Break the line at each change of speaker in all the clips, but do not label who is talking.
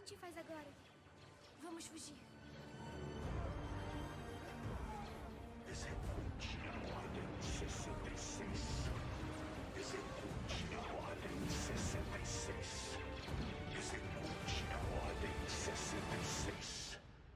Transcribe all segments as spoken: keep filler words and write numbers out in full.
gente faz agora? Vamos fugir.
Execute a Ordem sessenta e seis. Execute a Ordem sessenta e seis. Execute a Ordem sessenta e seis.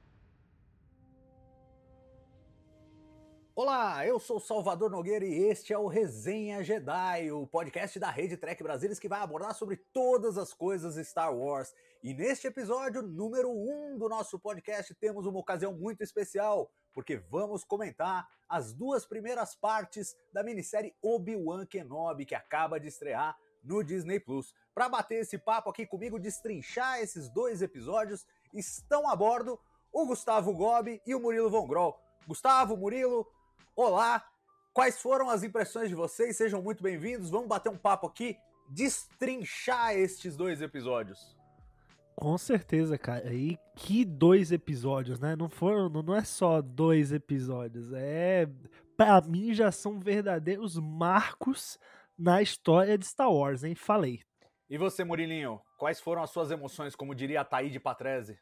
Olá, eu sou Salvador Nogueira e este é o Resenha Jedi, o podcast da Rede Trek Brasilis que vai abordar sobre todas as coisas Star Wars. E neste episódio número um do nosso podcast temos uma ocasião muito especial, porque vamos comentar as duas primeiras partes da minissérie Obi-Wan Kenobi, que acaba de estrear no Disney Plus. Para bater esse papo aqui comigo, destrinchar esses dois episódios, estão a bordo o Gustavo Gobi e o Murilo Von Groll. Gustavo, Murilo, olá! Quais foram as impressões de vocês? Sejam muito bem-vindos. Vamos bater um papo aqui, destrinchar estes dois episódios.
Com certeza, cara. E que dois episódios, né? Não foram, não é só dois episódios. É, pra mim já são verdadeiros marcos na história de Star Wars, hein? Falei.
E você, Murilinho? Quais foram as suas emoções, como diria a Taíde Patrese?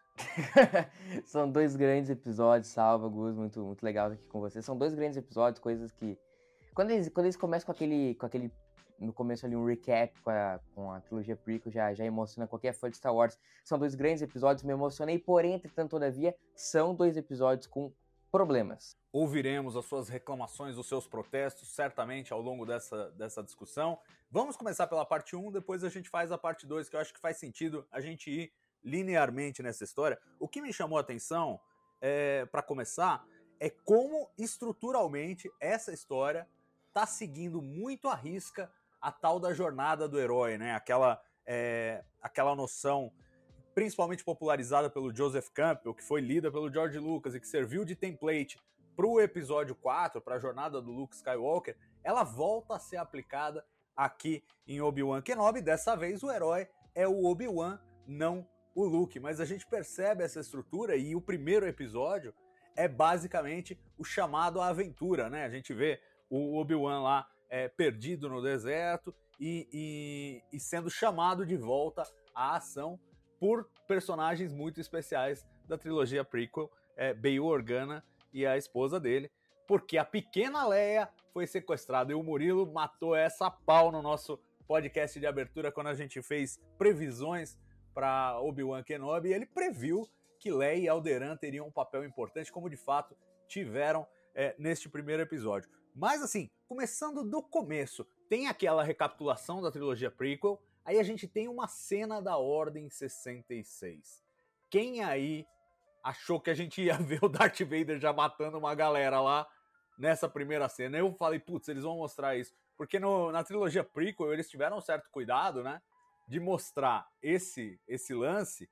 São dois grandes episódios, salva, Gus, muito, muito legal aqui com você. São dois grandes episódios, coisas que... Quando eles, quando eles começam com aquele, com aquele... No começo ali um recap com a, com a trilogia prequel, já, já emociona qualquer fã de Star Wars. São dois grandes episódios, me emocionei, porém, entretanto, todavia, são dois episódios com problemas.
Ouviremos as suas reclamações, os seus protestos, certamente, ao longo dessa, dessa discussão. Vamos começar pela parte um, depois a gente faz a parte dois, que eu acho que faz sentido a gente ir linearmente nessa história. O que me chamou a atenção, é, para começar, é como estruturalmente essa história está seguindo muito à risca a tal da jornada do herói, né? Aquela, é, aquela noção, principalmente popularizada pelo Joseph Campbell, que foi lida pelo George Lucas e que serviu de template para o episódio quatro, para a jornada do Luke Skywalker, ela volta a ser aplicada aqui em Obi-Wan Kenobi. Dessa vez o herói é o Obi-Wan, não o Luke. Mas a gente percebe essa estrutura e o primeiro episódio é basicamente o chamado à aventura, né? A gente vê o Obi-Wan lá é, perdido no deserto e, e, e sendo chamado de volta à ação por personagens muito especiais da trilogia prequel, é, Bail Organa e a esposa dele, porque a pequena Leia foi sequestrada e o Murilo matou essa a pau no nosso podcast de abertura quando a gente fez previsões para Obi-Wan Kenobi, e ele previu que Leia e Alderaan teriam um papel importante, como de fato tiveram é, neste primeiro episódio. Mas assim, começando do começo, tem aquela recapitulação da trilogia prequel, aí a gente tem uma cena da Ordem sessenta e seis. Quem aí achou que a gente ia ver o Darth Vader já matando uma galera lá nessa primeira cena? Eu falei, putz, eles vão mostrar isso. Porque no, na trilogia prequel eles tiveram um certo cuidado, né, de mostrar esse, esse lance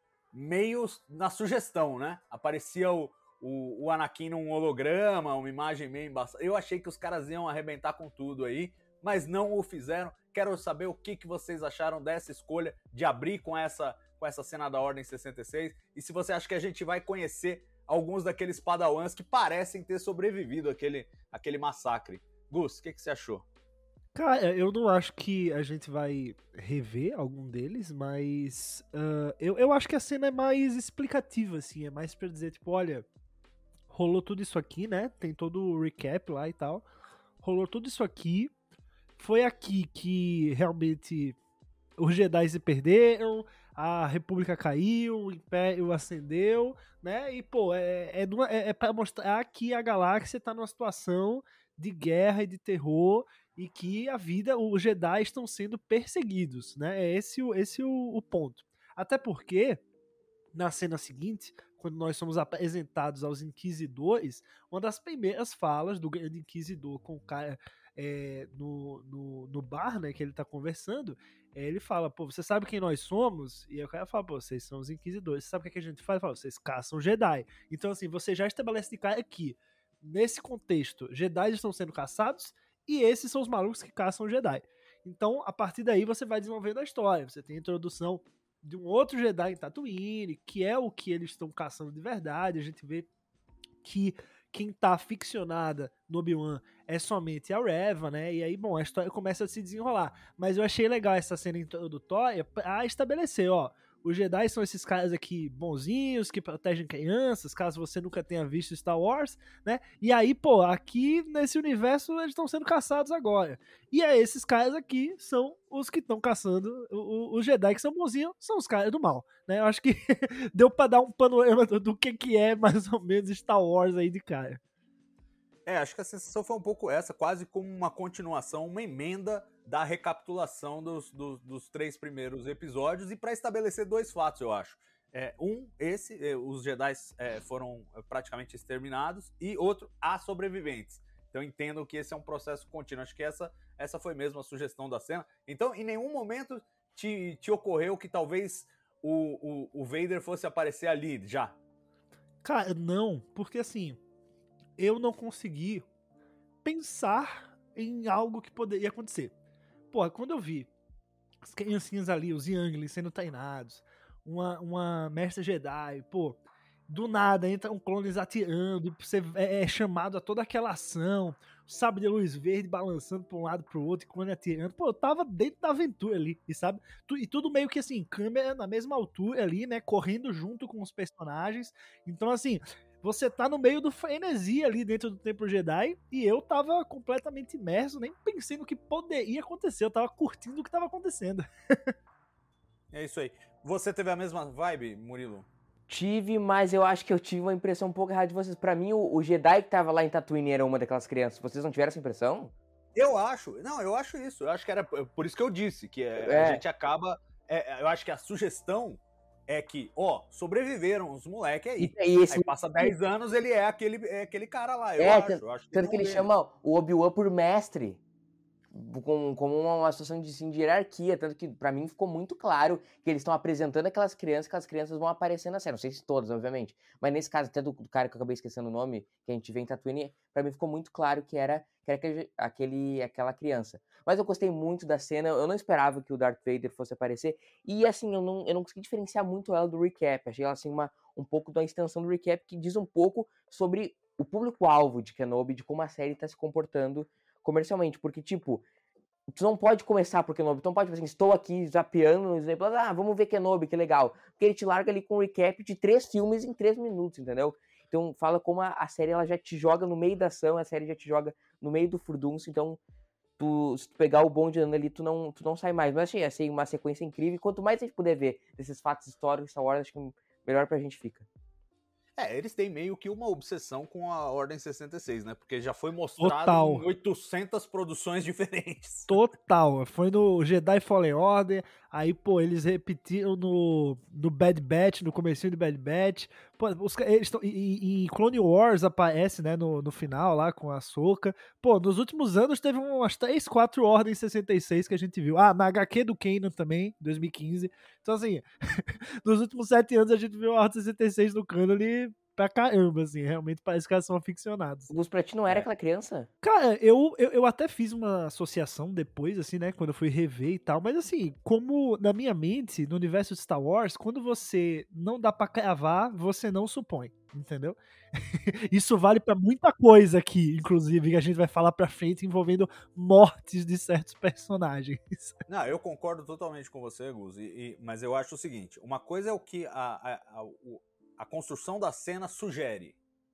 meio na sugestão, né? Aparecia o, o, o Anakin num holograma, uma imagem meio embaçada. Eu achei que os caras iam arrebentar com tudo aí, mas não o fizeram. Quero saber o que, que vocês acharam dessa escolha de abrir com essa... com essa cena da Ordem sessenta e seis, e se você acha que a gente vai conhecer alguns daqueles padawans que parecem ter sobrevivido àquele, àquele massacre. Gus, o que, que você achou?
Cara, eu não acho que a gente vai rever algum deles, mas uh, eu, eu acho que a cena é mais explicativa, assim, é mais pra dizer, tipo, olha, rolou tudo isso aqui, né, tem todo o recap lá e tal, rolou tudo isso aqui, foi aqui que realmente os Jedi se perderam, a República caiu, o Império ascendeu, né? E, pô, é, é, é, é pra mostrar que a galáxia tá numa situação de guerra e de terror e que a vida, os Jedi estão sendo perseguidos, né? É esse, esse o, o ponto. Até porque, na cena seguinte, quando nós somos apresentados aos Inquisidores, uma das primeiras falas do Grande Inquisidor com o cara é, no, no, no bar, né, que ele tá conversando, é, ele fala, pô, você sabe quem nós somos? E aí o cara fala, pô, vocês são os Inquisidores. Você sabe o que, é que a gente faz? Fala, vocês caçam Jedi. Então, assim, você já estabelece de cara que, nesse contexto, Jedi estão sendo caçados e esses são os malucos que caçam Jedi. Então, a partir daí, você vai desenvolvendo a história. Você tem a introdução de um outro Jedi em Tatooine, que é o que eles estão caçando de verdade. A gente vê que quem tá ficcionada no Obi-Wan é somente a Reva, né? E aí, bom, a história começa a se desenrolar. Mas eu achei legal essa cena introdutória pra estabelecer, ó, os Jedi são esses caras aqui bonzinhos, que protegem crianças, caso você nunca tenha visto Star Wars, né? E aí, pô, aqui nesse universo eles estão sendo caçados agora. E é esses caras aqui são os que estão caçando o- o- os Jedi que são bonzinhos, são os caras do mal, né? Eu acho que deu pra dar um panorama do, do que que é mais ou menos Star Wars aí de cara.
É, acho que a sensação foi um pouco essa, quase como uma continuação, uma emenda da recapitulação dos, dos, dos três primeiros episódios e para estabelecer dois fatos, eu acho. É, um, esse, é, os Jedi é, foram praticamente exterminados, e outro, há sobreviventes. Então entendo que esse é um processo contínuo. Acho que essa, essa foi mesmo a sugestão da cena. Então, em nenhum momento te, te ocorreu que talvez o, o, o Vader fosse aparecer ali já?
Cara, não, porque assim, eu não consegui pensar em algo que poderia acontecer. Porra, quando eu vi as criancinhas ali, os Younglings sendo treinados, uma, uma mestre Jedi, pô, do nada entra um clones atirando, e você é, é chamado a toda aquela ação, o sabre de luz verde balançando pra um lado pro outro, e clone atirando, pô, eu tava dentro da aventura ali, e sabe? Tu- E tudo meio que assim, câmera na mesma altura ali, né, correndo junto com os personagens, então assim, você tá no meio do frenesi ali dentro do Templo Jedi, e eu tava completamente imerso, nem pensei no que poderia acontecer, eu tava curtindo o que tava acontecendo.
É isso aí. Você teve a mesma vibe, Murilo?
Tive, mas eu acho que eu tive uma impressão um pouco errada de vocês. Pra mim, o, o Jedi que tava lá em Tatooine era uma daquelas crianças. Vocês não tiveram essa impressão?
Eu acho, não, eu acho isso. Eu acho que era por isso que eu disse que é,
É.
a gente acaba. É, eu acho que a sugestão é que, ó, sobreviveram os moleque aí.
E, e esse,
Aí passa dez anos, ele é aquele, é aquele cara lá. Eu
É,
acho,
tanto-
eu acho que
tanto
não
que ele
deles.
chama o Obi-Wan por mestre. Com, como uma, uma situação de, assim, de hierarquia. Tanto que pra mim ficou muito claro que eles estão apresentando aquelas crianças, que as crianças vão aparecer na série. Não sei se todas, obviamente. Mas nesse caso, até do, do cara que eu acabei esquecendo o nome, que a gente vê em Tatooine, pra mim ficou muito claro que era, que era aquele, aquele, aquela criança. Mas eu gostei muito da cena. Eu não esperava que o Darth Vader fosse aparecer. E assim, eu não, eu não consegui diferenciar muito ela do recap. Achei ela assim uma, um pouco da extensão do recap, que diz um pouco sobre o público-alvo de Kenobi, de como a série tá se comportando comercialmente. Porque, tipo, tu não pode começar por Kenobi. Tu não pode, tipo assim, estou aqui zapeando, exemplo, ah, vamos ver Kenobi, que legal. Porque ele te larga ali com um recap de três filmes em três minutos, entendeu? Então fala como a, a série ela já te joga no meio da ação, a série já te joga no meio do furdunço, então tu, se tu pegar o bonde andando ali, tu não, tu não sai mais. Mas achei, achei uma sequência incrível, e quanto mais a gente puder ver desses fatos históricos, Star Wars, acho que melhor pra gente fica.
É, eles têm meio que uma obsessão com a Ordem sessenta e seis, né? Porque já foi mostrado
Total.
em oitocentas produções diferentes.
Total, foi no Jedi Fallen Order, aí, pô, eles repetiram no, no Bad Batch, no comecinho do Bad Batch, pô, os, eles tão, e, e Clone Wars aparece, né, no, no final lá, com a Ahsoka, pô, nos últimos anos teve umas três, quatro Ordens sessenta e seis que a gente viu, ah, na H Q do Kanan também, dois mil e quinze, então assim, nos últimos sete anos a gente viu a Ordem sessenta e seis no cânone pra caramba, assim, realmente parece que elas são aficionados.
O Gus, pra ti não era
É.
aquela criança?
Cara, eu, eu, eu até fiz uma associação depois, assim, né, quando eu fui rever e tal, mas assim, como na minha mente, no universo de Star Wars, quando você não dá pra cravar, você não supõe, entendeu? Isso vale pra muita coisa aqui, inclusive, que a gente vai falar pra frente envolvendo mortes de certos personagens.
Não, eu concordo totalmente com você, Gus, e, e- mas eu acho o seguinte, uma coisa é o que a, a, a, o- a construção da cena sugere.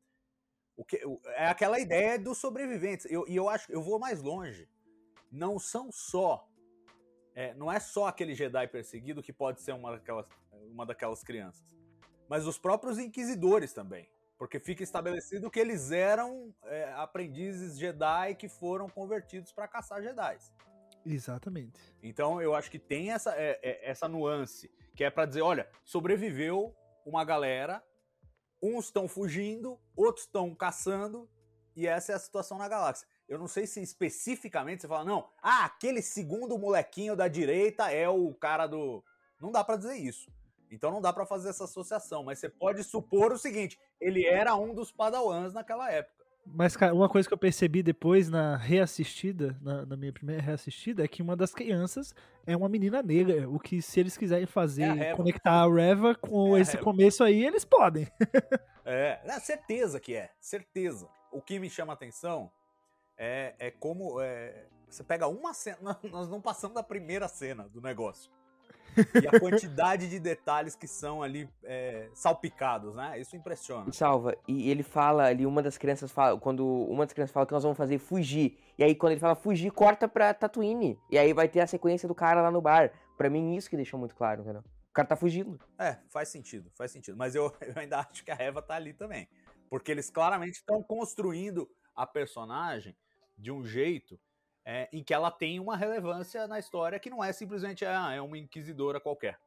O que, o- é aquela ideia dos sobreviventes. Eu- E eu, acho, eu vou mais longe. Não são só. é, não é só aquele Jedi perseguido que pode ser uma daquelas, uma daquelas crianças. Mas os próprios inquisidores também. Porque fica estabelecido que eles eram é, aprendizes Jedi que foram convertidos para caçar Jedis.
Exatamente.
Então eu acho que tem essa, é, é, essa nuance, que é pra dizer, olha, sobreviveu uma galera, uns estão fugindo, outros estão caçando, e essa é a situação na galáxia. Eu não sei se especificamente você fala, não, ah, aquele segundo molequinho da direita é o cara do... Não dá pra dizer isso. Então não dá pra fazer essa associação, mas você pode supor o seguinte, ele era um dos padawans naquela época.
Mas, cara, uma coisa que eu percebi depois na reassistida, na, na minha primeira reassistida, é que uma das crianças é uma menina negra. O que, se eles quiserem fazer,
É a Reva.
conectar a Reva com
É a
esse
Reva.
começo aí, eles podem.
É, é, certeza que é, certeza. O que me chama a atenção é, é como é, você pega uma cena, nós não passamos da primeira cena do negócio. E a quantidade de detalhes que são ali é, salpicados, né? Isso impressiona.
E salva, e ele fala ali, uma das crianças fala, quando uma das crianças fala que nós vamos fazer fugir, e aí quando ele fala fugir, corta pra Tatooine, e aí vai ter a sequência do cara lá no bar. Pra mim, isso que deixou muito claro, entendeu? O cara tá fugindo.
É, faz sentido, faz sentido. Mas eu, eu ainda acho que a Reva tá ali também. Porque eles claramente estão construindo a personagem de um jeito é, em que ela tem uma relevância na história que não é simplesmente ah, é uma inquisidora qualquer.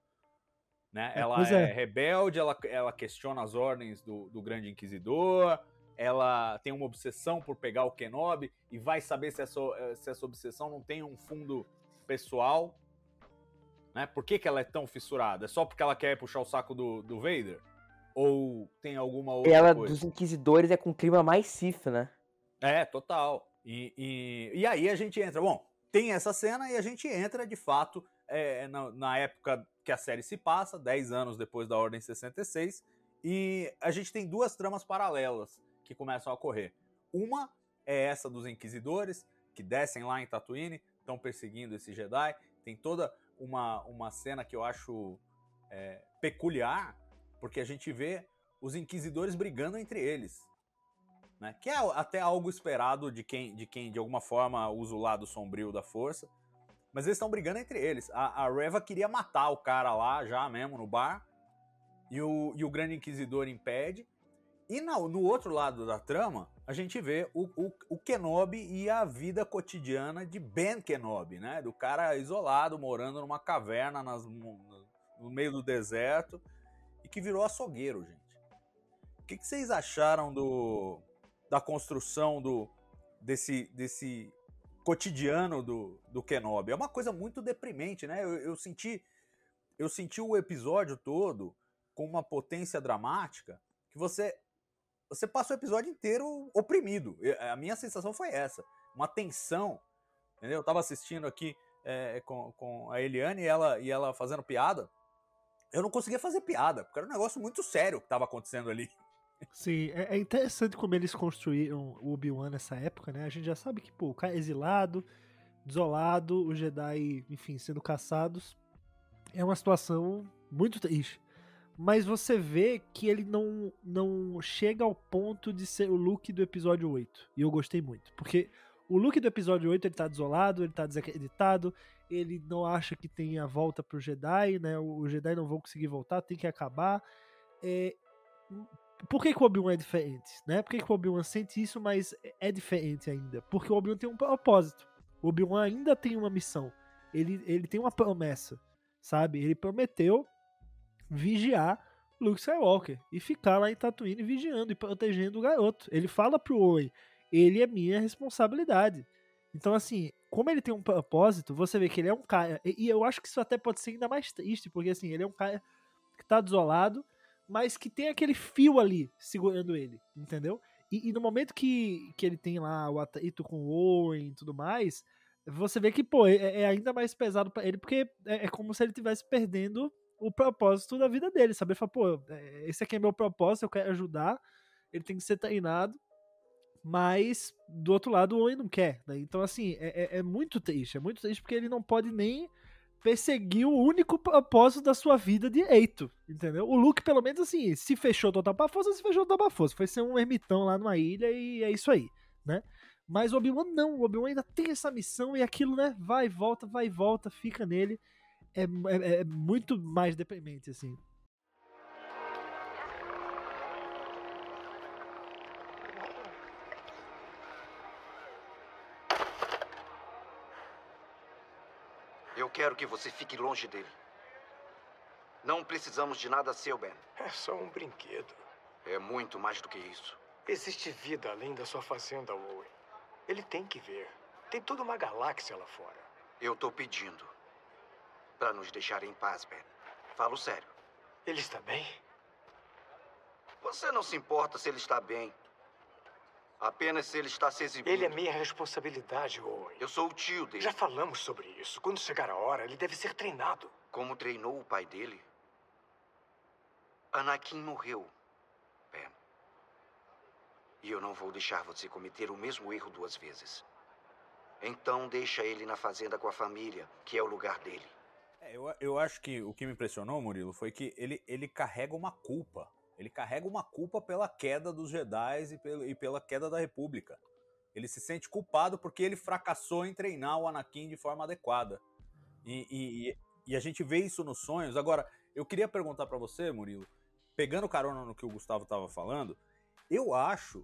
Né?
É,
ela
pois
é.
é.
rebelde, ela, ela questiona as ordens do, do grande inquisidor, ela tem uma obsessão por pegar o Kenobi e vai saber se essa, se essa obsessão não tem um fundo pessoal. Né? Por que, que ela é tão fissurada? É só porque ela quer puxar o saco do, do Vader? Ou tem alguma outra
Ela,
coisa?
dos inquisidores, é com o clima mais Sith, né?
É, total. E, e, e aí a gente entra... Bom, tem essa cena e a gente entra, de fato, é, na, na época que a série se passa, dez anos depois da Ordem sessenta e seis, e a gente tem duas tramas paralelas que começam a ocorrer. Uma é essa dos inquisidores, que descem lá em Tatooine, estão perseguindo esse Jedi. Tem toda uma, uma cena que eu acho é, peculiar, porque a gente vê os inquisidores brigando entre eles. Né? Que é até algo esperado de quem, de quem, de alguma forma, usa o lado sombrio da força. Mas eles estão brigando entre eles. A, a Reva queria matar o cara lá, já mesmo, no bar. E o, e o Grande Inquisidor impede. E na, no outro lado da trama, a gente vê o, o, o Kenobi e a vida cotidiana de Ben Kenobi, né? Do cara isolado, morando numa caverna nas, no, no meio do deserto. E que virou açougueiro, gente. O que, que vocês acharam do, da construção do, desse, desse cotidiano do, do Kenobi? É uma coisa muito deprimente, né? Eu, eu, senti, eu senti o episódio todo com uma potência dramática que você, você passa o episódio inteiro oprimido. A minha sensação foi essa. Uma tensão, entendeu? Eu tava assistindo aqui é, com, com a Eliane e ela, e ela fazendo piada. Eu não conseguia fazer piada, porque era um negócio muito sério que estava acontecendo ali.
Sim, é, é interessante como eles construíram o Obi-Wan nessa época, né? A gente já sabe que, pô, o cara é exilado, desolado, os Jedi, enfim, sendo caçados. É uma situação muito triste. Mas você vê que ele não, não chega ao ponto de ser o Luke do episódio oito. E eu gostei muito, porque o Luke do episódio oito, ele tá desolado, ele tá desacreditado, ele não acha que tem a volta pro Jedi, né? Os Jedi não vão conseguir voltar, tem que acabar. É... Por que, que o Obi-Wan é diferente? Né? Por que, que o Obi-Wan sente isso, mas é diferente ainda? Porque o Obi-Wan tem um propósito. O Obi-Wan ainda tem uma missão. Ele, ele tem uma promessa, sabe? Ele prometeu vigiar Luke Skywalker e ficar lá em Tatooine vigiando e protegendo o garoto. Ele fala pro Owen, ele é minha responsabilidade. Então, assim, como ele tem um propósito, você vê que ele é um cara... E eu acho que isso até pode ser ainda mais triste, porque, assim, ele é um cara que tá desolado, mas que tem aquele fio ali segurando ele, entendeu? E, e no momento que, que ele tem lá o atrito com o Owen e tudo mais, você vê que, pô, é, é ainda mais pesado pra ele, porque é, é como se ele estivesse perdendo o propósito da vida dele, sabe? Ele fala, pô, esse aqui é meu propósito, eu quero ajudar, ele tem que ser treinado, mas do outro lado o Owen não quer, né? Então, assim, é, é, é muito triste, é muito triste porque ele não pode nem perseguir o único propósito da sua vida direito, entendeu? O Luke, pelo menos, assim, se fechou total pra força, se fechou total pra força, foi ser um ermitão lá numa ilha e é isso aí, né? Mas o Obi-Wan não, o Obi-Wan ainda tem essa missão e aquilo, né, vai e volta, vai e volta, fica nele, é, é, é muito mais deprimente, assim.
Eu quero que você fique longe dele. Não precisamos de nada seu, Ben.
É só um brinquedo.
É muito mais do que isso.
Existe vida além da sua fazenda, Owen. Ele tem que ver. Tem toda uma galáxia lá fora.
Eu tô pedindo para nos deixar em paz, Ben. Falo sério.
Ele está bem?
Você não se importa se ele está bem. Apenas se ele está se exibindo.
Ele é minha responsabilidade, Owen.
Eu sou o tio dele.
Já falamos sobre isso. Quando chegar a hora, ele deve ser treinado.
Como treinou o pai dele? Anakin morreu, Ben. E eu não vou deixar você cometer o mesmo erro duas vezes. Então deixa ele na fazenda com a família, que é o lugar dele.
É, eu, eu acho que o que me impressionou, Murilo, foi que ele, ele carrega uma culpa. Ele carrega uma culpa pela queda dos Jedi e, pelo, e pela queda da República. Ele se sente culpado porque ele fracassou em treinar o Anakin de forma adequada. E, e, e a gente vê isso nos sonhos. Agora, eu queria perguntar pra você, Murilo, pegando carona no que o Gustavo estava falando, eu acho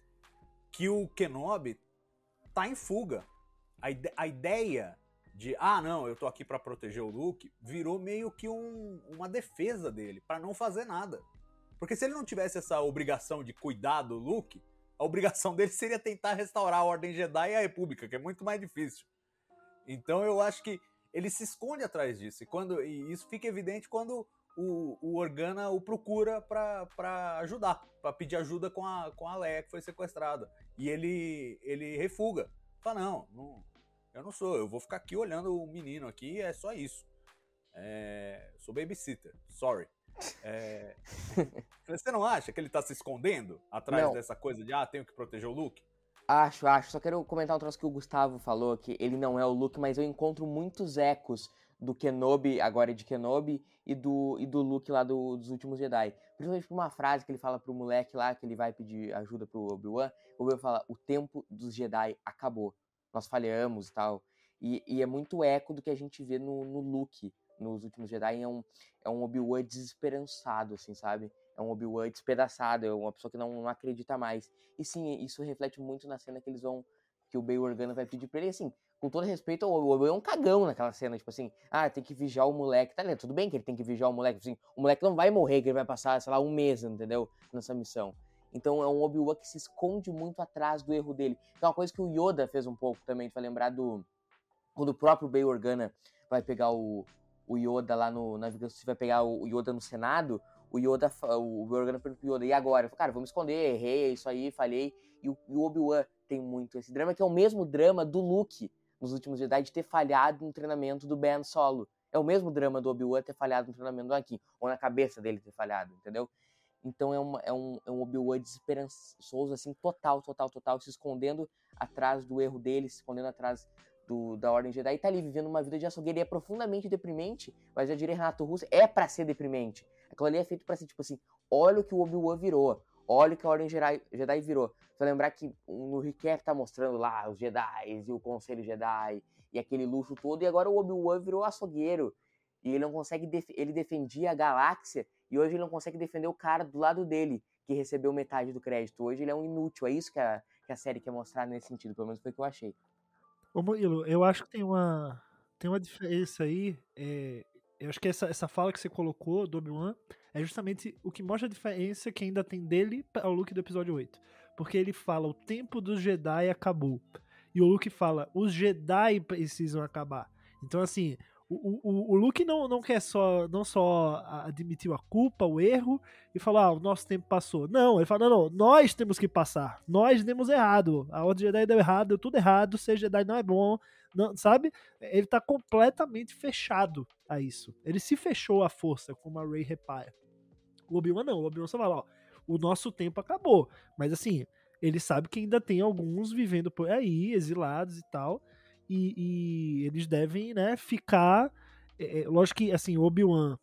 que o Kenobi tá em fuga. A, ide- a ideia de, ah, não, eu tô aqui pra proteger o Luke, virou meio que um- uma defesa dele, pra não fazer nada. Porque se ele não tivesse essa obrigação de cuidar do Luke, a obrigação dele seria tentar restaurar a Ordem Jedi e a República, que é muito mais difícil. Então eu acho que ele se esconde atrás disso. E, quando, e isso fica evidente quando o, o Organa o procura pra, pra ajudar, pra pedir ajuda com a, com a Leia que foi sequestrada. E ele, ele refuga. Fala, não, não, eu não sou, eu vou ficar aqui olhando o menino aqui, é só isso. É, sou babysitter, sorry. É, você não acha que ele tá se escondendo atrás
Não.
dessa coisa de, ah, tenho que proteger o Luke?
Acho, acho. Só quero comentar um troço que o Gustavo falou, que ele não é o Luke, mas eu encontro muitos ecos do Kenobi, agora de Kenobi, e do, e do Luke lá do- dos Últimos Jedi. Principalmente por uma frase que ele fala pro moleque lá, que ele vai pedir ajuda pro Obi-Wan. O Obi-Wan fala, o tempo dos Jedi acabou. Nós falhamos e tal. E, e é muito eco do que a gente vê no, no Luke, nos Últimos Jedi. É um, é um Obi-Wan desesperançado, assim, sabe? É um Obi-Wan despedaçado, é uma pessoa que não, não acredita mais. E sim, isso reflete muito na cena que eles vão. Que o Bail Organa vai pedir pra ele, assim, com todo respeito, o Obi-Wan é um cagão naquela cena, tipo assim, ah, tem que vigiar o moleque, tá ligado? Tudo bem que ele tem que vigiar o moleque, assim, o moleque não vai morrer, que ele vai passar, sei lá, um mês, entendeu? Nessa missão. Então é um Obi-Wan que se esconde muito atrás do erro dele. Que é uma coisa que o Yoda fez um pouco também, tu vai lembrar do. Quando o próprio Bail Organa vai pegar o, o Yoda lá no. Na, você vai pegar o Yoda no Senado. O Yoda, o Organa pergunta pro Yoda, e agora? Eu falo, cara, vou me esconder, errei, isso aí, falhei. E o, e o Obi-Wan tem muito esse drama, que é o mesmo drama do Luke nos Últimos Jedi, de ter falhado no treinamento do Ben Solo. É o mesmo drama do Obi-Wan ter falhado no treinamento do Anakin, ou na cabeça dele ter falhado, entendeu? Então é, uma, é um, é um Obi-Wan desesperançoso, assim, total, total, total, se escondendo atrás do erro dele, se escondendo atrás do, da Ordem Jedi, e tá ali vivendo uma vida de açougueiro, e é profundamente deprimente, mas eu diria, Renato Russo, é pra ser deprimente. Aquilo ali é feito pra ser, tipo assim, olha o que o Obi-Wan virou, olha o que a Ordem Jedi, Jedi virou. Você vai lembrar que no recap tá mostrando lá os Jedi e o Conselho Jedi, e aquele luxo todo, e agora o Obi-Wan virou açougueiro, e ele não consegue, def- ele defendia a galáxia, e hoje ele não consegue defender o cara do lado dele, que recebeu metade do crédito. Hoje ele é um inútil, é isso que a, que a série quer mostrar nesse sentido, pelo menos foi o que eu achei.
Ô Murilo, eu acho que tem uma, tem uma diferença aí. é, eu acho que essa, essa fala que você colocou do Obi-Wan é justamente o que mostra a diferença que ainda tem dele ao Luke do episódio oito. Porque ele fala, o tempo dos Jedi acabou. E o Luke fala, os Jedi precisam acabar. Então, assim, o, o, o Luke não, não quer só, não só admitir a culpa, o erro, e falar, ah, o nosso tempo passou. Não, ele fala, não, não, nós temos que passar. Nós demos errado. A Ordem Jedi deu errado, deu tudo errado, ser Jedi não é bom. Não, sabe? Ele tá completamente fechado a isso. Ele se fechou à força, como a Rey repara. O Obi-Wan não, o Obi-Wan só fala, ó, o nosso tempo acabou. Mas assim, ele sabe que ainda tem alguns vivendo por aí, exilados e tal, e, e eles devem, né, ficar... É, é, lógico que, assim, o Obi-Wan,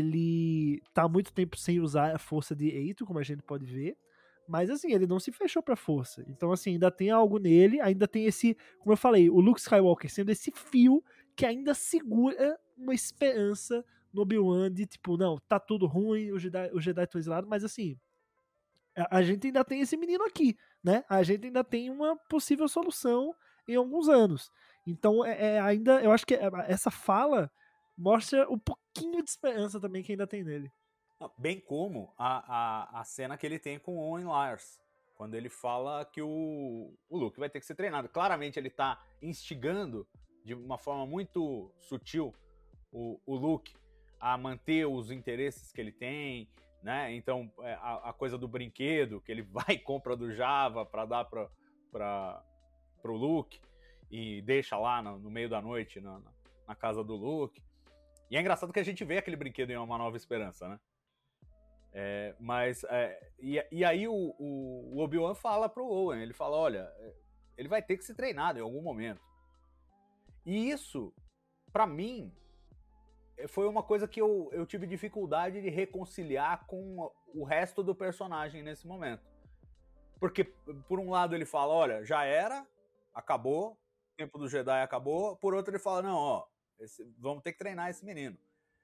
ele tá há muito tempo sem usar a força de Eito, como a gente pode ver, mas assim, ele não se fechou pra força. Então, assim, ainda tem algo nele, ainda tem esse, como eu falei, o Luke Skywalker sendo esse fio que ainda segura uma esperança no Obi-Wan de tipo, não, tá tudo ruim, os Jedi, os Jedi estão exilados, mas assim, a, a gente ainda tem esse menino aqui, né? A gente ainda tem uma possível solução em alguns anos. Então, é, é ainda, eu acho que essa fala mostra um pouquinho de esperança também que ainda tem nele.
Bem como a, a, a cena que ele tem com o Owen Lars, quando ele fala que o, o Luke vai ter que ser treinado. Claramente ele tá instigando de uma forma muito sutil o, o Luke a manter os interesses que ele tem, né? Então a, a coisa do brinquedo, que ele vai e compra do Java para dar para para pro Luke e deixa lá no, no meio da noite na, na casa do Luke. E é engraçado que a gente vê aquele brinquedo em Uma Nova Esperança, né? É, mas, é, e, e aí o, o, o Obi-Wan fala pro Owen, ele fala, olha, ele vai ter que ser treinado em algum momento. E isso, pra mim, foi uma coisa que eu, eu tive dificuldade de reconciliar com o resto do personagem nesse momento. Porque, por um lado, ele fala, olha, já era, acabou, o tempo do Jedi acabou. Por outro, ele fala, não, ó, esse, vamos ter que treinar esse menino.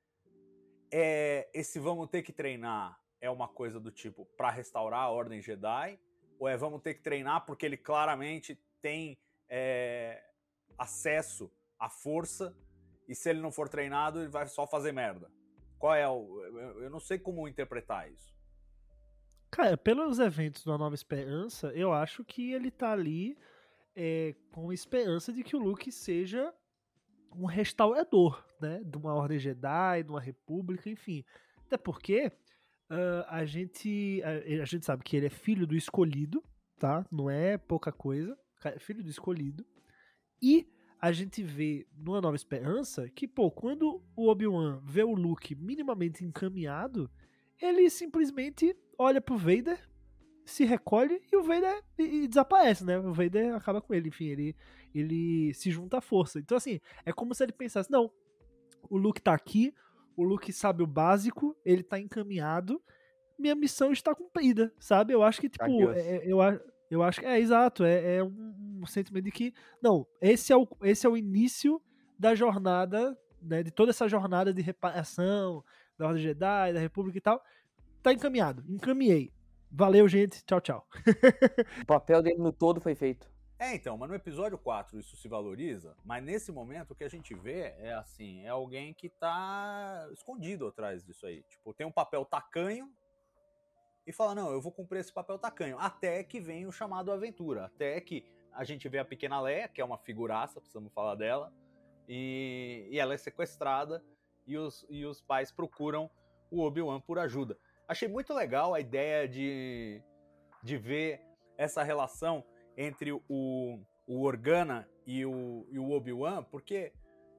É, esse vamos ter que treinar é uma coisa do tipo, pra restaurar a Ordem Jedi? Ou é vamos ter que treinar porque ele claramente tem é, acesso à força e se ele não for treinado, ele vai só fazer merda? Qual é o... Eu, eu não sei como interpretar isso.
Cara, pelos eventos do A Nova Esperança, eu acho que ele tá ali é, com esperança de que o Luke seja um restaurador, né? De uma Ordem Jedi, de uma República, enfim. Até porque uh, a, gente, a, a gente sabe que ele é filho do Escolhido, tá? Não é pouca coisa. É filho do Escolhido. E a gente vê no A Nova Esperança que, pô, quando o Obi-Wan vê o Luke minimamente encaminhado, ele simplesmente olha pro Vader, se recolhe e o Vader e, e desaparece, né? O Vader acaba com ele, enfim, ele, ele se junta à força. Então, assim, é como se ele pensasse, não, o Luke tá aqui, o Luke sabe o básico, ele tá encaminhado, minha missão está cumprida, sabe? Eu acho que, tipo, é, eu, eu acho que é exato, é, é um, um sentimento de que, não, esse é o, esse é o início da jornada, né? De toda essa jornada de reparação da Ordem Jedi, da República e tal, tá encaminhado, encaminhei. Valeu, gente, tchau, tchau.
O papel dele no todo foi feito.
É, então, mas no episódio quatro isso se valoriza, mas nesse momento o que a gente vê é assim, é alguém que tá escondido atrás disso aí. Tipo, tem um papel tacanho e fala, não, eu vou cumprir esse papel tacanho. Até que vem o chamado aventura, até que a gente vê a pequena Leia, que é uma figuraça, precisamos falar dela, e, e ela é sequestrada e os, e os pais procuram o Obi-Wan por ajuda. Achei muito legal a ideia de, de ver essa relação entre o, o Organa e o, e o Obi-Wan, porque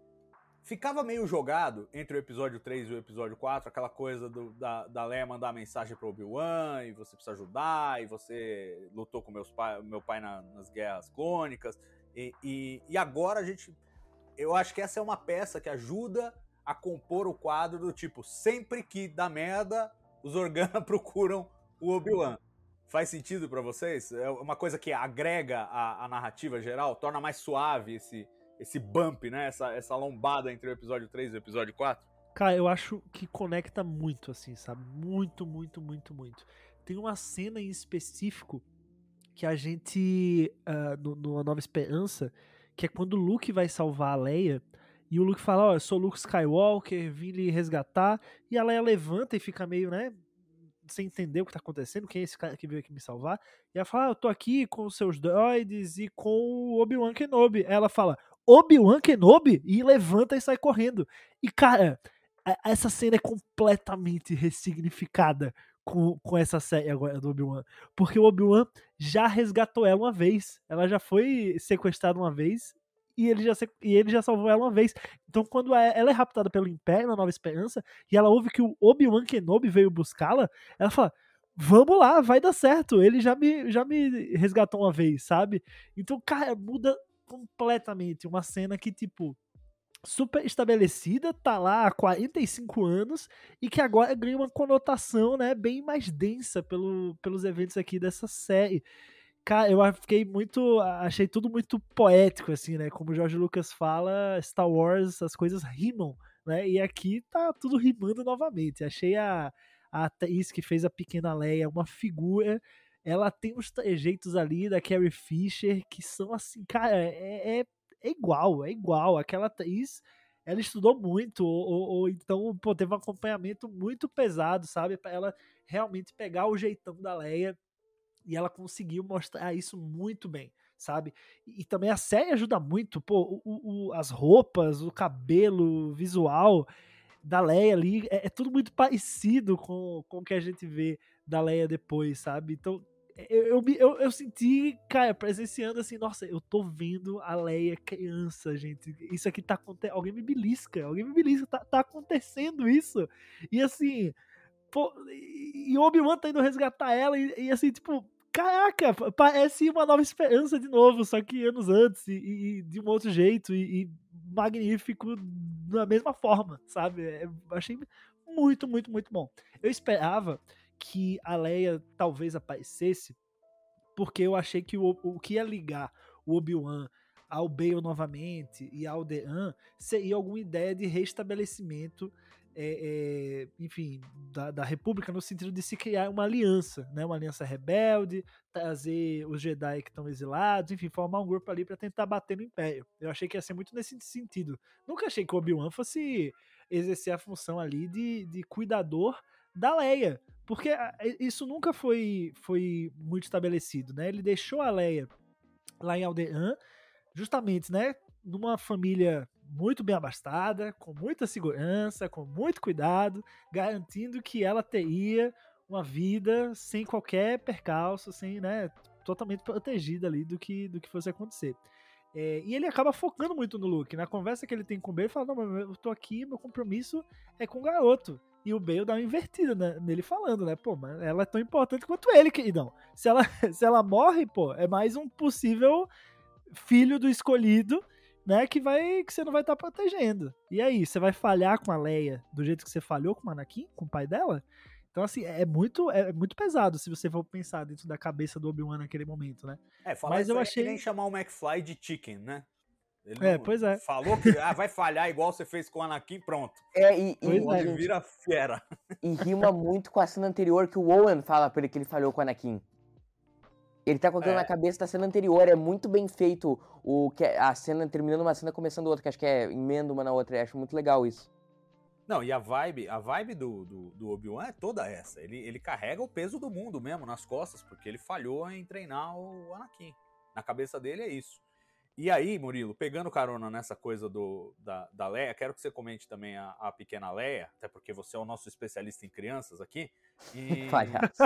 ficava meio jogado entre o episódio três e o episódio quatro, aquela coisa do, da, da Leia mandar mensagem pro Obi-Wan, e você precisa ajudar, e você lutou com meus pai, meu pai na, nas guerras clônicas, e, e, e agora a gente... Eu acho que essa é uma peça que ajuda a compor o quadro do tipo, sempre que dá merda, os Organa procuram o Obi-Wan. Faz sentido pra vocês? É uma coisa que agrega a, a narrativa geral, torna mais suave esse, esse bump, né? Essa, essa lombada entre o episódio três e o episódio quatro.
Cara, eu acho que conecta muito, assim, sabe? Muito, muito, muito, muito. Tem uma cena em específico que a gente, uh, no, no A Nova Esperança, que é quando o Luke vai salvar a Leia, e o Luke fala, ó, oh, eu sou Luke Skywalker, vim lhe resgatar, e a Leia levanta e fica meio, né, sem entender o que tá acontecendo, quem é esse cara que veio aqui me salvar, e ela fala, ah, eu tô aqui com os seus droids e com o Obi-Wan Kenobi. Aí ela fala, Obi-Wan Kenobi? E levanta e sai correndo. E, cara, essa cena é completamente ressignificada com, com essa série agora do Obi-Wan, porque o Obi-Wan já resgatou ela uma vez, ela já foi sequestrada uma vez, e ele, já, e ele já salvou ela uma vez. Então, quando ela é raptada pelo Império na Nova Esperança, e ela ouve que o Obi-Wan Kenobi veio buscá-la, ela fala, vamos lá, vai dar certo, ele já me, já me resgatou uma vez, sabe? Então, cara, muda completamente. Uma cena que, tipo, super estabelecida, tá lá há quarenta e cinco anos, e que agora ganha uma conotação, né, bem mais densa pelo, pelos eventos aqui dessa série. Cara, eu fiquei muito... Achei tudo muito poético, assim, né? Como o George Lucas fala, Star Wars, as coisas rimam, né? E aqui tá tudo rimando novamente. Achei a, a atriz que fez a pequena Leia uma figura. Ela tem uns trejeitos ali da Carrie Fisher que são assim, cara, é, é, é igual, é igual. Aquela atriz, ela estudou muito, ou, ou, ou então, pô, teve um acompanhamento muito pesado, sabe? Pra ela realmente pegar o jeitão da Leia. E ela conseguiu mostrar isso muito bem, sabe? E, e também a série ajuda muito, pô, o, o, as roupas, o cabelo, o visual da Leia ali, é, é tudo muito parecido com, com o que a gente vê da Leia depois, sabe? Então, eu, eu, eu, eu senti, cara, presenciando assim, nossa, eu tô vendo a Leia criança, gente. Isso aqui tá acontecendo, alguém me belisca, alguém me belisca, tá, tá acontecendo isso. E assim... Pô, e o Obi-Wan tá indo resgatar ela e, e assim, tipo, caraca, parece Uma Nova Esperança de novo, só que anos antes e, e de um outro jeito e, e magnífico da mesma forma, sabe? É, achei muito, muito, muito bom. Eu esperava que a Leia talvez aparecesse, porque eu achei que o, o que ia ligar o Obi-Wan ao Bail novamente e ao Alderaan seria alguma ideia de restabelecimento, é, é, enfim, da, da República, no sentido de se criar uma aliança, né? Uma aliança rebelde, trazer os Jedi que estão exilados, enfim, formar um grupo ali para tentar bater no Império. Eu achei que ia ser muito nesse sentido. Nunca achei que o Obi-Wan fosse exercer a função ali de, de cuidador da Leia, porque isso nunca foi, foi muito estabelecido, né? Ele deixou a Leia lá em Alderaan, justamente, né, numa família muito bem abastada, com muita segurança, com muito cuidado, garantindo que ela teria uma vida sem qualquer percalço, sem, né, totalmente protegida ali do que, do que fosse acontecer. É, e ele acaba focando muito no Luke. Na conversa que ele tem com o Bale, ele fala, não, mas eu tô aqui, meu compromisso é com o garoto. E o Bale dá uma invertida, né, nele falando, né? Pô, mas ela é tão importante quanto ele, queridão. Se ela, se ela morre, pô, é mais um possível filho do escolhido, né, que, vai, que você não vai estar tá protegendo. E aí, você vai falhar com a Leia do jeito que você falhou com o Anakin, com o pai dela? Então, assim, é muito, é muito pesado se você for pensar dentro da cabeça do Obi-Wan naquele momento, né?
É, falar
Mas
isso
eu
aí
achei...
é que nem chamar o McFly de chicken, né? Ele
É,
não
pois é.
falou que ah, vai falhar igual você fez com o Anakin, pronto.
É, e,
O
e,
homem
gente,
vira fera.
e rima muito com a cena anterior que o Owen fala pra ele que ele falhou com o Anakin. Ele tá colocando
É.
na cabeça da cena anterior, é muito bem feito o, que a cena terminando uma cena começando outra, que acho que é emenda uma na outra, eu acho muito legal isso.
Não, e a vibe, a vibe do, do, do Obi-Wan é toda essa. Ele, ele carrega o peso do mundo mesmo nas costas, porque ele falhou em treinar o Anakin. Na cabeça dele é isso. E aí, Murilo, pegando carona nessa coisa do, da, da Leia, quero que você comente também a, a pequena Leia, até porque você é o nosso especialista em crianças aqui. E,
Palhaço.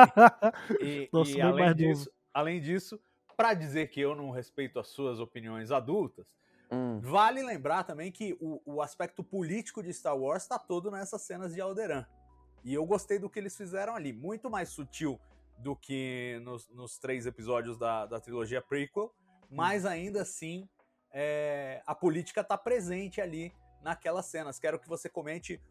e,
Nosso
e
bem
além
mais
disso,
novo.
além disso, para dizer que eu não respeito as suas opiniões adultas,
Hum.
vale lembrar também que o, o aspecto político de Star Wars está todo nessas cenas de Alderaan. E eu gostei do que eles fizeram ali. Muito mais sutil do que nos, nos três episódios da, da trilogia prequel, mas ainda assim é, a política está presente ali naquelas cenas. Quero que você comente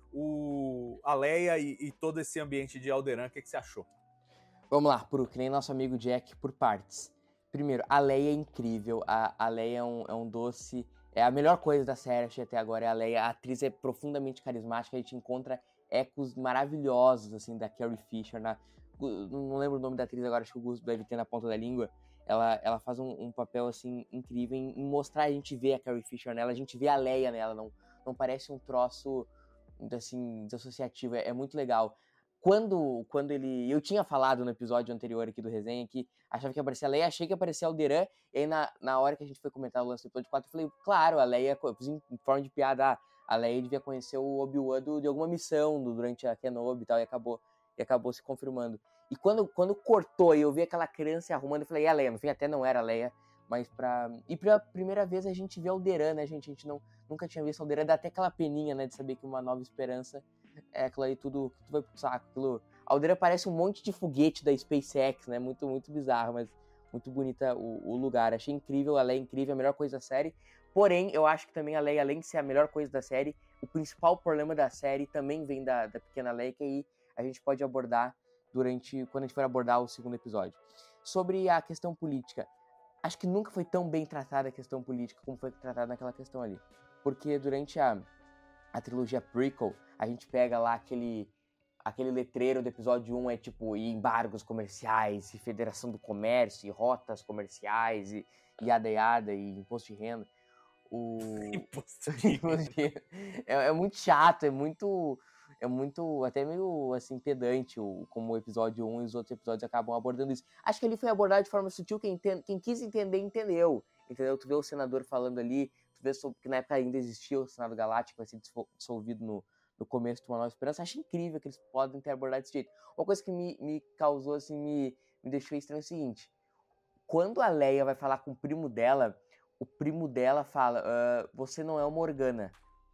o, a Leia e, e todo esse ambiente de Alderaan. O que, que você achou?
Vamos lá, Pro, que nem nosso amigo Jack, por partes. Primeiro, a Leia é incrível, a, a Leia é um, é um doce, é a melhor coisa da série, achei até agora, é a Leia, a atriz é profundamente carismática, a gente encontra ecos maravilhosos, assim, da Carrie Fisher, na, não lembro o nome da atriz agora, acho que o Gusto deve ter na ponta da língua, ela, ela faz um, um papel, assim, incrível em, em mostrar, a gente vê a Carrie Fisher nela, a gente vê a Leia nela, não, não parece um troço, assim, desassociativo, é, é muito legal. Quando, quando ele... Eu tinha falado no episódio anterior aqui do resenha que achava que ia aparecer a Leia, achei que ia aparecer a Alderaan, e aí na, na hora que a gente foi comentar o lance do episódio quatro, eu falei, claro, a Leia, eu fiz em forma de piada, ah, a Leia devia conhecer o Obi-Wan de alguma missão do, durante a Kenobi e tal, e acabou, e acabou se confirmando. E quando, quando cortou e eu vi aquela criança se arrumando, eu falei, e a Leia? No fim até não era a Leia, mas pra... E pela primeira vez a gente vê a Alderaan, né, gente? A gente não, nunca tinha visto a Alderaan, dá até aquela peninha, né, de saber que uma nova esperança é aquilo aí, tudo, tudo vai pro saco. Aquilo... A Alderaan parece um monte de foguete da SpaceX, né? Muito, muito bizarro, mas muito bonita o, o lugar. Achei incrível, a Leia é incrível, a melhor coisa da série. Porém, eu acho que também a Leia, além de ser a melhor coisa da série, o principal problema da série também vem da, da pequena Leia, que aí a gente pode abordar durante, quando a gente for abordar o segundo episódio. Sobre a questão política, acho que nunca foi tão bem tratada a questão política como foi tratada naquela questão ali. Porque durante a, a trilogia prequel, a gente pega lá aquele, aquele letreiro do episódio um, é tipo, e embargos comerciais, e federação do comércio, e rotas comerciais, e yada yada, e imposto de renda. O...
Imposto de renda.
é, é muito chato, é muito, é muito, até meio, assim, pedante, o, como o episódio um e os outros episódios acabam abordando isso. Acho que ali foi abordado de forma sutil, quem, entende, quem quis entender, entendeu. Entendeu? Tu vê o senador falando ali, tu vê sobre, que na época ainda existia o Senado Galáctico, vai ser dissolvido no, no começo de Uma Nova Esperança. Acho incrível que eles podem ter abordado desse jeito. Uma coisa que me, me causou, assim, me, me deixou estranho é o seguinte. Quando a Leia vai falar com o primo dela, o primo dela fala, uh, você não é uma Organa.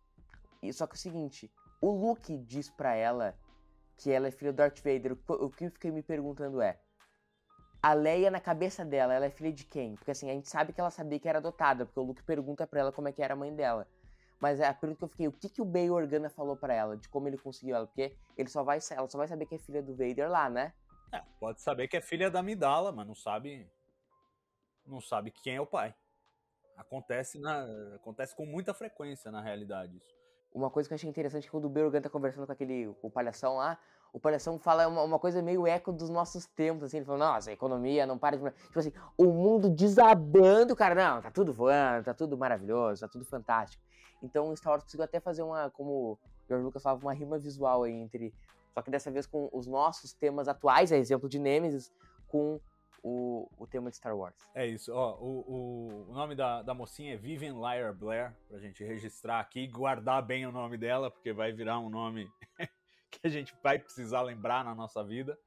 E, só que é o seguinte, o Luke diz pra ela que ela é filha do Darth Vader. O, o que eu fiquei me perguntando é, a Leia, na cabeça dela, ela é filha de quem? Porque assim, a gente sabe que ela sabia que era adotada, porque o Luke pergunta pra ela como é que era a mãe dela. Mas a pergunta que eu fiquei, o que, que o Bail Organa falou pra ela, de como ele conseguiu ela? Porque ele só vai, ela só vai saber que é filha do Vader lá, né?
É, pode saber que é filha da Amidala, mas não sabe, não sabe quem é o pai. Acontece, na, acontece com muita frequência, na realidade, isso.
Uma coisa que eu achei interessante é que quando o Bail Organa tá conversando com aquele, o palhação lá, o palhação fala uma, uma coisa meio eco dos nossos tempos, assim, ele falou, nossa, a economia não para de... Tipo assim, o mundo desabando, cara, não, tá tudo voando, tá tudo maravilhoso, tá tudo fantástico. Então o Star Wars conseguiu até fazer uma, como o George Lucas falava, uma rima visual aí entre, só que dessa vez com os nossos temas atuais, a exemplo de Nemesis, com o, o tema de Star Wars.
É isso, ó, o, o, o nome da, da mocinha é Vivian Lyra Blair, pra gente registrar aqui e guardar bem o nome dela, porque vai virar um nome que a gente vai precisar lembrar na nossa vida.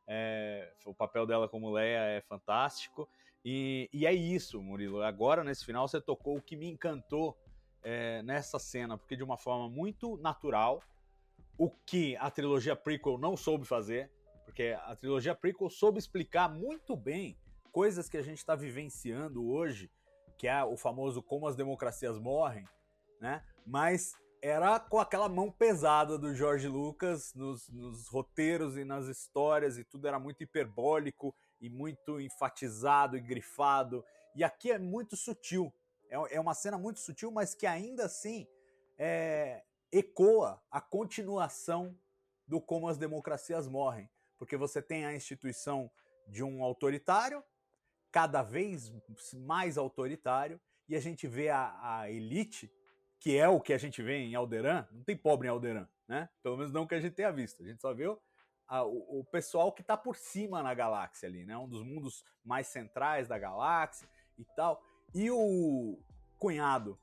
É, o papel dela como Leia é fantástico, e, e é isso, Murilo, agora nesse final você tocou o que me encantou é, nessa cena, porque de uma forma muito natural, o que a trilogia prequel não soube fazer, porque a trilogia prequel soube explicar muito bem coisas que a gente está vivenciando hoje, que é o famoso como as democracias morrem, né? Mas era com aquela mão pesada do George Lucas nos, nos roteiros e nas histórias, e tudo era muito hiperbólico e muito enfatizado e grifado. E aqui é muito sutil. É, é uma cena muito sutil, mas que ainda assim é, ecoa a continuação do como as democracias morrem. Porque você tem a instituição de um autoritário, cada vez mais autoritário, e a gente vê a, a elite, que é o que a gente vê em Alderaan. Não tem pobre em Alderaan, né? Pelo menos não que a gente tenha visto. A gente só viu a, o, o pessoal que está por cima na galáxia ali, né? Um dos mundos mais centrais da galáxia e tal. E o cunhado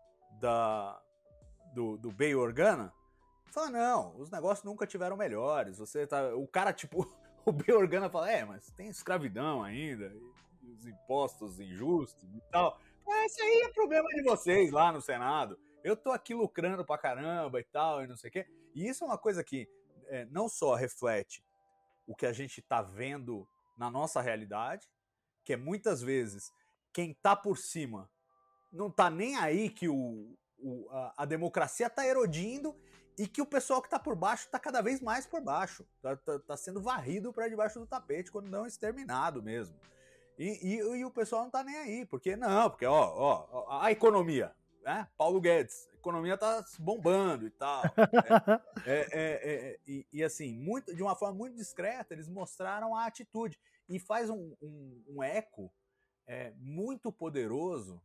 da, do, do Bail Organa fala, não, os negócios nunca tiveram melhores. Você tá... O cara, tipo, o Bail Organa fala, é, mas tem escravidão ainda, e os impostos injustos e tal. Ah, esse aí é problema de vocês lá no Senado. Eu tô aqui lucrando pra caramba e tal, e não sei o quê. E isso é uma coisa que é, não só reflete o que a gente tá vendo na nossa realidade, que é muitas vezes quem tá por cima não tá nem aí que o, o, a, a democracia tá erodindo e que o pessoal que tá por baixo tá cada vez mais por baixo. Tá, tá, tá sendo varrido para debaixo do tapete, quando não exterminado mesmo. E, e, e o pessoal não tá nem aí, porque não, porque ó, ó, a economia, né? Paulo Guedes, a economia tá bombando e tal. É, é, é, é, e, e assim, muito, de uma forma muito discreta, eles mostraram a atitude. E faz um, um, um eco é, muito poderoso,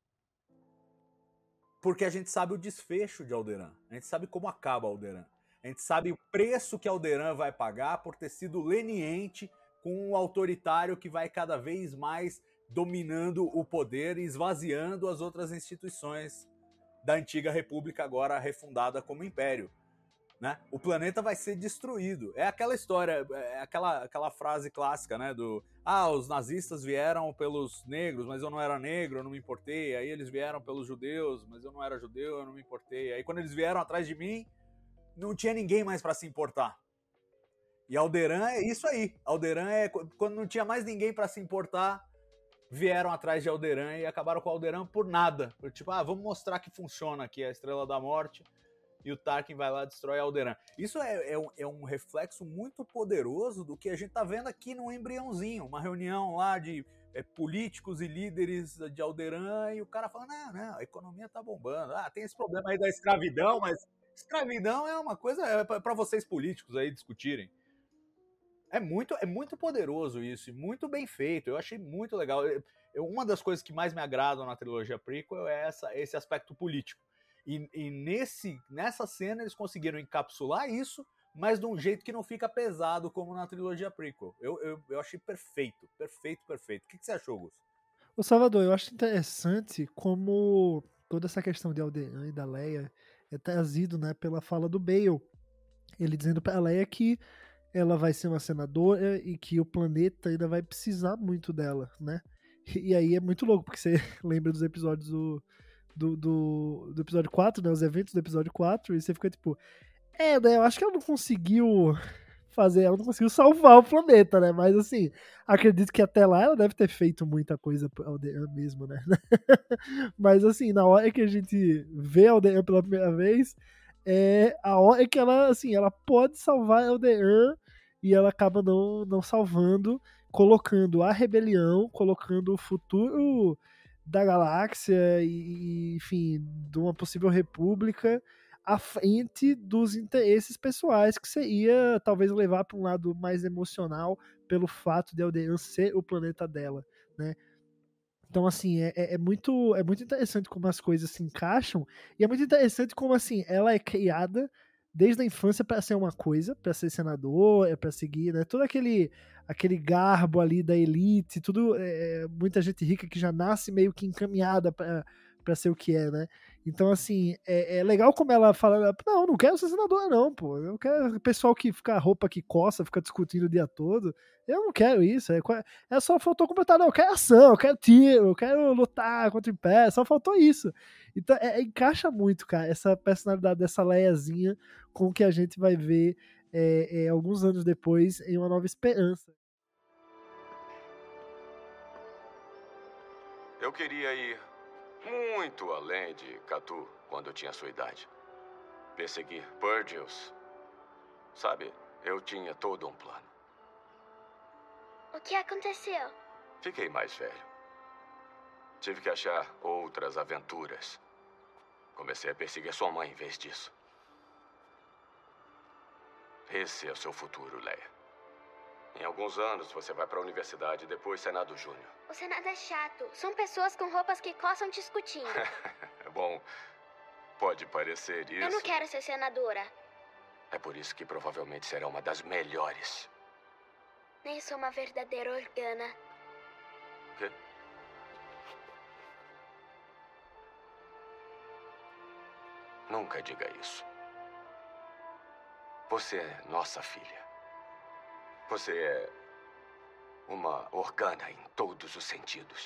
porque a gente sabe o desfecho de Alderaan. A gente sabe como acaba Alderaan. A gente sabe o preço que Alderaan vai pagar por ter sido leniente com um autoritário que vai cada vez mais dominando o poder e esvaziando as outras instituições da antiga república, agora refundada como império. Né? O planeta vai ser destruído. É aquela história, é aquela, aquela frase clássica, né? Do ah, os nazistas vieram pelos negros, mas eu não era negro, eu não me importei. Aí eles vieram pelos judeus, mas eu não era judeu, eu não me importei. Aí quando eles vieram atrás de mim, não tinha ninguém mais para se importar. E Alderaan é isso aí. Alderaan é quando não tinha mais ninguém para se importar, vieram atrás de Alderaan e acabaram com Alderaan por nada. Por, tipo, ah, vamos mostrar que funciona aqui a Estrela da Morte, e o Tarkin vai lá e destrói Alderaan. Isso é, é, um, é um reflexo muito poderoso do que a gente tá vendo aqui num embriãozinho, uma reunião lá de é, políticos e líderes de Alderaan, e o cara fala, não, não, a economia tá bombando. Ah, tem esse problema aí da escravidão, mas escravidão é uma coisa é para vocês políticos aí discutirem. É muito, é muito poderoso isso, e muito bem feito. Eu achei muito legal. Eu, uma das coisas que mais me agradam na trilogia prequel é essa, esse aspecto político. E, e nesse, nessa cena eles conseguiram encapsular isso, mas de um jeito que não fica pesado como na trilogia prequel. Eu, eu, eu achei perfeito, perfeito, perfeito. O que, que você achou, Gus?
Ô Salvador, eu acho interessante como toda essa questão de Alderaan e da Leia é trazido, né, pela fala do Bail. Ele dizendo pra Leia que ela vai ser uma senadora e que o planeta ainda vai precisar muito dela, né? E aí é muito louco, porque você lembra dos episódios do, do, do, do episódio quatro, né? Os eventos do episódio quatro, e você fica tipo, é, né? Eu acho que ela não conseguiu fazer, ela não conseguiu salvar o planeta, né? Mas assim, acredito que até lá ela deve ter feito muita coisa pro Aldean mesmo, né? Mas assim, na hora que a gente vê a Aldean pela primeira vez, é a hora que ela, assim, ela pode salvar a Aldean e ela acaba não, não salvando, colocando a rebelião, colocando o futuro da galáxia e, enfim, de uma possível república à frente dos interesses pessoais, que seria talvez levar para um lado mais emocional pelo fato de Aldean ser o planeta dela, né? Então, assim, é, é, muito, é muito interessante como as coisas se encaixam, e é muito interessante como, assim, ela é criada desde a infância para ser uma coisa, para ser senador, para seguir, né? Todo aquele, aquele garbo ali da elite, tudo, é, muita gente rica que já nasce meio que encaminhada para para ser o que é, né? Então, assim, é, é legal como ela fala, não, não quero ser senadora não, pô, eu quero pessoal que fica roupa que coça, fica discutindo o dia todo, eu não quero isso, é, é só faltou completar, não, eu quero ação, eu quero tiro, eu quero lutar contra o Império, só faltou isso. Então, é, é, encaixa muito, cara, essa personalidade dessa Leiazinha com o que a gente vai ver é, é, alguns anos depois em Uma Nova Esperança.
Eu queria ir muito além de Catu quando eu tinha sua idade. Perseguir Purgils. Sabe, eu tinha todo um plano.
O que aconteceu?
Fiquei mais velho. Tive que achar outras aventuras. Comecei a perseguir sua mãe em vez disso. Esse é o seu futuro, Leia. Em alguns anos você vai para a universidade e depois Senado Júnior.
O Senado é chato. São pessoas com roupas que coçam discutindo.
Bom, pode parecer isso.
Eu não quero ser senadora.
É por isso que provavelmente será uma das melhores.
Nem sou uma verdadeira organa.
Quê? Nunca diga isso. Você é nossa filha. Você é uma organa em todos os sentidos.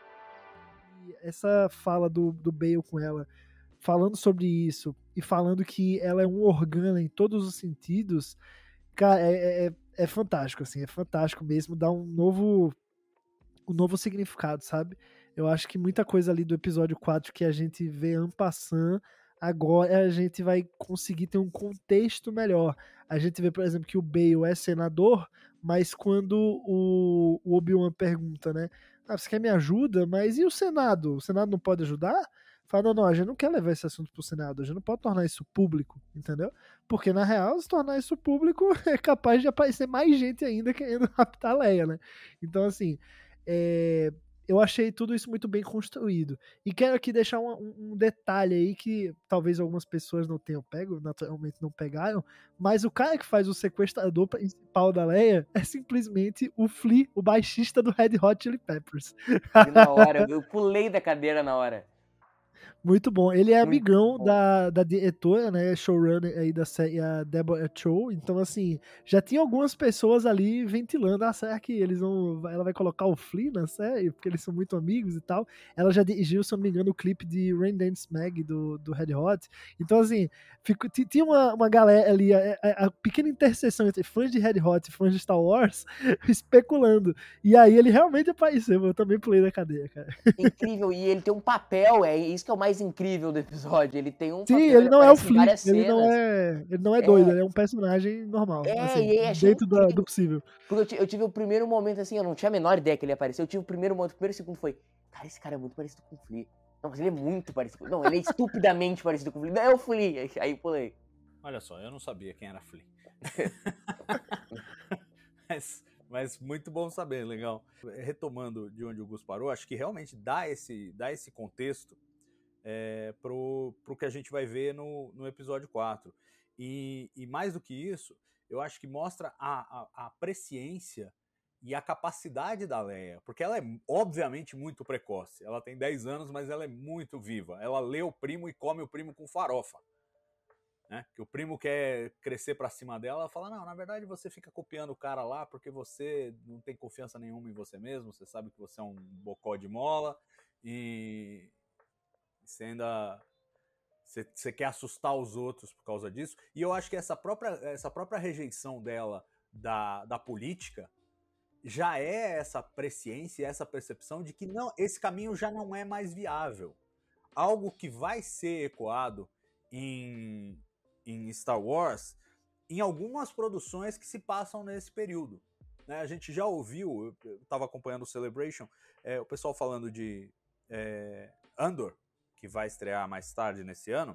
E essa fala do, do Bale com ela, falando sobre isso e falando que ela é um organa em todos os sentidos, cara, é, é, é fantástico, assim, é fantástico mesmo, dá um novo, um novo significado, sabe? Eu acho que muita coisa ali do episódio quatro que a gente vê en passant, agora a gente vai conseguir ter um contexto melhor. A gente vê, por exemplo, que o Bale é senador, mas quando o, o Obi-Wan pergunta, né? Ah, você quer me ajuda? Mas e o Senado? O Senado não pode ajudar? Fala, não, não, a gente não quer levar esse assunto pro Senado, a gente não pode tornar isso público, entendeu? Porque, na real, se tornar isso público, é capaz de aparecer mais gente ainda querendo raptar a Leia, né? Então, assim, é... eu achei tudo isso muito bem construído. E quero aqui deixar um, um detalhe aí que talvez algumas pessoas não tenham pego, naturalmente não pegaram, mas o cara que faz o sequestrador principal da Leia é simplesmente o Flea, o baixista do Red Hot Chili Peppers.
E na hora, eu pulei da cadeira na hora.
Muito bom. Ele é
Muito
amigão
bom.
da, da diretora, né? Showrunner aí da série, a Deborah Chow. Então, assim, já tinha algumas pessoas ali ventilando. Ah, será que eles vão. Ela vai colocar o Flea na série? Porque eles são muito amigos e tal. Ela já dirigiu, se eu não me engano, o clipe de Rain Dance Mag do, do Red Hot. Então, assim, fico, tinha uma, uma galera ali, a, a, a pequena interseção entre fãs de Red Hot e fãs de Star Wars especulando. E aí ele realmente apareceu. Eu também pulei da cadeira, cara.
Incrível, e ele tem um papel, é isso que é o mais incrível do episódio. Ele tem um
Sim,
papel,
ele não é o
aparece em
Flea,
várias
ele não
cenas.
é, ele não é doido, ele é um personagem normal,
É,
assim,
e aí achei
dentro da-
incrível.
do possível.
Porque eu, ti- eu tive o primeiro momento assim, eu não tinha a menor ideia que ele ia aparecer. Eu tive o primeiro momento, o primeiro segundo foi, cara, esse cara é muito parecido com o Flea. Não, mas ele é muito parecido. Não, ele é estupidamente parecido com o Flea. Não, é o Flea. Aí- Aí pulei.
Olha só, eu não sabia quem era Flea. mas, mas muito bom saber, legal. Retomando de onde o Gus parou, acho que realmente dá esse, dá esse contexto é, pro, pro que a gente vai ver no, no episódio quatro. E, e mais do que isso, eu acho que mostra a, a, a presciência e a capacidade da Leia, porque ela é obviamente muito precoce. Ela tem dez anos, mas ela é muito viva. Ela lê o primo e come o primo com farofa. Né? Que o primo quer crescer pra cima dela, ela fala, não, na verdade você fica copiando o cara lá porque você não tem confiança nenhuma em você mesmo, você sabe que você é um bocó de mola e você ainda você, você quer assustar os outros por causa disso. E eu acho que essa própria, essa própria rejeição dela da, da política, já é essa presciência, essa percepção de que não, esse caminho já não é mais viável. Algo que vai ser ecoado em, em Star Wars, em algumas produções que se passam nesse período. Né? A gente já ouviu, eu estava acompanhando o Celebration, é, o pessoal falando de é, Andor, que vai estrear mais tarde nesse ano,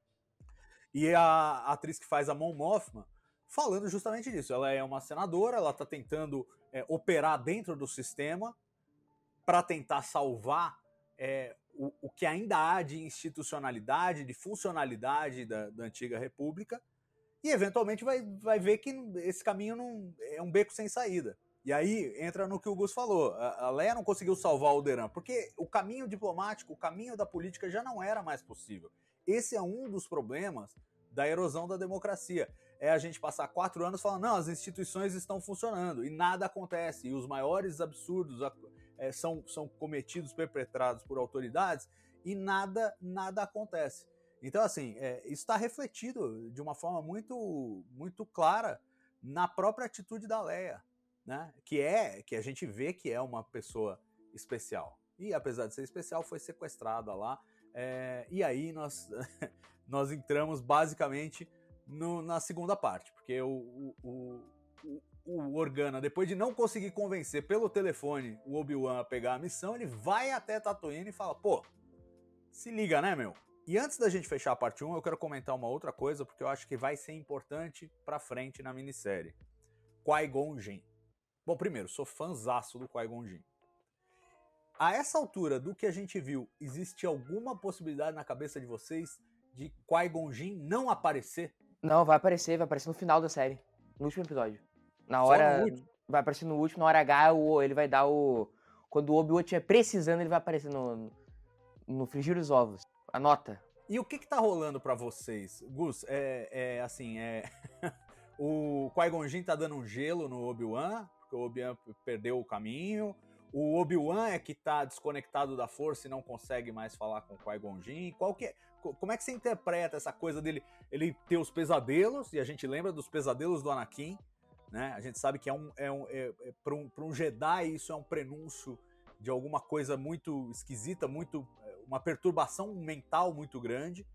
e a atriz que faz a Mon Mothma falando justamente disso. Ela é uma senadora, ela está tentando é, operar dentro do sistema para tentar salvar é, o, o que ainda há de institucionalidade, de funcionalidade da, da antiga república, e eventualmente vai, vai ver que esse caminho não, é um beco sem saída. E aí entra no que o Gus falou, a, a Leia não conseguiu salvar o Alderaan, porque o caminho diplomático, o caminho da política já não era mais possível. Esse é um dos problemas da erosão da democracia. É a gente passar quatro anos falando, não, as instituições estão funcionando, e nada acontece, e os maiores absurdos é, são, são cometidos, perpetrados por autoridades, e nada, nada acontece. Então, assim, é, isso está refletido de uma forma muito, muito clara na própria atitude da Leia, né? Que é, que a gente vê que é uma pessoa especial. E, apesar de ser especial, foi sequestrada lá, é, e aí nós, nós entramos basicamente no, na segunda parte, porque o, o, o, o Organa, depois de não conseguir convencer pelo telefone o Obi-Wan a pegar a missão, ele vai até Tatooine e fala, pô, se liga, né, meu? E antes da gente fechar a parte um, eu quero comentar uma outra coisa, porque eu acho que vai ser importante pra frente na minissérie. Qui-Gon Jinn. Bom, primeiro, sou fãzaço do Qui-Gon Jinn. A essa altura do que a gente viu, existe alguma possibilidade na cabeça de vocês de Qui-Gon Jinn não aparecer?
Não, vai aparecer, vai aparecer no final da série. No último episódio. Na
Só
hora.
no último?
Vai aparecer no último, na hora H, o, ele vai dar o. Quando o Obi-Wan estiver precisando, ele vai aparecer no. No frigir os ovos. Anota.
E o que que tá rolando pra vocês? Gus, é, é assim, é... o Qui-Gon Jinn tá dando um gelo no Obi-Wan, porque o Obi-Wan perdeu o caminho. O Obi-Wan é que tá desconectado da força e não consegue mais falar com o Qui-Gon Jinn. Qual que é, como é que você interpreta essa coisa dele ele ter os pesadelos, e a gente lembra dos pesadelos do Anakin, né? A gente sabe que é um, é um, é, é, para um, pra um Jedi isso é um prenúncio de alguma coisa muito esquisita, muito, uma perturbação mental muito grande.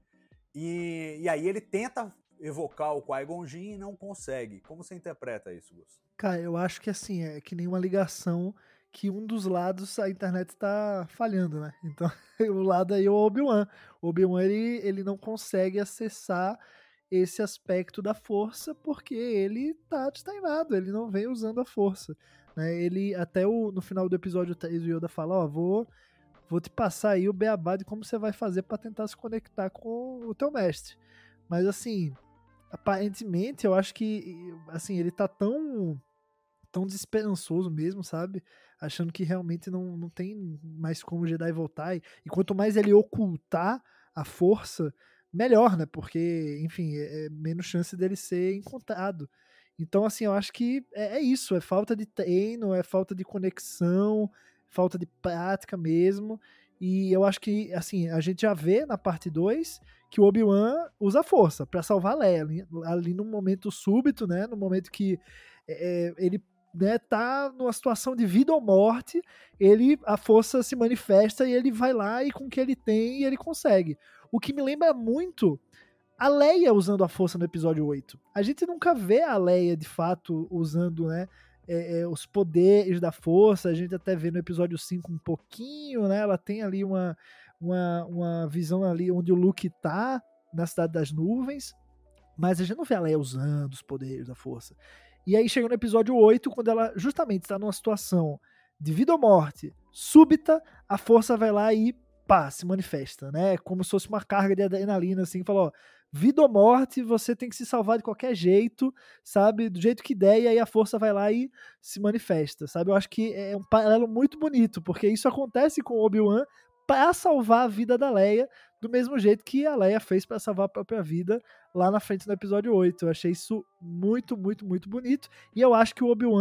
E, e aí ele tenta evocar o Qui-Gon Jinn e não consegue. Como você interpreta isso, Gus?
Cara, eu acho que assim, é que nem uma ligação que um dos lados a internet tá falhando, né? Então, o lado aí é o Obi-Wan. O Obi-Wan, ele, ele não consegue acessar esse aspecto da força porque ele tá destreinado, ele não vem usando a força, né? Ele, até o, no final do episódio, o Yoda fala, ó, vou, vou te passar aí o beabá de como você vai fazer pra tentar se conectar com o teu mestre. Mas, assim, aparentemente, eu acho que, assim, ele tá tão... tão desesperançoso mesmo, sabe? Achando que realmente não, não tem mais como o Jedi voltar. E, e quanto mais ele ocultar a força, melhor, né? Porque, enfim, é, é menos chance dele ser encontrado. Então, assim, eu acho que é, é isso. É falta de treino, é falta de conexão, falta de prática mesmo. E eu acho que, assim, a gente já vê na parte dois que o Obi-Wan usa a força pra salvar a Leia. Ali, ali num momento súbito, né? No momento que é, ele... né, tá numa situação de vida ou morte, ele, a força se manifesta e ele vai lá e com o que ele tem ele consegue. O que me lembra muito a Leia usando a força no episódio oito. A gente nunca vê a Leia de fato usando, né, é, é, os poderes da força. A gente até vê no episódio cinco um pouquinho, né, ela tem ali uma, uma, uma visão ali onde o Luke tá, na Cidade das Nuvens, mas a gente não vê a Leia usando os poderes da força. E aí chega no episódio oito, quando ela justamente está numa situação de vida ou morte súbita, a força vai lá e pá, se manifesta, né? Como se fosse uma carga de adrenalina, assim, falou, ó, vida ou morte, você tem que se salvar de qualquer jeito, sabe? Do jeito que der, e aí a força vai lá e se manifesta, sabe? Eu acho que é um paralelo muito bonito, porque isso acontece com o Obi-Wan para salvar a vida da Leia, do mesmo jeito que a Leia fez para salvar a própria vida lá na frente no episódio oito. Eu achei isso muito, muito, muito bonito, e eu acho que o Obi-Wan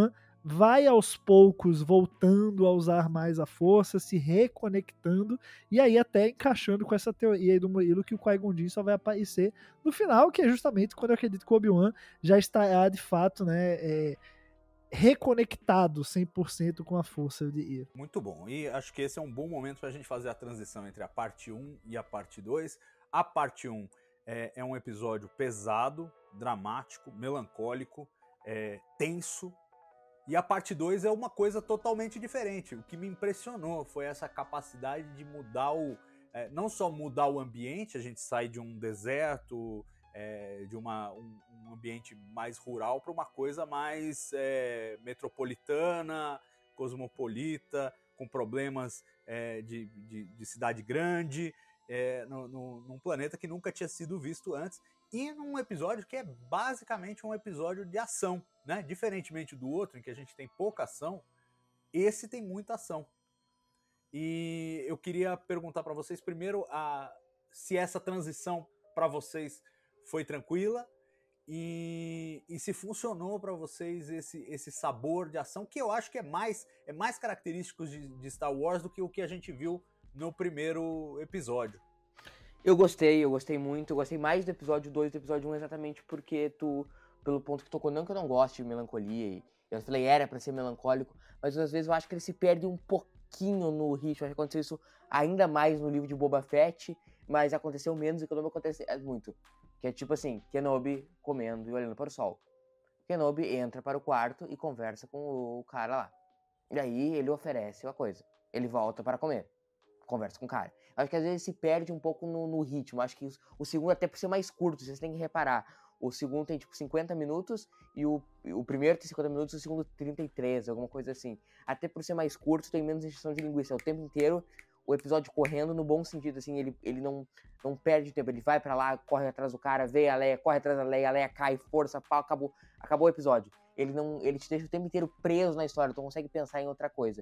vai aos poucos voltando a usar mais a força, se reconectando, e aí até encaixando com essa teoria aí do Murilo que o Qui-Gon Jinn só vai aparecer no final, que é justamente quando eu acredito que o Obi-Wan já estará de fato, né, é, reconectado cem por cento com a força, eu diria.
Muito bom, e acho que esse é um bom momento para a gente fazer a transição entre a parte um e a parte dois. A parte um é, é um episódio pesado, dramático, melancólico, é, tenso, e a parte dois é uma coisa totalmente diferente. O que me impressionou foi essa capacidade de mudar o... É, não só mudar o ambiente, a gente sai de um deserto, é, de uma, um, um ambiente mais rural para uma coisa mais é, metropolitana, cosmopolita, com problemas é, de, de, de cidade grande, é, no, no, num planeta que nunca tinha sido visto antes, e num episódio que é basicamente um episódio de ação, né? Diferentemente do outro, em que a gente tem pouca ação, esse tem muita ação. E eu queria perguntar para vocês primeiro a, se essa transição para vocês foi tranquila e, e se funcionou para vocês esse, esse sabor de ação, que eu acho que é mais, é mais característico de, de Star Wars do que o que a gente viu no primeiro episódio.
Eu gostei, eu gostei muito, eu gostei mais do episódio dois do episódio um exatamente porque tu, pelo ponto que tocou, não que eu não goste de melancolia, e eu falei era pra ser melancólico, mas às vezes eu acho que ele se perde um pouquinho no ritmo, acho que aconteceu isso ainda mais no livro de Boba Fett, mas aconteceu menos e que não aconteceu muito, que é tipo assim, Kenobi comendo e olhando para o sol. Kenobi entra para o quarto e conversa com o cara lá, e aí ele oferece uma coisa, ele volta para comer, conversa com o cara. Acho que às vezes se perde um pouco no, no ritmo. Acho que o, o segundo, até por ser mais curto, vocês têm que reparar. O segundo tem tipo cinquenta minutos e o, o primeiro tem cinquenta minutos e o segundo trinta e três, alguma coisa assim. Até por ser mais curto, tem menos injeção de linguiça. É o tempo inteiro o episódio correndo no bom sentido, assim, ele, ele não, não perde tempo. Ele vai pra lá, corre atrás do cara, vê a Leia, corre atrás da Leia, a Leia cai, força, pau, acabou, acabou o episódio. Ele, não, ele te deixa o tempo inteiro preso na história, tu não consegue pensar em outra coisa.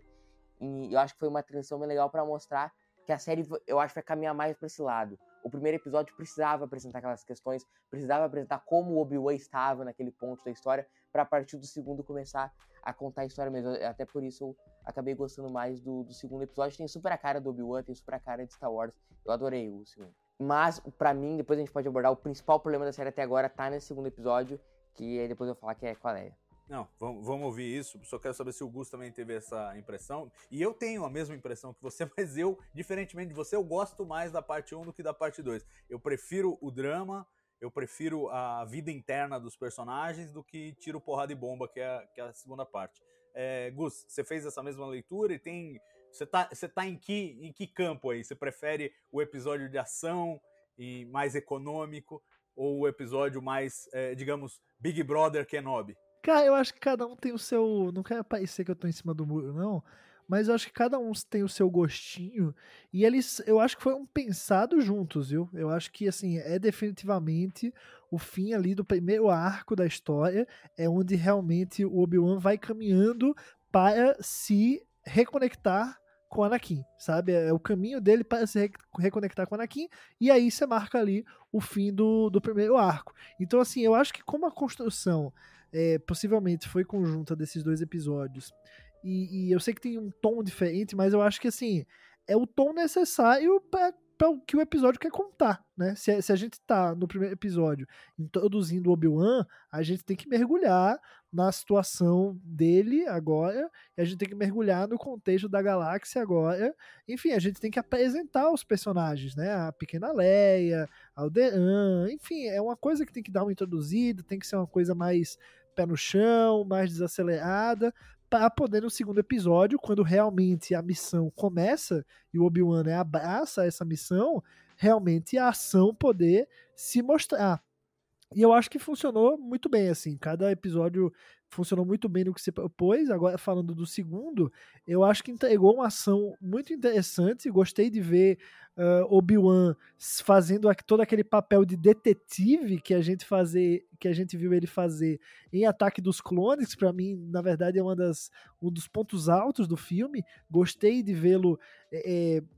E eu acho que foi uma transição bem legal pra mostrar que a série, eu acho, vai caminhar mais pra esse lado. O primeiro episódio precisava apresentar aquelas questões, precisava apresentar como o Obi-Wan estava naquele ponto da história, pra a partir do segundo começar a contar a história mesmo. Até por isso eu acabei gostando mais do, do segundo episódio. Tem super a cara do Obi-Wan, tem super a cara de Star Wars. Eu adorei o segundo. Mas, pra mim, depois a gente pode abordar, o principal problema da série até agora tá nesse segundo episódio, que aí depois eu vou falar que é com a Leia.
Não, vamos, vamos ouvir isso. Só quero saber se o Gus também teve essa impressão. E eu tenho a mesma impressão que você, mas eu, diferentemente de você, eu gosto mais da parte um do que da parte dois. Eu prefiro o drama, eu prefiro a vida interna dos personagens do que tiro, porrada e bomba, que é a, que é a segunda parte. É, Gus, você fez essa mesma leitura e tem... Você tá, você tá em, que, em que campo aí? Você prefere o episódio de ação e mais econômico ou o episódio mais, é, digamos, Big Brother Kenobi?
Cara, eu acho que cada um tem o seu... Não quero parecer que eu tô em cima do muro, não. Mas eu acho que cada um tem o seu gostinho. E eles, eu acho que foram pensados juntos, viu? Eu acho que, assim, é definitivamente o fim ali do primeiro arco da história. É onde realmente o Obi-Wan vai caminhando para se reconectar com o Anakin, sabe? É o caminho dele para se reconectar com o Anakin. E aí você marca ali o fim do, do primeiro arco. Então, assim, eu acho que como a construção... É, possivelmente foi conjunta desses dois episódios e, e eu sei que tem um tom diferente, mas eu acho que assim é o tom necessário para o que o episódio quer contar, né? Se, se a gente tá no primeiro episódio introduzindo o Obi-Wan, a gente tem que mergulhar na situação dele agora, e a gente tem que mergulhar no contexto da galáxia agora. Enfim, a gente tem que apresentar os personagens, né? A pequena Leia, Alderaan, enfim, é uma coisa que tem que dar uma introduzida, tem que ser uma coisa mais pé no chão, mais desacelerada, para poder no segundo episódio, quando realmente a missão começa e o Obi-Wan, né, abraça essa missão, realmente a ação poder se mostrar. E eu acho que funcionou muito bem, assim, cada episódio funcionou muito bem no que se propôs. Agora falando do segundo, eu acho que entregou uma ação muito interessante, gostei de ver uh, Obi-Wan fazendo todo aquele papel de detetive que a gente fazer, que a gente viu ele fazer em Ataque dos Clones, que pra mim, na verdade, é uma das, um dos pontos altos do filme. Gostei de vê-lo é,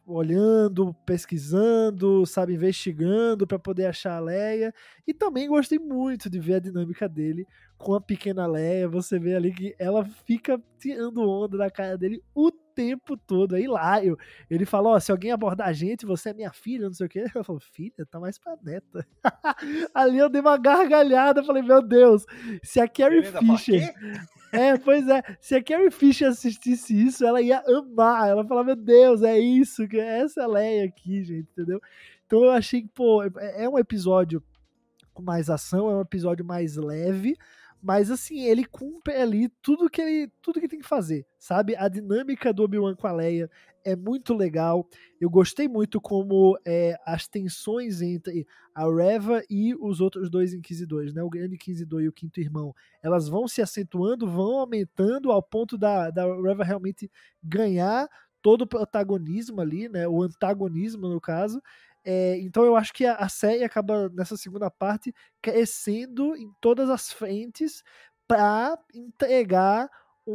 olhando, pesquisando, sabe, investigando para poder achar a Leia. E também gostei muito de ver a dinâmica dele com a pequena Leia. Você vê ali que ela fica tirando onda da cara dele o tempo todo. É hilário. Ele fala, ó, se alguém abordar a gente, você é minha filha, não sei o quê. Eu falo, filha? Tá mais pra neta. Ali eu dei uma gargalhada, falei, meu Deus, se a Carrie Fisher... É, pois é, se a Carrie Fisher assistisse isso, ela ia amar, ela falava, meu Deus, é isso, essa é a Leia aqui, gente, entendeu? Então eu achei que, pô, é um episódio com mais ação, é um episódio mais leve, mas assim, ele cumpre ali tudo que ele, tudo que tem que fazer, sabe? A dinâmica do Obi-Wan com a Leia é muito legal, eu gostei muito como é, as tensões entre a Reva e os outros dois Inquisidores, né? O Grande Inquisidor e o Quinto Irmão, elas vão se acentuando, vão aumentando ao ponto da, da Reva realmente ganhar todo o protagonismo ali, né? O antagonismo, no caso. É, então eu acho que a, a série acaba, nessa segunda parte, crescendo em todas as frentes para entregar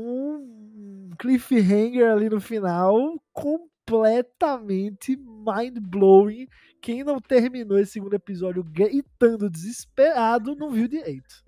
um cliffhanger ali no final completamente mind-blowing. Quem não terminou esse segundo episódio gritando desesperado não viu direito.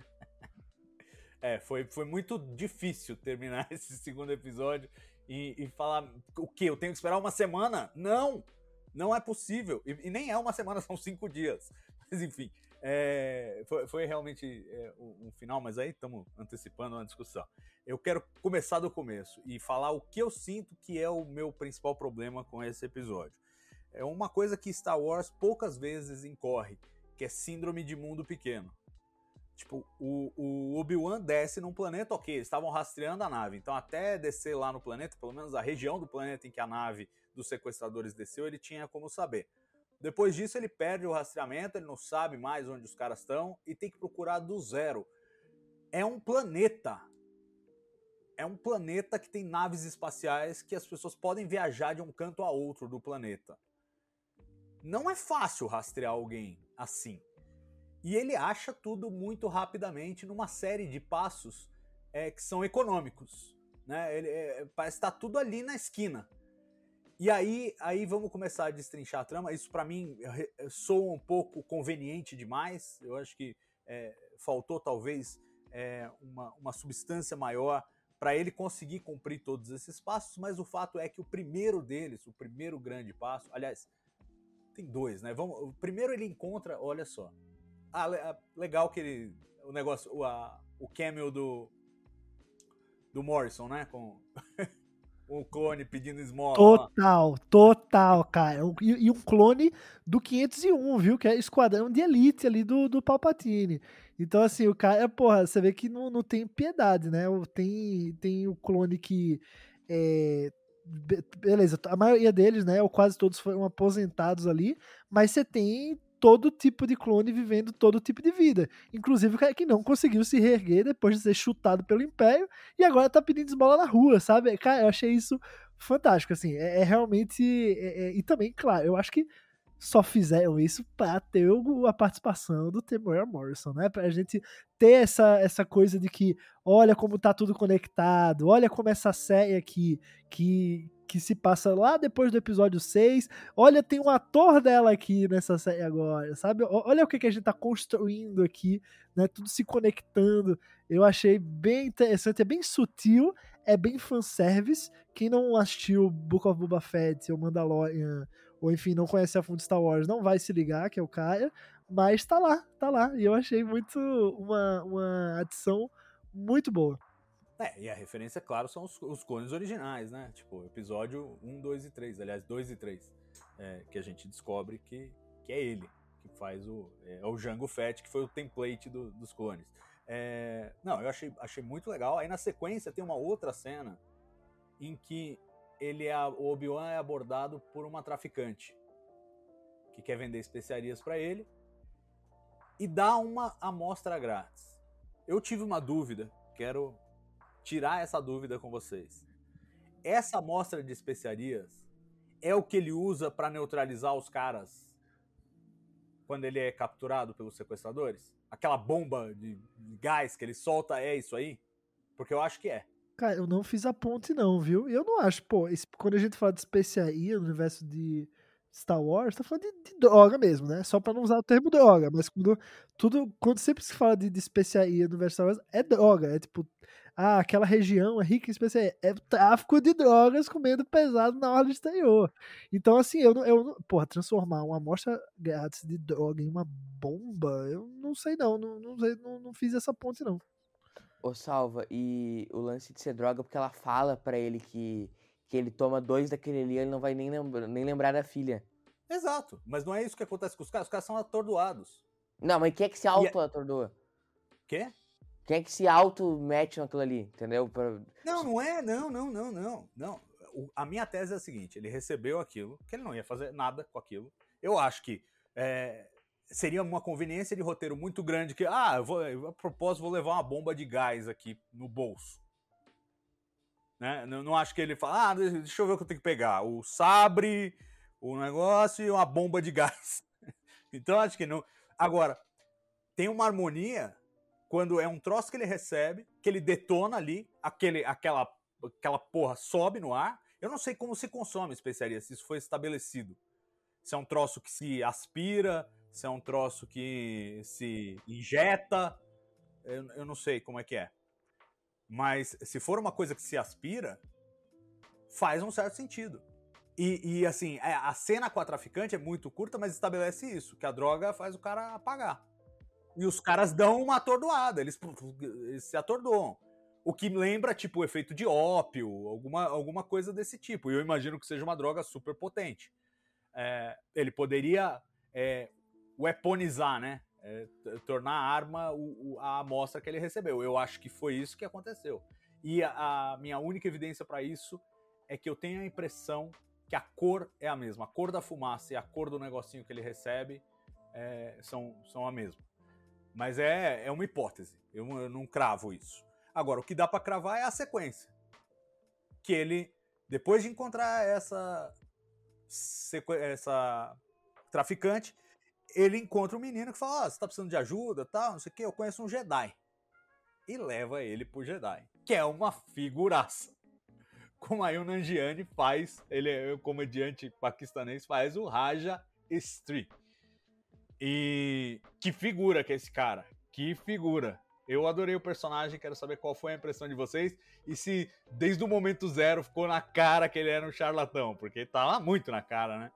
É, foi, foi muito difícil terminar esse segundo episódio e, e falar o quê? Eu tenho que esperar uma semana? Não! Não é possível. E, e nem é uma semana, são cinco dias. Mas enfim, é, foi, foi realmente é, um, um final, mas aí estamos antecipando uma discussão. Eu quero começar do começo e falar o que eu sinto que é o meu principal problema com esse episódio. É uma coisa que Star Wars poucas vezes incorre, que é síndrome de mundo pequeno. Tipo, o, o Obi-Wan desce num planeta, ok, eles estavam rastreando a nave, então até descer lá no planeta, pelo menos a região do planeta em que a nave dos sequestradores desceu, ele tinha como saber. Depois disso ele perde o rastreamento, ele não sabe mais onde os caras estão e tem que procurar do zero. É um planeta. É um planeta que tem naves espaciais que as pessoas podem viajar de um canto a outro do planeta. Não é fácil rastrear alguém assim. E ele acha tudo muito rapidamente numa série de passos é, que são econômicos. Né? Ele, é, parece que está tudo ali na esquina. E aí, aí vamos começar a destrinchar a trama. Isso para mim soa um pouco conveniente demais. Eu acho que é, faltou talvez é, uma, uma substância maior para ele conseguir cumprir todos esses passos, mas o fato é que o primeiro deles, o primeiro grande passo, aliás, tem dois, né? Vamos, o primeiro ele encontra, olha só, ah, legal que ele, o negócio, o, a, o cameo do do Morrison, né? Com um clone pedindo esmola.
Total, total, cara. E, e um clone do quinhentos e um, viu? Que é esquadrão de elite ali do, do Palpatine. Então, assim, o cara, porra, você vê que não, não tem piedade, né? Tem, tem o clone que. É, beleza, a maioria deles, né? Ou quase todos foram aposentados ali, mas você tem todo tipo de clone vivendo todo tipo de vida. Inclusive o cara que não conseguiu se reerguer depois de ser chutado pelo Império e agora tá pedindo esmola na rua, sabe? Cara, eu achei isso fantástico, assim. É, é realmente... É, é, e também, claro, eu acho que só fizeram isso pra ter a participação do Temuera Morrison, né? Pra gente ter essa, essa coisa de que olha como tá tudo conectado, olha como essa série aqui que, que se passa lá depois do episódio seis, olha, tem um ator dela aqui nessa série agora, sabe? Olha o que, que a gente tá construindo aqui, né? Tudo se conectando. Eu achei bem interessante, é bem sutil, é bem fanservice. Quem não assistiu Book of Boba Fett ou Mandalorian, ou enfim, não conhece a fundo Star Wars, não vai se ligar que é o cara, mas tá lá, tá lá. E eu achei muito uma, uma adição muito boa.
É, e a referência, claro, são os, os clones originais, né? Tipo, episódio um, dois e três, aliás, dois e três, é, que a gente descobre que, que é ele, que faz o... É, é o Jango Fett, que foi o template do, dos clones. É, não, eu achei, achei muito legal. Aí na sequência tem uma outra cena em que ele é, o Obi-Wan é abordado por uma traficante que quer vender especiarias para ele e dá uma amostra grátis. Eu tive uma dúvida, quero tirar essa dúvida com vocês. Essa amostra de especiarias é o que ele usa para neutralizar os caras quando ele é capturado pelos sequestradores? Aquela bomba de gás que ele solta é isso aí? Porque eu acho que é.
Cara, eu não fiz a ponte não, viu? E eu não acho, pô, esse- quando a gente fala de especiaria no universo de Star Wars, tá falando de, de droga mesmo, né? Só pra não usar o termo droga, mas quando tudo, quando sempre se fala de, de especiaria no universo Star Wars, é droga, é tipo, ah, aquela região é rica em especiaria, é tráfico de drogas comendo pesado na ordem exterior. Então, assim, eu não, eu não, porra, transformar uma amostra grátis de droga em uma bomba, eu não sei não, não, não, sei, não, não fiz essa ponte não.
Ô, Salva, e o lance de ser droga, porque ela fala pra ele que, que ele toma dois daquele ali, ele não vai nem, lembra, nem lembrar da filha.
Exato, mas não é isso que acontece com os caras, os caras são atordoados.
Não, mas quem é que se
E é-
auto-atordoa?
Quê?
Quem é que se auto-mete naquilo ali, entendeu? Pra-
Não, não é, não, não, não, não, não. O- a minha tese é a seguinte, ele recebeu aquilo, que ele não ia fazer nada com aquilo. Eu acho que é, seria uma conveniência de roteiro muito grande que, ah, eu vou, eu, a propósito, vou levar uma bomba de gás aqui no bolso. Né? Não, não acho que ele fala, ah, deixa eu ver o que eu tenho que pegar. O sabre, o negócio e uma bomba de gás. Então acho que não. Agora, tem uma harmonia quando é um troço que ele recebe, que ele detona ali, aquele, aquela, aquela porra sobe no ar. Eu não sei como se consome especiaria, se isso foi estabelecido. Se é um troço que se aspira, se é um troço que se injeta, eu, eu não sei como é que é. Mas se for uma coisa que se aspira, faz um certo sentido. E, e assim, a cena com a traficante é muito curta, mas estabelece isso, que a droga faz o cara apagar. E os caras dão uma atordoada, eles, eles se atordoam. O que lembra, tipo, o efeito de ópio, alguma, alguma coisa desse tipo. E eu imagino que seja uma droga super potente. É, ele poderia é, weaponizar, né? É, tornar a arma o, o, a amostra que ele recebeu. Eu acho que foi isso que aconteceu. E a, a minha única evidência para isso é que eu tenho a impressão que a cor é a mesma. A cor da fumaça e a cor do negocinho que ele recebe é, são, são a mesma. Mas é, é uma hipótese. Eu, eu não cravo isso. Agora, o que dá para cravar é a sequência. Que ele, depois de encontrar essa, essa traficante, ele encontra um menino que fala, ah, você tá precisando de ajuda, tal, não sei o que, eu conheço um Jedi. E leva ele pro Jedi, que é uma figuraça. Como aí o Nanjiani faz, ele é o comediante paquistanês, faz o Raja Street. E que figura que é esse cara, que figura. Eu adorei o personagem, quero saber qual foi a impressão de vocês e se desde o momento zero ficou na cara que ele era um charlatão, porque tava muito na cara, né?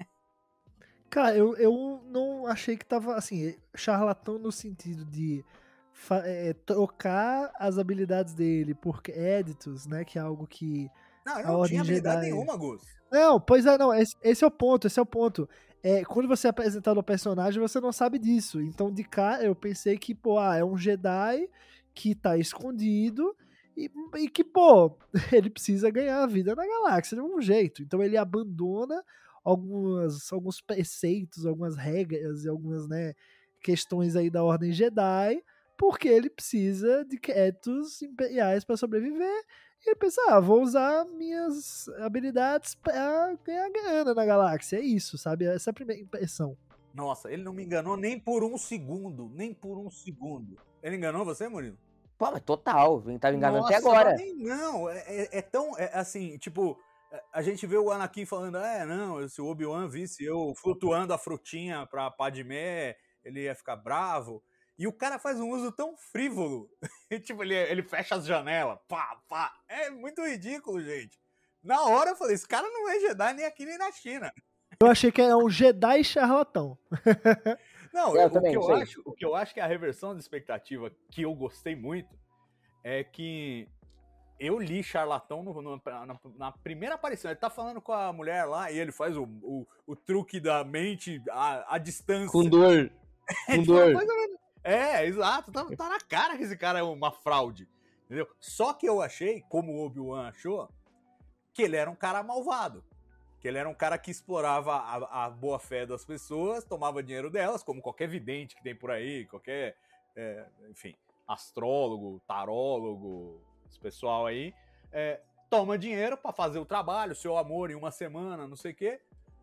Cara, eu, eu não achei que tava, assim, charlatão no sentido de é, trocar as habilidades dele por créditos, né, que é algo que
Não, ele
a
não
Ordem
tinha habilidade
Jedi...
nenhuma, Gus.
Não, pois é, não, esse, esse é o ponto, esse é o ponto. É, quando você é apresentado ao personagem, você não sabe disso. Então, de cara, eu pensei que, pô, ah, é um Jedi que tá escondido e, e que, pô, ele precisa ganhar a vida na galáxia de um jeito. Então, ele abandona algumas, alguns preceitos, algumas regras e algumas, né, questões aí da Ordem Jedi, porque ele precisa de créditos imperiais para sobreviver. E ele pensa, ah, vou usar minhas habilidades pra ganhar grana na galáxia. É isso, sabe? Essa é a primeira impressão.
Nossa, ele não me enganou nem por um segundo. Nem por um segundo. Ele enganou você, Murilo?
Pô, mas total, ele tava enganando
Nossa,
até agora.
Nem, não, é, é, é tão, é, assim, tipo, a gente vê o Anakin falando, é, não, se o Obi-Wan visse eu flutuando a frutinha pra Padmé, ele ia ficar bravo. E o cara faz um uso tão frívolo. Tipo, ele, ele fecha as janelas. Pá, pá. É muito ridículo, gente. Na hora eu falei, esse cara não é Jedi nem aqui nem na China.
Eu achei que era um Jedi charlatão.
Não,
Eu
o,
também,
que eu
sei.
acho, o que eu acho que é a reversão de expectativa que eu gostei muito é que eu li charlatão no, no, na, na primeira aparição. Ele tá falando com a mulher lá e ele faz o, o, o truque da mente à, à distância.
Com dor.
É,
Com
tipo,
dor.
uma coisa meio- é, exato. Tá, tá na cara que esse cara é uma fraude. Entendeu? Só que eu achei, como o Obi-Wan achou, que ele era um cara malvado. Que ele era um cara que explorava a, a boa-fé das pessoas, tomava dinheiro delas, como qualquer vidente que tem por aí, qualquer, é, enfim, astrólogo, tarólogo, esse pessoal aí, é, toma dinheiro pra fazer o trabalho, seu amor em uma semana, não sei o quê,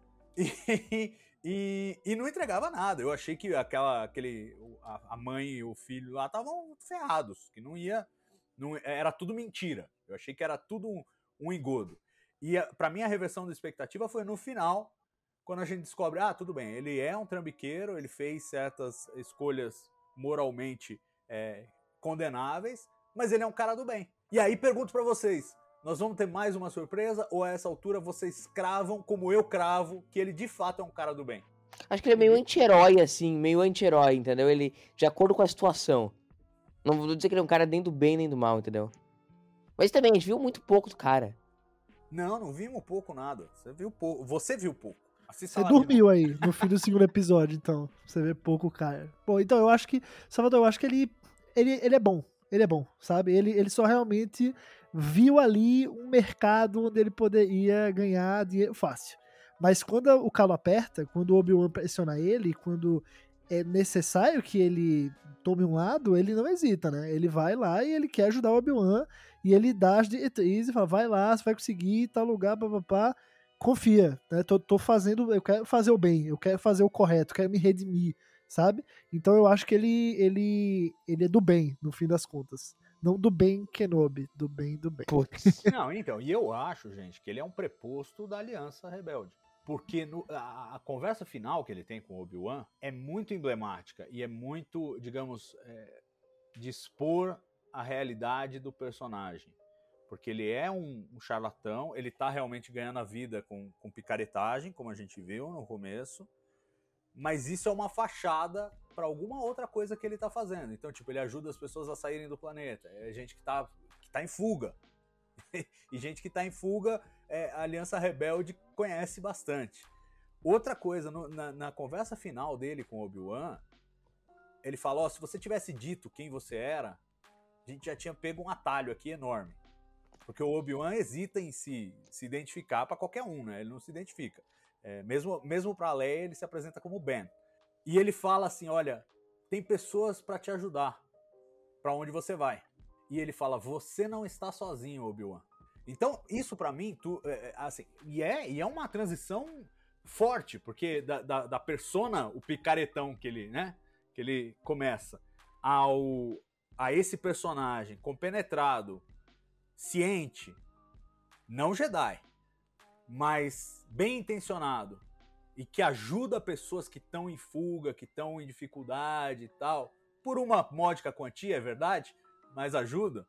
e, e, e não entregava nada. Eu achei que aquela, aquele, a, a mãe e o filho lá estavam ferrados, que não ia, não, era tudo mentira. Eu achei que era tudo um, um engodo. E a, pra mim a reversão da expectativa foi no final, quando a gente descobre, ah, tudo bem, ele é um trambiqueiro, ele fez certas escolhas moralmente é, condenáveis, mas ele é um cara do bem. E aí pergunto pra vocês, nós vamos ter mais uma surpresa ou a essa altura vocês cravam, como eu cravo, que ele de fato é um cara do bem?
Acho que ele é meio anti-herói, assim, meio anti-herói, entendeu? Ele, de acordo com a situação. Não vou dizer que ele é um cara nem do bem nem do mal, entendeu? Mas também, a gente viu muito pouco do cara.
Não, não vimos pouco nada. Você viu pouco. Você viu pouco. Assista
Você
lá de novo.
dormiu aí no fim do segundo episódio, então. Você vê pouco, cara. Bom, então eu acho que, Salvador, eu acho que ele, ele, ele é bom. Ele é bom, sabe? Ele, ele só realmente viu ali um mercado onde ele poderia ganhar dinheiro fácil. Mas quando o calo aperta, quando o Obi-Wan pressiona ele, quando é necessário que ele tome um lado, ele não hesita, né? Ele vai lá e ele quer ajudar o Obi-Wan e ele dá as diretrizes e fala, vai lá, você vai conseguir, tal lugar, papapá, confia, né? Tô, tô fazendo, eu quero fazer o bem, eu quero fazer o correto, eu quero me redimir, sabe? Então eu acho que ele, ele, ele é do bem, no fim das contas. Não do bem Kenobi, do bem do bem.
Putz.
Não, então, e eu acho, gente, que ele é um preposto da Aliança Rebelde. Porque no, a, a conversa final que ele tem com o Obi-Wan é muito emblemática e é muito, digamos, é, de expor a realidade do personagem. Porque ele é um, um charlatão, ele tá realmente ganhando a vida com, com picaretagem, como a gente viu no começo, mas isso é uma fachada para alguma outra coisa que ele tá fazendo. Então, tipo, ele ajuda as pessoas a saírem do planeta, é gente que tá, que tá em fuga. E gente que tá em fuga, é, a Aliança Rebelde conhece bastante. Outra coisa, no, na, na conversa final dele com o Obi-Wan, ele fala, ó, se você tivesse dito quem você era, a gente já tinha pego um atalho aqui enorme. Porque o Obi-Wan hesita em se, se identificar para qualquer um, né? Ele não se identifica. É, mesmo mesmo para Leia, ele se apresenta como Ben. E ele fala assim, olha, tem pessoas para te ajudar para onde você vai. E ele fala, você não está sozinho, Obi-Wan. Então, isso pra mim, tu, é, assim, e é, e é uma transição forte, porque da, da, da persona, o picaretão que ele, né, que ele começa, ao, a esse personagem compenetrado, ciente, não Jedi, mas bem intencionado, e que ajuda pessoas que estão em fuga, que estão em dificuldade e tal, por uma módica quantia, é verdade, mas ajuda,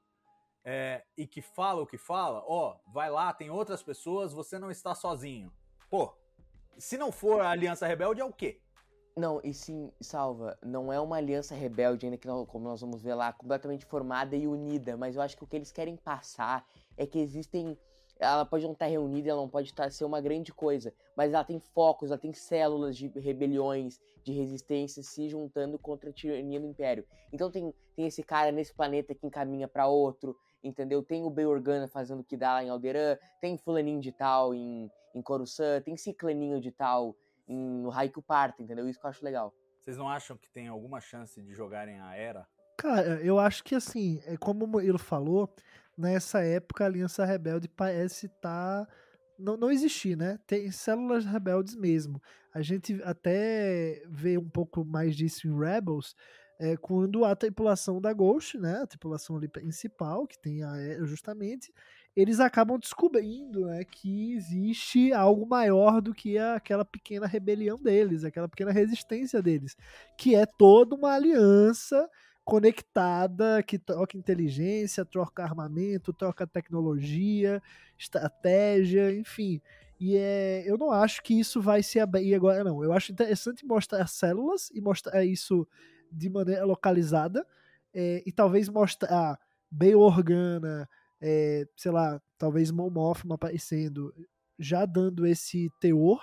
é, e que fala o que fala, ó, vai lá, tem outras pessoas, você não está sozinho. Pô, se não for a Aliança Rebelde, é o quê?
Não, e sim, Salva, não é uma aliança rebelde ainda, que nós, como nós vamos ver lá, completamente formada e unida, mas eu acho que o que eles querem passar é que existem, ela pode não estar reunida, ela não pode estar, ser uma grande coisa, mas ela tem focos, ela tem células de rebeliões, de resistência se juntando contra a tirania do Império. Então tem, tem esse cara nesse planeta que encaminha para outro, entendeu? Tem o Bail Organa fazendo o que dá lá em Alderaan, tem fulaninho de tal em, em Coruscant, tem ciclaninho de tal no Haiku Parta, entendeu? Isso que eu acho legal.
Vocês não acham que tem alguma chance de jogarem a Era?
Cara, eu acho que assim, é como o Murilo falou, nessa época a Aliança Rebelde parece estar... Tá... Não, não existir, né? Tem células rebeldes mesmo. A gente até vê um pouco mais disso em Rebels, é, quando a tripulação da Ghost, né? A tripulação ali principal, que tem a Era justamente, eles acabam descobrindo, né, que existe algo maior do que a, aquela pequena rebelião deles, aquela pequena resistência deles, que é toda uma aliança conectada, que troca inteligência, troca armamento, troca tecnologia, estratégia, enfim. E é, eu não acho que isso vai se abrir agora, não. Eu acho interessante mostrar células e mostrar isso de maneira localizada, é, e talvez mostrar Bail Organa, é, sei lá, talvez Mon Mothma aparecendo, já dando esse teor,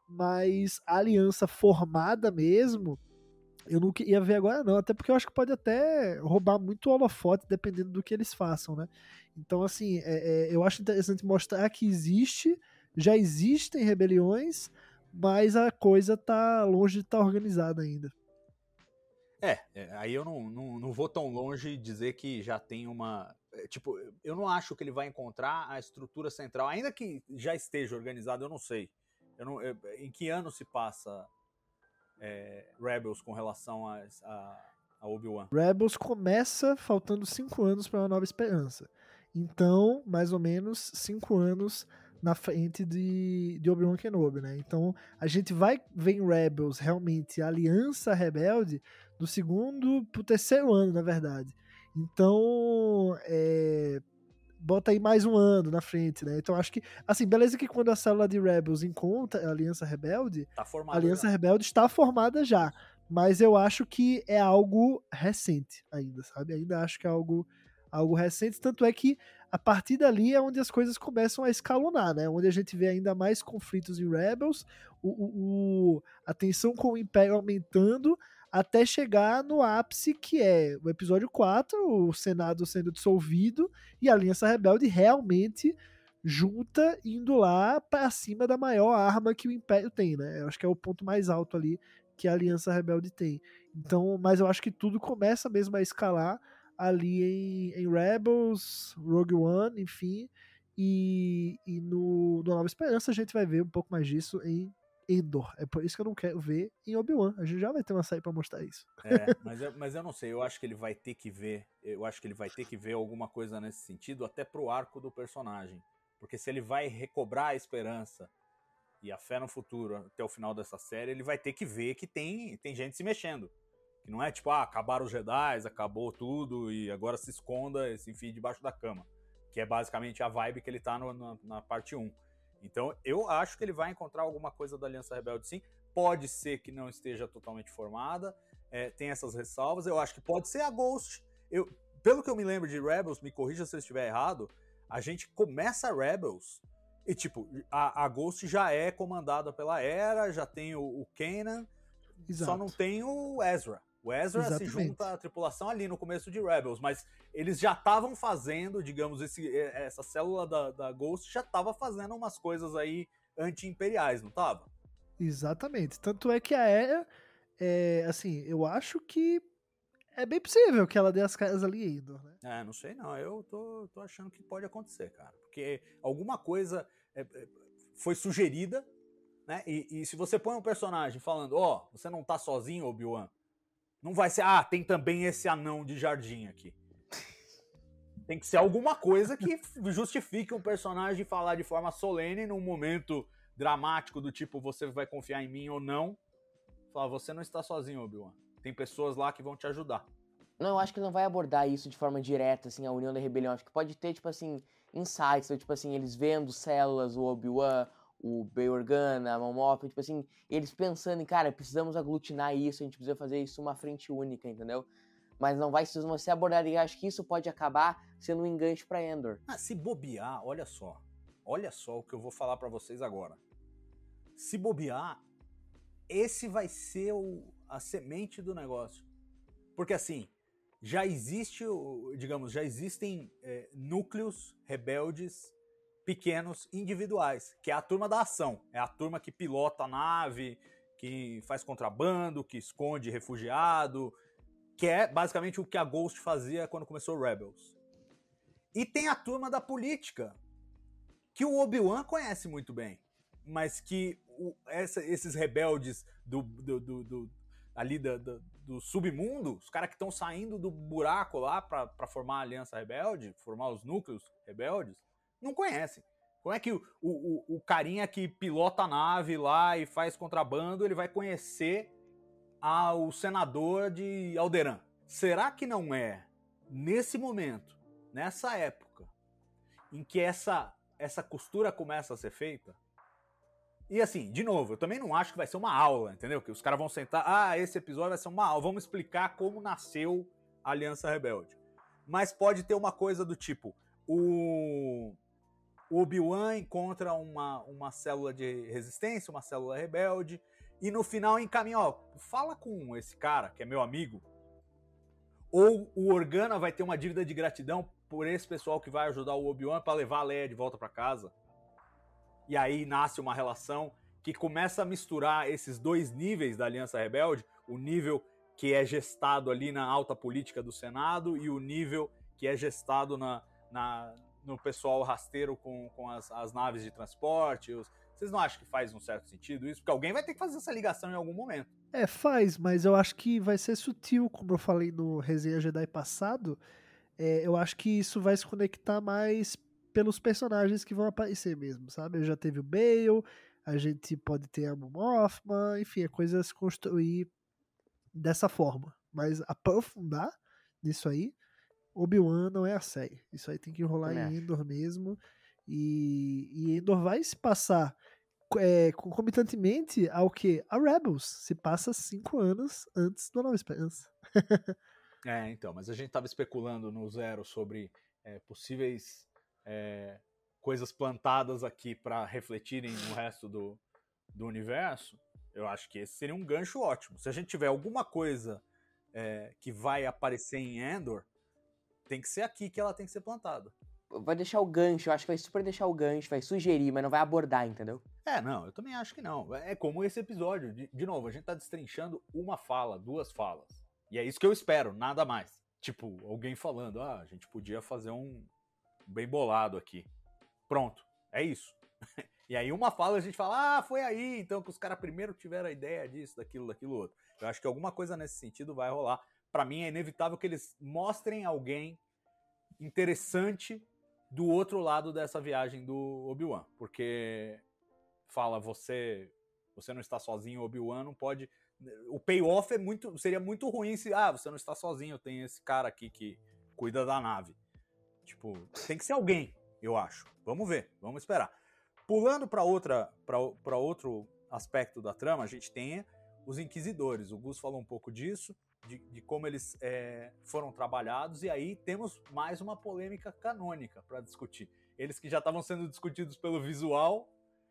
mas a aliança formada mesmo, eu não queria ver agora não, até porque eu acho que pode até roubar muito holofote dependendo do que eles façam, né? Então, assim, é, é, eu acho interessante mostrar que existe, já existem rebeliões, mas a coisa tá longe de estar tá organizada ainda.
É, é, aí eu não, não, não vou tão longe dizer que já tem uma... É, tipo, eu não acho que ele vai encontrar a estrutura central, ainda que já esteja organizado, eu não sei. Eu não, eu, em que ano se passa é, Rebels com relação a, a, a Obi-Wan?
Rebels começa faltando cinco anos para Uma Nova Esperança. Então, mais ou menos cinco anos na frente de, de Obi-Wan Kenobi, né? Então, a gente vai ver em Rebels realmente a Aliança Rebelde do segundo pro terceiro ano, na verdade. Então, é, bota aí mais um ano na frente, né? Então, acho que, assim, beleza que quando a célula de Rebels encontra a Aliança Rebelde,
Tá
a
formado.
Aliança
já.
Rebelde está formada já. Mas eu acho que é algo recente ainda, sabe? Ainda acho que é algo, algo recente. Tanto é que a partir dali é onde as coisas começam a escalonar, né? Onde a gente vê ainda mais conflitos em Rebels, o, o, o- a tensão com o Império aumentando, até chegar no ápice que é o episódio quatro, o Senado sendo dissolvido e a Aliança Rebelde realmente junta, indo lá para cima da maior arma que o Império tem, né? Eu acho que é o ponto mais alto ali que a Aliança Rebelde tem. Então, mas eu acho que tudo começa mesmo a escalar ali em, em Rebels, Rogue One, enfim, e, e no, no Nova Esperança a gente vai ver um pouco mais disso em Endor. É por isso que eu não quero ver em Obi-Wan. A gente já vai ter uma série pra mostrar isso.
É, mas eu, mas eu não sei, eu acho que ele vai ter que ver, eu acho que ele vai ter que ver alguma coisa nesse sentido, até pro arco do personagem. Porque se ele vai recobrar a esperança e a fé no futuro até o final dessa série, ele vai ter que ver que tem, tem gente se mexendo. Que não é tipo, ah, acabaram os Jedi, acabou tudo e agora se esconda, se enfie debaixo da cama. Que é basicamente a vibe que ele tá no, na, na parte um. Então eu acho que ele vai encontrar alguma coisa da Aliança Rebelde sim. Pode ser que não esteja totalmente formada, é, tem essas ressalvas. Eu acho que pode ser a Ghost. Eu, pelo que eu me lembro de Rebels, me corrija se eu estiver errado, a gente começa Rebels e tipo, a, a Ghost já é comandada pela Hera, já tem o, o Kanan,
Exato.
só não tem o Ezra. O Ezra
Exatamente.
se junta à tripulação ali no começo de Rebels, mas eles já estavam fazendo, digamos, esse, essa célula da, da Ghost já estava fazendo umas coisas aí anti-imperiais, não tava?
Exatamente. Tanto é que a Hera, é, assim, eu acho que é bem possível que ela dê as caras ali em Endor, né?
É, não sei não, eu tô, tô achando que pode acontecer, cara, porque alguma coisa é, é, foi sugerida, né, e, e se você põe um personagem falando, ó, oh, você não tá sozinho, Obi-Wan, não vai ser, ah, tem também esse anão de jardim aqui. Tem que ser alguma coisa que justifique um personagem falar de forma solene num momento dramático do tipo, você vai confiar em mim ou não. Falar, você não está sozinho, Obi-Wan. Tem pessoas lá que vão te ajudar.
Não, eu acho que ele não vai abordar isso de forma direta, assim, a União da Rebelião. Acho que pode ter, tipo assim, insights, então, tipo assim, eles vendo células, o Obi-Wan, o Bail Organa, a Mon Mothma, tipo assim, eles pensando em, cara, precisamos aglutinar isso, a gente precisa fazer isso uma frente única, entendeu? Mas não vai ser abordado, e acho que isso pode acabar sendo um enganche pra Endor.
Ah, se bobear, olha só. Olha só o que eu vou falar pra vocês agora. Se bobear, esse vai ser o, a semente do negócio. Porque assim, já existe, digamos, já existem é, núcleos rebeldes pequenos, individuais, que é a turma da ação. É a turma que pilota a nave, que faz contrabando, que esconde refugiado, que é basicamente o que a Ghost fazia quando começou Rebels. E tem a turma da política, que o Obi-Wan conhece muito bem, mas que o, essa, esses rebeldes do, do, do, do ali do, do, do submundo, os caras que estão saindo do buraco lá para formar a Aliança Rebelde, formar os núcleos rebeldes, não conhecem. Como é que o, o, o carinha que pilota a nave lá e faz contrabando, ele vai conhecer ao senador de Alderaan? Será que não é nesse momento, nessa época, em que essa, essa costura começa a ser feita? E assim, de novo, eu também não acho que vai ser uma aula, entendeu? Que os caras vão sentar, ah, esse episódio vai ser uma aula, vamos explicar como nasceu a Aliança Rebelde. Mas pode ter uma coisa do tipo, o, o Obi-Wan encontra uma, uma célula de resistência, uma célula rebelde, e no final encaminha, ó, fala com esse cara, que é meu amigo, ou o Organa vai ter uma dívida de gratidão por esse pessoal que vai ajudar o Obi-Wan para levar a Leia de volta para casa. E aí nasce uma relação que começa a misturar esses dois níveis da Aliança Rebelde, o nível que é gestado ali na alta política do Senado e o nível que é gestado na, na, no pessoal rasteiro com, com as, as naves de transporte. Os... Vocês não acham que faz um certo sentido isso? Porque alguém vai ter que fazer essa ligação em algum momento.
É, faz, mas eu acho que vai ser sutil, como eu falei no Resenha Jedi passado. é, eu acho que isso vai se conectar mais pelos personagens que vão aparecer mesmo, sabe? Já teve o Bale, a gente pode ter a Mon Mothma, enfim, é coisa a se construir dessa forma. Mas aprofundar nisso aí, Obi-Wan não é a série. Isso aí tem que rolar
Também
em
acho.
Endor mesmo. E, e Endor vai se passar é, concomitantemente ao que? A Rebels. Se passa cinco anos antes do Nova Esperança.
É, então, mas a gente tava especulando no Zero sobre é, possíveis é, coisas plantadas aqui para refletirem no resto do, do universo. Eu acho que esse seria um gancho ótimo. Se a gente tiver alguma coisa é, que vai aparecer em Endor, tem que ser aqui que ela tem que ser plantada.
Vai deixar o gancho, eu acho que vai super deixar o gancho, vai sugerir, mas não vai abordar, entendeu?
É, não, eu também acho que não. É como esse episódio. De, de novo, a gente tá destrinchando uma fala, duas falas. E é isso que eu espero, nada mais. Tipo, alguém falando, ah, a gente podia fazer um bem bolado aqui. Pronto, é isso. E aí uma fala a gente fala, ah, foi aí, então que os caras primeiro tiveram a ideia disso, daquilo, daquilo outro. Eu acho que alguma coisa nesse sentido vai rolar. Pra mim é inevitável que eles mostrem alguém interessante do outro lado dessa viagem do Obi-Wan. Porque fala, você, você não está sozinho, Obi-Wan não pode... O payoff é muito, seria muito ruim se, ah, você não está sozinho, tem esse cara aqui que cuida da nave. Tipo, tem que ser alguém, eu acho. Vamos ver, vamos esperar. Pulando para outra, para outro aspecto da trama, a gente tem os Inquisidores. O Gus falou um pouco disso, de, de como eles é, foram trabalhados, e aí temos mais uma polêmica canônica para discutir. Eles que já estavam sendo discutidos pelo visual,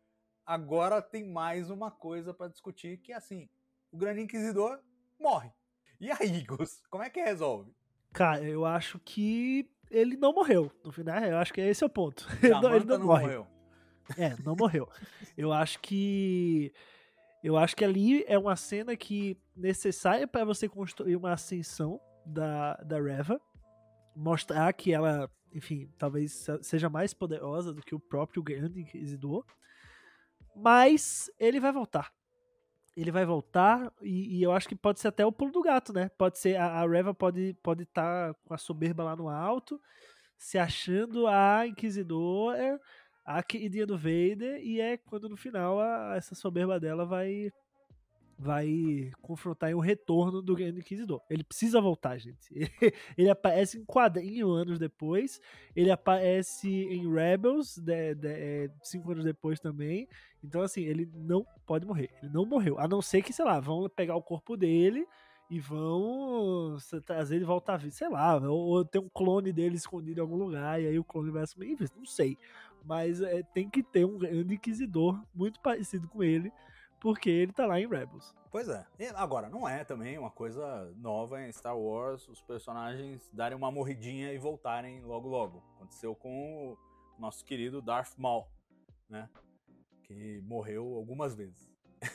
agora tem mais uma coisa para discutir, que é assim, o Grande Inquisidor morre. E aí, Gus, como é que resolve?
Cara, eu acho que ele não morreu. No final, eu acho que esse é o ponto.
Ele
não, ele não,
não
morre.
morreu.
É, não morreu. Eu acho que eu acho que ali é uma cena que necessária para você construir uma ascensão da, da Reva, mostrar que ela, enfim, talvez seja mais poderosa do que o próprio Grande Inquisidor, mas ele vai voltar. Ele vai voltar e, e eu acho que pode ser até o pulo do gato, né? Pode ser, a, a Reva pode pode estar com a soberba lá no alto, se achando a Inquisidora, a queridinha do Vader, e é quando no final a, essa soberba dela vai vai confrontar o retorno do Grande Inquisidor. Ele precisa voltar, gente. Ele, ele aparece em quadrinho anos depois, ele aparece em Rebels de, de, cinco anos depois também. Então, assim, ele não pode morrer. Ele não morreu. A não ser que, sei lá, vão pegar o corpo dele e vão trazer ele de volta à vida. Sei lá, ou, ou tem um clone dele escondido em algum lugar e aí o clone vai assumir. Enfim, não sei. Mas é, tem que ter um Grande Inquisidor muito parecido com ele, porque ele tá lá em Rebels.
Pois é. E agora, não é também uma coisa nova em Star Wars os personagens darem uma morridinha e voltarem logo logo. Aconteceu com o nosso querido Darth Maul, né? Que morreu algumas vezes.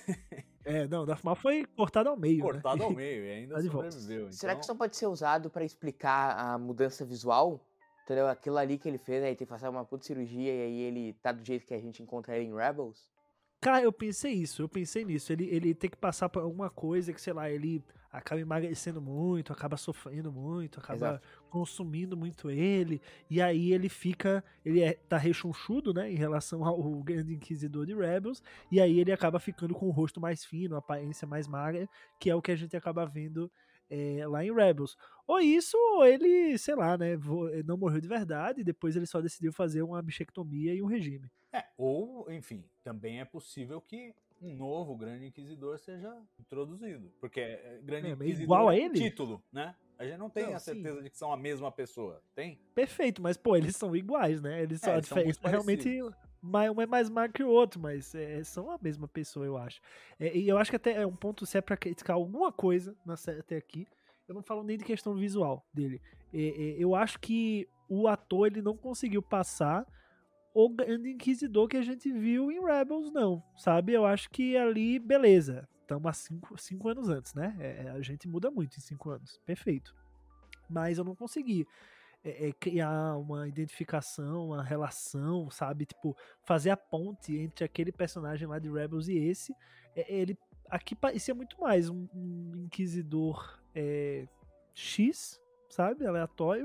É, não, Darth Maul foi cortado ao meio,
Cortado
né?
ao meio e ainda
Tá de volta.
sobreviveu. Então...
Será que isso não pode ser usado pra explicar a mudança visual? Entendeu? Aquilo ali que ele fez, aí tem que fazer uma puta cirurgia e aí ele tá do jeito que a gente encontra ele em Rebels?
Cara, eu pensei isso, eu pensei nisso. Ele, ele tem que passar por alguma coisa que, sei lá, ele acaba emagrecendo muito, acaba sofrendo muito, acaba
Exato.
consumindo muito ele, e aí ele fica, ele é, tá rechonchudo, né, em relação ao Grande Inquisidor de Rebels, e aí ele acaba ficando com o rosto mais fino, a aparência mais magra, que é o que a gente acaba vendo é, lá em Rebels. Ou isso, ou ele, sei lá, né, não morreu de verdade, e depois ele só decidiu fazer uma bichectomia e um regime.
É, ou, enfim, também é possível que um novo Grande Inquisidor seja introduzido. Porque Grande
É,
Inquisidor
igual a
é um
ele?
título, né? A gente não tem
Não,
a certeza
sim.
de que são a mesma pessoa. Tem?
Perfeito, mas pô, eles são iguais, né? Eles só,
É,
a
eles são muito
diferença é realmente
parecidos.
mais- um é mais magro que o outro, mas é, são a mesma pessoa, eu acho. É, e eu acho que até é um ponto, se é pra criticar alguma coisa na série até aqui, eu não falo nem de questão visual dele. É, é, eu acho que o ator ele não conseguiu passar o Grande Inquisidor que a gente viu em Rebels, não, sabe? Eu acho que ali, beleza, estamos há cinco, cinco anos antes, né? É, a gente muda muito em cinco anos, perfeito. Mas eu não consegui é, é, criar uma identificação, uma relação, sabe? Tipo, fazer a ponte entre aquele personagem lá de Rebels e esse. É, ele aqui parecia muito mais um, um Inquisidor é, X, sabe? Aleatório,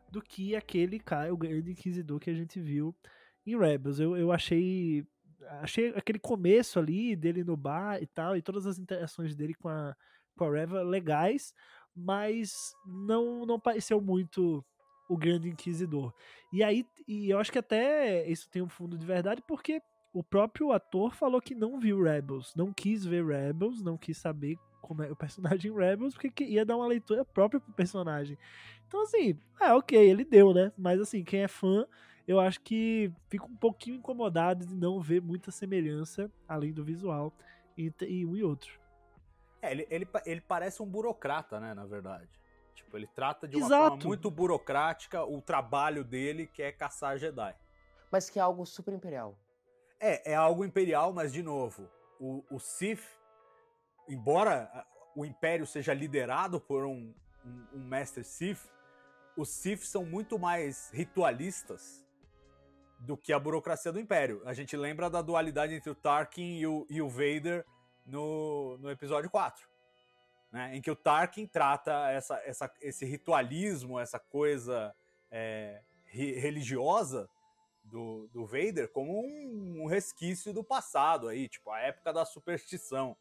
do que aquele cara, o grande inquisidor que a gente viu em Rebels. Eu, eu achei achei aquele começo ali dele no bar e tal, e todas as interações dele com a, com a Reva legais, mas não, não pareceu muito o grande inquisidor. E aí, e eu acho que até isso tem um fundo de verdade, porque o próprio ator falou que não viu Rebels, não quis ver Rebels, não quis saber como é o personagem Rebels, porque ia dar uma leitura própria pro personagem. Então, assim, é ok, ele deu, né? Mas, assim, quem é fã, eu acho que fica um pouquinho incomodado de não ver muita semelhança, além do visual, entre um e outro.
É, ele, ele, ele parece um burocrata, né, na verdade. Tipo, ele trata de uma
Exato.
forma muito burocrática o trabalho dele, que é caçar Jedi.
Mas que é algo super imperial.
É, é algo imperial, mas, de novo, o, o Sith, embora o Império seja liderado por um, um, um Mestre Sith, os Sith são muito mais ritualistas do que a burocracia do Império. A gente lembra da dualidade entre o Tarkin e o, e o Vader no, no episódio quatro. Né, em que o Tarkin trata essa, essa, esse ritualismo, essa coisa é, religiosa do, do Vader como um, um resquício do passado, aí, tipo, a época da superstição.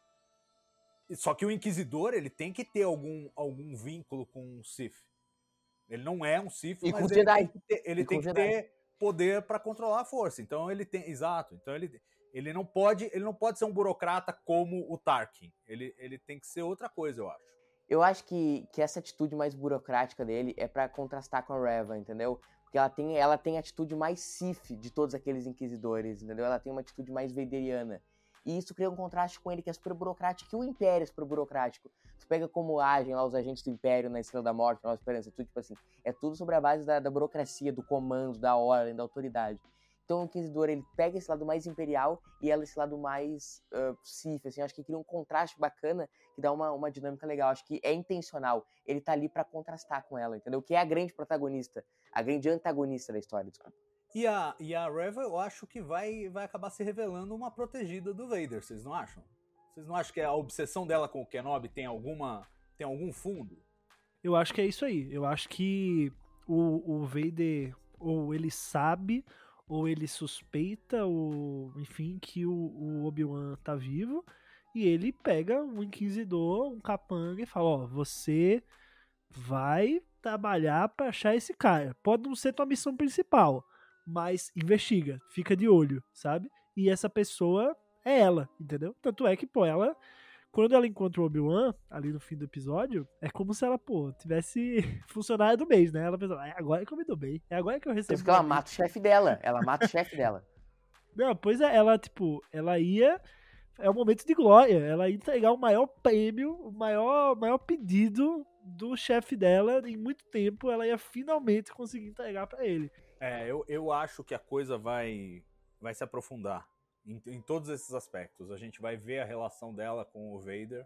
Só que o Inquisidor, ele tem que ter algum, algum vínculo com o Sith. Ele não é um Sith,
E
mas
com
ele
Jedi.
tem que ter, ele
E
tem
com
que
Jedi.
ter poder para controlar a força. Então ele tem, exato. Então ele Ele não pode, ele não pode ser um burocrata como o Tarkin. Ele, ele tem que ser outra coisa, eu acho.
Eu acho que, que essa atitude mais burocrática dele é pra contrastar com a Reva, entendeu? Porque ela tem, ela tem a atitude mais Sith de todos aqueles inquisidores, entendeu? Ela tem uma atitude mais vaderiana. E isso cria um contraste com ele, que é super burocrático, e o Império é super burocrático. Você pega como agem lá os agentes do Império na Estrela da Morte, na Nova Esperança, tudo tipo assim. É tudo sobre a base da, da burocracia, do comando, da ordem, da autoridade. Então o Inquisidor, ele pega esse lado mais imperial e ela esse lado mais uh, Sith, assim, acho que cria um contraste bacana que dá uma, uma dinâmica legal, acho que é intencional, ele tá ali pra contrastar com ela, entendeu? Que é a grande protagonista, a grande antagonista da história, desculpa.
E a, e a Reva, eu acho que vai, vai acabar se revelando uma protegida do Vader, vocês não acham? Vocês não acham que a obsessão dela com o Kenobi tem, alguma, tem algum fundo?
Eu acho que é isso aí, eu acho que o, o Vader, ou ele sabe, ou ele suspeita, ou, enfim, que o, o Obi-Wan tá vivo, e ele pega um inquisidor, um capanga, e fala, ó, você vai trabalhar pra achar esse cara. Pode não ser tua missão principal, mas investiga, fica de olho, sabe? E essa pessoa é ela, entendeu? Tanto é que, pô, ela... Quando ela encontra o Obi-Wan, ali no fim do episódio, é como se ela, pô, tivesse funcionário do mês, né? Ela pensa, é agora que eu me dou bem, é agora que eu recebo.
Por isso que ela mata o chefe dela, ela mata o chefe dela.
Não, pois é, ela, tipo, ela ia... É um momento de glória, ela ia entregar o maior prêmio, o maior, maior pedido do chefe dela em muito tempo, ela ia finalmente conseguir entregar pra ele.
É, eu, eu acho que a coisa vai, vai se aprofundar. Em, em todos esses aspectos. A gente vai ver a relação dela com o Vader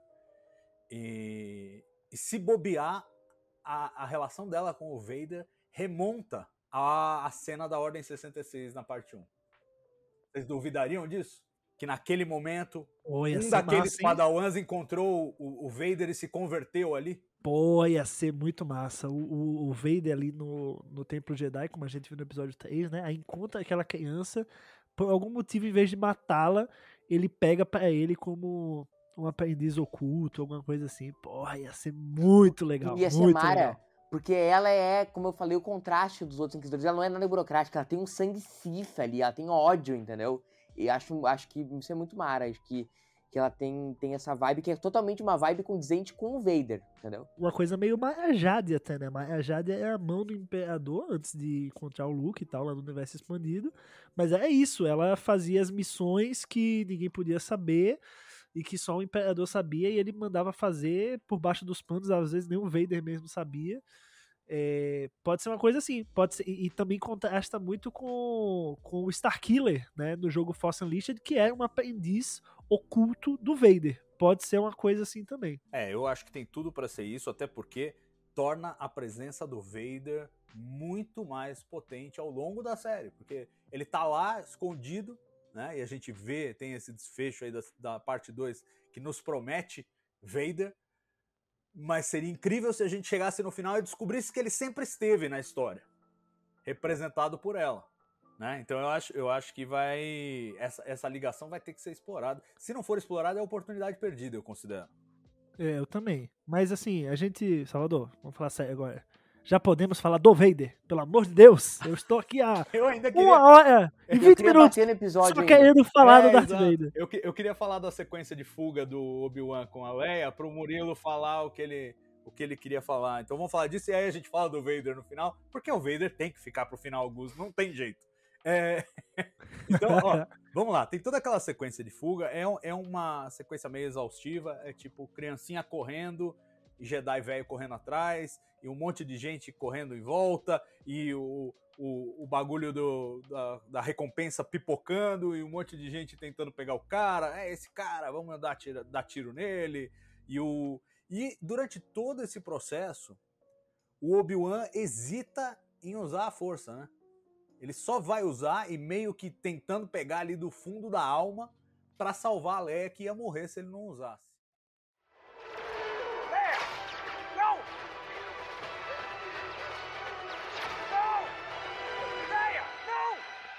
e, e se bobear, a, a relação dela com o Vader remonta à, à cena da Ordem sessenta e seis na parte um. Vocês duvidariam disso? Que naquele momento
Pô, ia
um
ser
daqueles
massa, hein?
padawans encontrou o, o Vader e se converteu ali?
Pô, ia ser muito massa. O, o, o Vader ali no, no Templo Jedi, como a gente viu no episódio três, né? Aí encontra aquela criança, por algum motivo, em vez de matá-la, ele pega pra ele como um aprendiz oculto, alguma coisa assim. Porra, ia ser muito legal.
Ia ser
muito
Mara,
legal.
porque ela é, como eu falei, o contraste dos outros inquisidores. Ela não é nada burocrática, ela tem um sangue Sith ali, ela tem ódio, entendeu? E acho, acho que isso é muito Mara, acho que, que ela tem, tem essa vibe que é totalmente uma vibe condizente com o Vader, entendeu?
Uma coisa meio Maya Jade até, né? Maya Jade é a mão do Imperador antes de encontrar o Luke e tal, lá no universo expandido. Mas é isso, ela fazia as missões que ninguém podia saber e que só o Imperador sabia e ele mandava fazer por baixo dos panos, às vezes nem o Vader mesmo sabia. É, pode ser uma coisa assim, pode ser, e, e também contrasta muito com, com o Starkiller, né, no jogo Force Unleashed, que é um aprendiz oculto do Vader. Pode ser uma coisa assim também.
É, eu acho que tem tudo pra ser isso, até porque torna a presença do Vader muito mais potente ao longo da série, porque ele tá lá escondido, né, e a gente vê, tem esse desfecho aí da, da parte dois que nos promete Vader, Mas seria incrível se a gente chegasse no final e descobrisse que ele sempre esteve na história, representado por ela. Né? Então eu acho, eu acho que vai essa, essa ligação vai ter que ser explorada. Se não for explorada, é oportunidade perdida, eu considero.
É, eu também. Mas assim, a gente... Salvador, vamos falar sério agora. Já podemos falar do Vader, pelo amor de Deus. Eu estou aqui há
eu ainda queria...
uma hora e
Eu
vinte
queria
minutos
bater no episódio
só
ainda.
querendo falar
É,
do Darth
exato.
Vader.
Eu, que- eu queria falar da sequência de fuga do Obi-Wan com a Leia pro Murilo falar o que ele, o que ele queria falar. Então vamos falar disso e aí a gente fala do Vader no final, porque o Vader tem que ficar pro final, Gus, não tem jeito. É... Então, ó, vamos lá. Tem toda aquela sequência de fuga. É, um- é uma sequência meio exaustiva. É tipo criancinha correndo e Jedi velho correndo atrás e um monte de gente correndo em volta e o, o, o bagulho do, da, da recompensa pipocando e um monte de gente tentando pegar o cara. É esse cara, vamos dar tiro, dar tiro nele. E, o, e durante todo esse processo, o Obi-Wan hesita em usar a força, né? Ele só vai usar e meio que tentando pegar ali do fundo da alma pra salvar a Leia, que ia morrer se ele não usasse.
Leia! Não! Não! Leia! Não!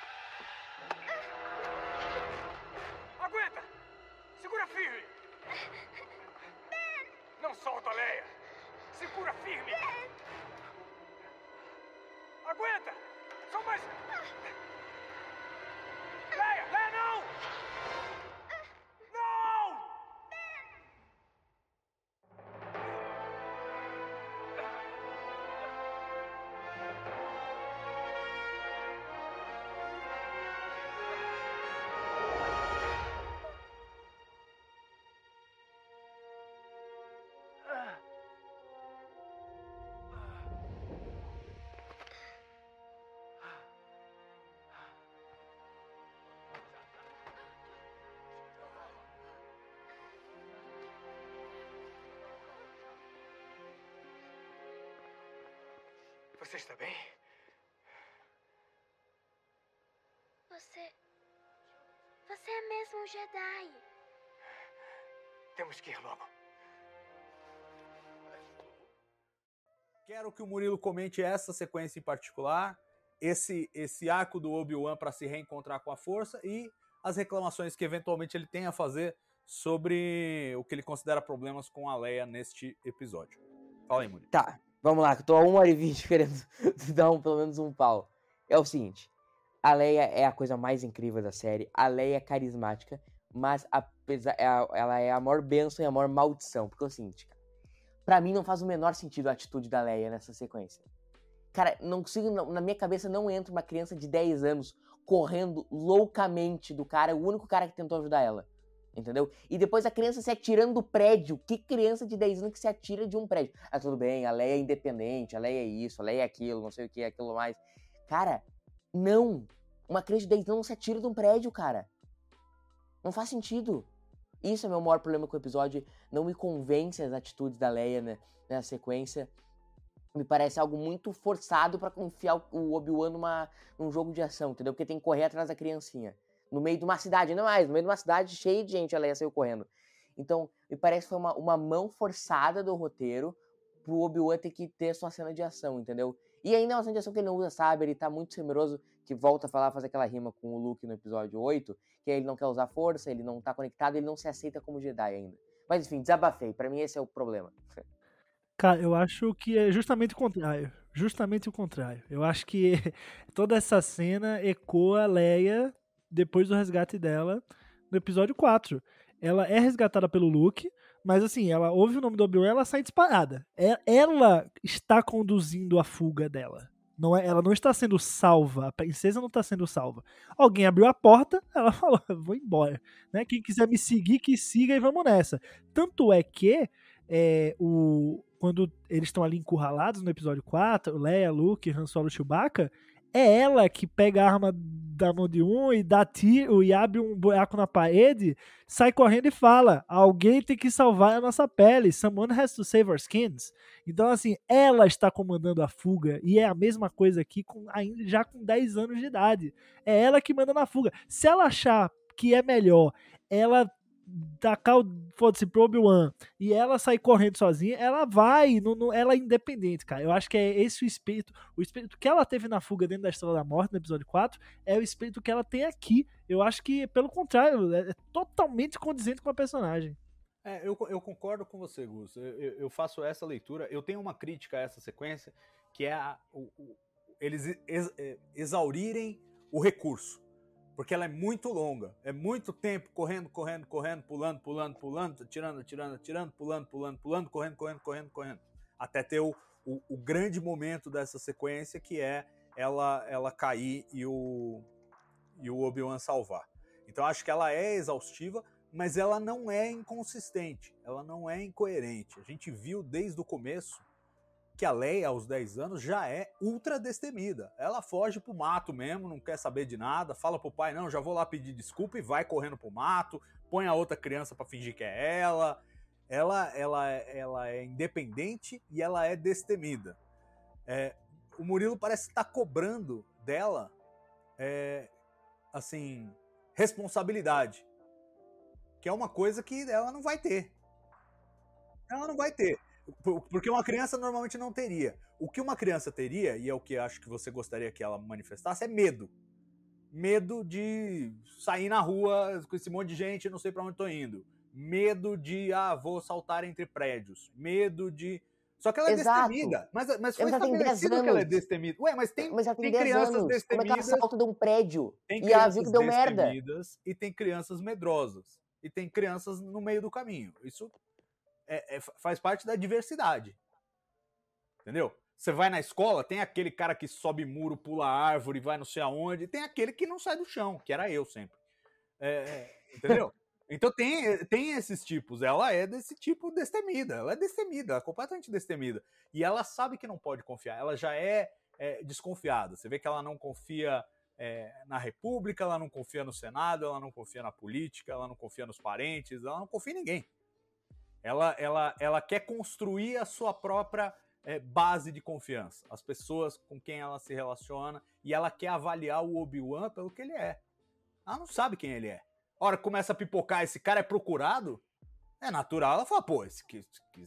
Aguenta! Segura firme! Não solta a Leia! Segura firme! Aguenta! Só mais... Leia! Leia, não! Não! Você está bem?
Você. Você é mesmo um Jedi.
Temos que ir logo.
Quero que o Murilo comente essa sequência em particular, esse, esse arco do Obi-Wan para se reencontrar com a Força e as reclamações que eventualmente ele tem a fazer sobre o que ele considera problemas com a Leia neste episódio. Fala aí, Murilo.
Tá, vamos lá, que eu tô a uma hora e vinte querendo dar um, pelo menos um pau. É o seguinte, a Leia é a coisa mais incrível da série, a Leia é carismática, mas apesar, é a- ela é a maior bênção e a maior maldição, porque é o seguinte, cara, pra mim não faz o menor sentido a atitude da Leia nessa sequência. Cara, não consigo, não- na minha cabeça não entra uma criança de dez anos correndo loucamente do cara, o único cara que tentou ajudar ela. Entendeu? E depois a criança se atirando do prédio. Que criança de dez anos que se atira de um prédio? Ah, tudo bem, a Leia é independente, a Leia é isso, a Leia é aquilo, não sei o que, aquilo mais. Cara, não. Uma criança de dez anos não se atira de um prédio, cara. Não faz sentido. Isso é meu maior problema com o episódio. Não me convence as atitudes da Leia, né, na sequência. Me parece algo muito forçado pra confiar o Obi-Wan numa, num jogo de ação, entendeu? Porque tem que correr atrás da criancinha. No meio de uma cidade, não mais, no meio de uma cidade cheia de gente, a Leia saiu correndo. Então, me parece que foi uma, uma mão forçada do roteiro pro Obi-Wan ter que ter sua cena de ação, entendeu? E ainda é uma cena de ação que ele não usa sabre, ele tá muito temeroso, que volta a falar, fazer aquela rima com o Luke no episódio oito, que ele não quer usar força, ele não tá conectado, ele não se aceita como Jedi ainda. Mas enfim, desabafei, pra mim esse é o problema.
Cara, eu acho que é justamente o contrário. Justamente o contrário. Eu acho que toda essa cena ecoa a Leia depois do resgate dela no episódio quatro. Ela é resgatada pelo Luke, mas assim, ela ouve o nome do Obi-Wan e ela sai disparada. É- Ela está conduzindo a fuga dela. Não é, ela não está sendo salva, a princesa não está sendo salva. Alguém abriu a porta, ela falou, vou embora. Né? Quem quiser me seguir, que siga e vamos nessa. Tanto é que é, o, quando eles estão ali encurralados no episódio quatro, Leia, Luke, Han Solo e Chewbacca, é ela que pega a arma da mão de um e dá tiro e abre um buraco na parede, sai correndo e fala, alguém tem que salvar a nossa pele, someone has to save our skins. Então assim, ela está comandando a fuga e é a mesma coisa aqui com, ainda já com dez anos de idade. É ela que manda na fuga. Se ela achar que é melhor ela tacar o foda-se pro Obi-Wan e ela sair correndo sozinha, ela vai, não, não, ela é independente, cara. Eu acho que é esse o espírito, o espírito que ela teve na fuga dentro da Estrela da Morte, no episódio quatro, é o espírito que ela tem aqui. Eu acho que, pelo contrário, é, é totalmente condizente com a personagem.
É, eu, eu concordo com você, Gus. Eu, eu, eu faço essa leitura. Eu tenho uma crítica a essa sequência, que é a, o, o, eles ex, exaurirem o recurso. Porque ela é muito longa. É muito tempo correndo, correndo, correndo, pulando, pulando, pulando, tirando, atirando, atirando, pulando, pulando, pulando, correndo, correndo, correndo, correndo. Até ter o, o, o grande momento dessa sequência, que é ela, ela cair e o, e o Obi-Wan salvar. Então acho que ela é exaustiva, mas ela não é inconsistente, ela não é incoerente. A gente viu desde o começo que a Leia, aos dez anos, já é ultra destemida. Ela foge pro mato mesmo, não quer saber de nada, fala pro pai, não, já vou lá pedir desculpa e vai correndo pro mato, põe a outra criança pra fingir que é ela. Ela, ela, ela é independente e ela é destemida. É, o Murilo parece estar cobrando dela, é, assim, responsabilidade. Que é uma coisa que ela não vai ter. Ela não vai ter. Porque uma criança normalmente não teria. O que uma criança teria, e é o que acho que você gostaria que ela manifestasse, é medo. Medo de sair na rua com esse monte de gente e não sei pra onde tô indo. Medo de, ah, vou saltar entre prédios. Medo de... Só que ela é
Exato.
destemida. Mas, mas foi
Ela tem dez
estabelecido que ela é
anos.
destemida. Ué, mas tem,
Mas ela tem
tem
dez
crianças
anos. Como é que ela
destemidas...
salta de um prédio?
Tem
E ela viu
crianças
que deu merda.
destemidas e tem crianças medrosas. E tem crianças no meio do caminho. Isso é, é, faz parte da diversidade. Entendeu? Você vai na escola, tem aquele cara que sobe muro, pula árvore, vai não sei aonde, e tem aquele que não sai do chão, que era eu sempre. É, é, entendeu? Então tem, tem esses tipos. Ela é desse tipo destemida. Ela é destemida, ela é completamente destemida. E ela sabe que não pode confiar. Ela já é, é desconfiada. Você vê que ela não confia é, na República, ela não confia no Senado, ela não confia na política, ela não confia nos parentes, ela não confia em ninguém. Ela, ela, ela quer construir a sua própria é, base de confiança. As pessoas com quem ela se relaciona. E ela quer avaliar o Obi-Wan pelo que ele é. Ela não sabe quem ele é. A hora que começa a pipocar, esse cara é procurado, é natural. Ela fala, pô, esse, que, que,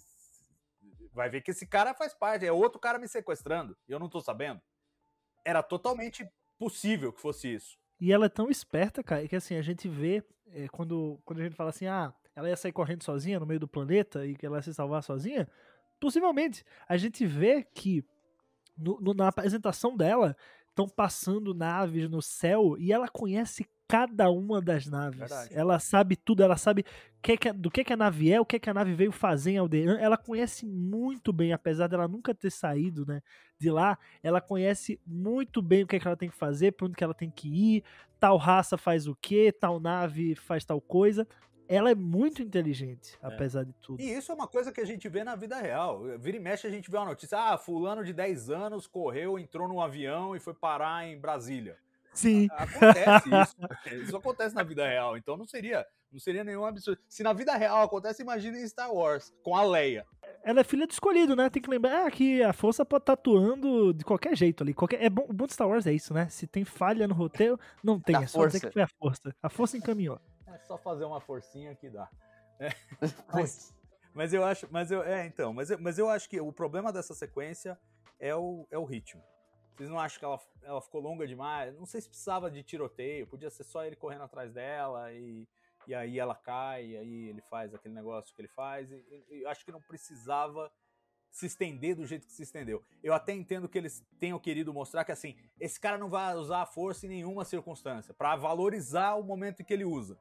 vai ver que esse cara faz parte, é outro cara me sequestrando, e eu não tô sabendo. Era totalmente possível que fosse isso.
E ela é tão esperta, cara, que assim, a gente vê, é, quando, quando a gente fala assim, ah, ela ia sair correndo sozinha no meio do planeta e que ela ia se salvar sozinha, possivelmente. A gente vê que no, no, na apresentação dela, estão passando naves no céu e ela conhece cada uma das naves.
Verdade.
Ela sabe tudo, ela sabe que que, do que, que a nave é, o que, que a nave veio fazer em Alderaan. Ela conhece muito bem, apesar dela nunca ter saído, né, de lá, ela conhece muito bem o que, que ela tem que fazer, para onde que ela tem que ir, tal raça faz o quê, tal nave faz tal coisa. Ela é muito inteligente,
É.
apesar de tudo.
E isso é uma coisa que a gente vê na vida real. Vira e mexe a gente vê uma notícia, ah, fulano de dez anos correu, entrou num avião e foi parar em Brasília.
Sim.
Acontece isso. Isso acontece na vida real. Então não seria, não seria nenhum absurdo. Se na vida real acontece, imagina em Star Wars, com a Leia.
Ela é filha do escolhido, né? Tem que lembrar que a força pode estar atuando de qualquer jeito ali. Qualquer... É bom, o bom de Star Wars é isso, né? Se tem falha no roteiro, não tem.
Da
É só
força.
dizer que foi a força. A força encaminhou.
É só fazer uma forcinha que dá. É. Mas, mas eu acho, mas eu, é, então, mas eu, mas eu acho que o problema dessa sequência é o, é o ritmo. Vocês não acham que ela, ela ficou longa demais? Não sei se precisava de tiroteio, podia ser só ele correndo atrás dela e, e aí ela cai, e aí ele faz aquele negócio que ele faz. E, e, eu acho que não precisava se estender do jeito que se estendeu. Eu até entendo que eles tenham querido mostrar que assim, esse cara não vai usar a força em nenhuma circunstância, para valorizar o momento em que ele usa.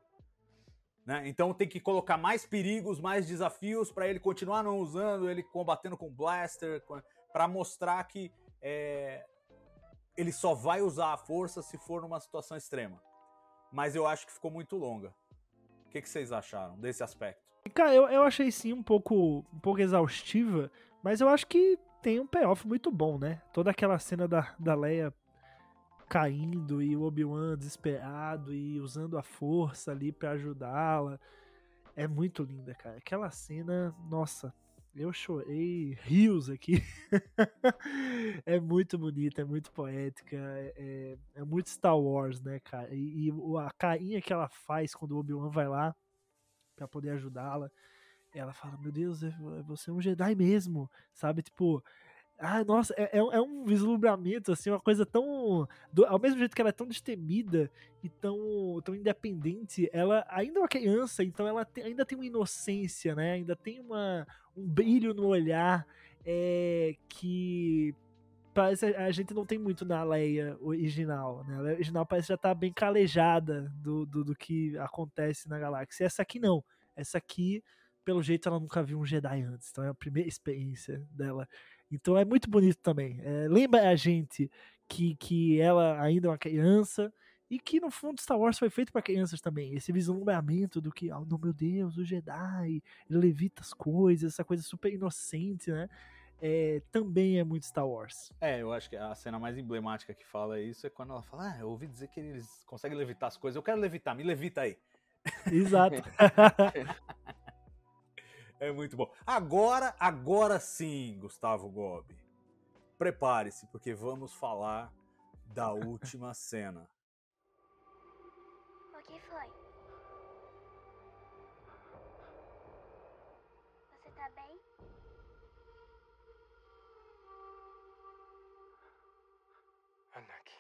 Né? Então tem que colocar mais perigos, mais desafios para ele continuar não usando, ele combatendo com blaster, para mostrar que é, ele só vai usar a força se for numa situação extrema. Mas eu acho que ficou muito longa. O que, que vocês acharam desse aspecto?
Cara, eu, eu achei sim um pouco, um pouco exaustiva, mas eu acho que tem um payoff muito bom, né? Toda aquela cena da, da Leia caindo e o Obi-Wan desesperado e usando a força ali pra ajudá-la. É muito linda, cara. Aquela cena, nossa, eu chorei rios aqui. É muito bonita, é muito poética, é, é muito Star Wars, né, cara? E, e a carinha que ela faz quando o Obi-Wan vai lá pra poder ajudá-la. Ela fala, meu Deus, você é um Jedi mesmo, sabe? Tipo, ah, nossa, é, é um vislumbramento, assim, uma coisa tão... Do, ao mesmo jeito que ela é tão destemida e tão, tão independente, ela ainda é uma criança, então ela tem, ainda tem uma inocência, né? Ainda tem uma, um brilho no olhar é, que... Parece, a gente não tem muito na Leia original, né? A Leia original parece já tá bem calejada do, do, do que acontece na galáxia. Essa aqui não. Essa aqui, pelo jeito, ela nunca viu um Jedi antes. Então é a primeira experiência dela. Então é muito bonito também. É, lembra a gente que, que ela ainda é uma criança e que, no fundo, Star Wars foi feito para crianças também. Esse vislumbramento do que, oh, meu Deus, o Jedi, ele levita as coisas, essa coisa super inocente, né? É, também é muito Star Wars.
É, eu acho que a cena mais emblemática que fala isso é quando ela fala, ah, eu ouvi dizer que eles conseguem levitar as coisas, eu quero levitar, me levita aí.
Exato.
É muito bom. Agora, agora sim, Gustavo Gobi, prepare-se, porque vamos falar da última cena.
O que foi? Você tá bem?
Anakin.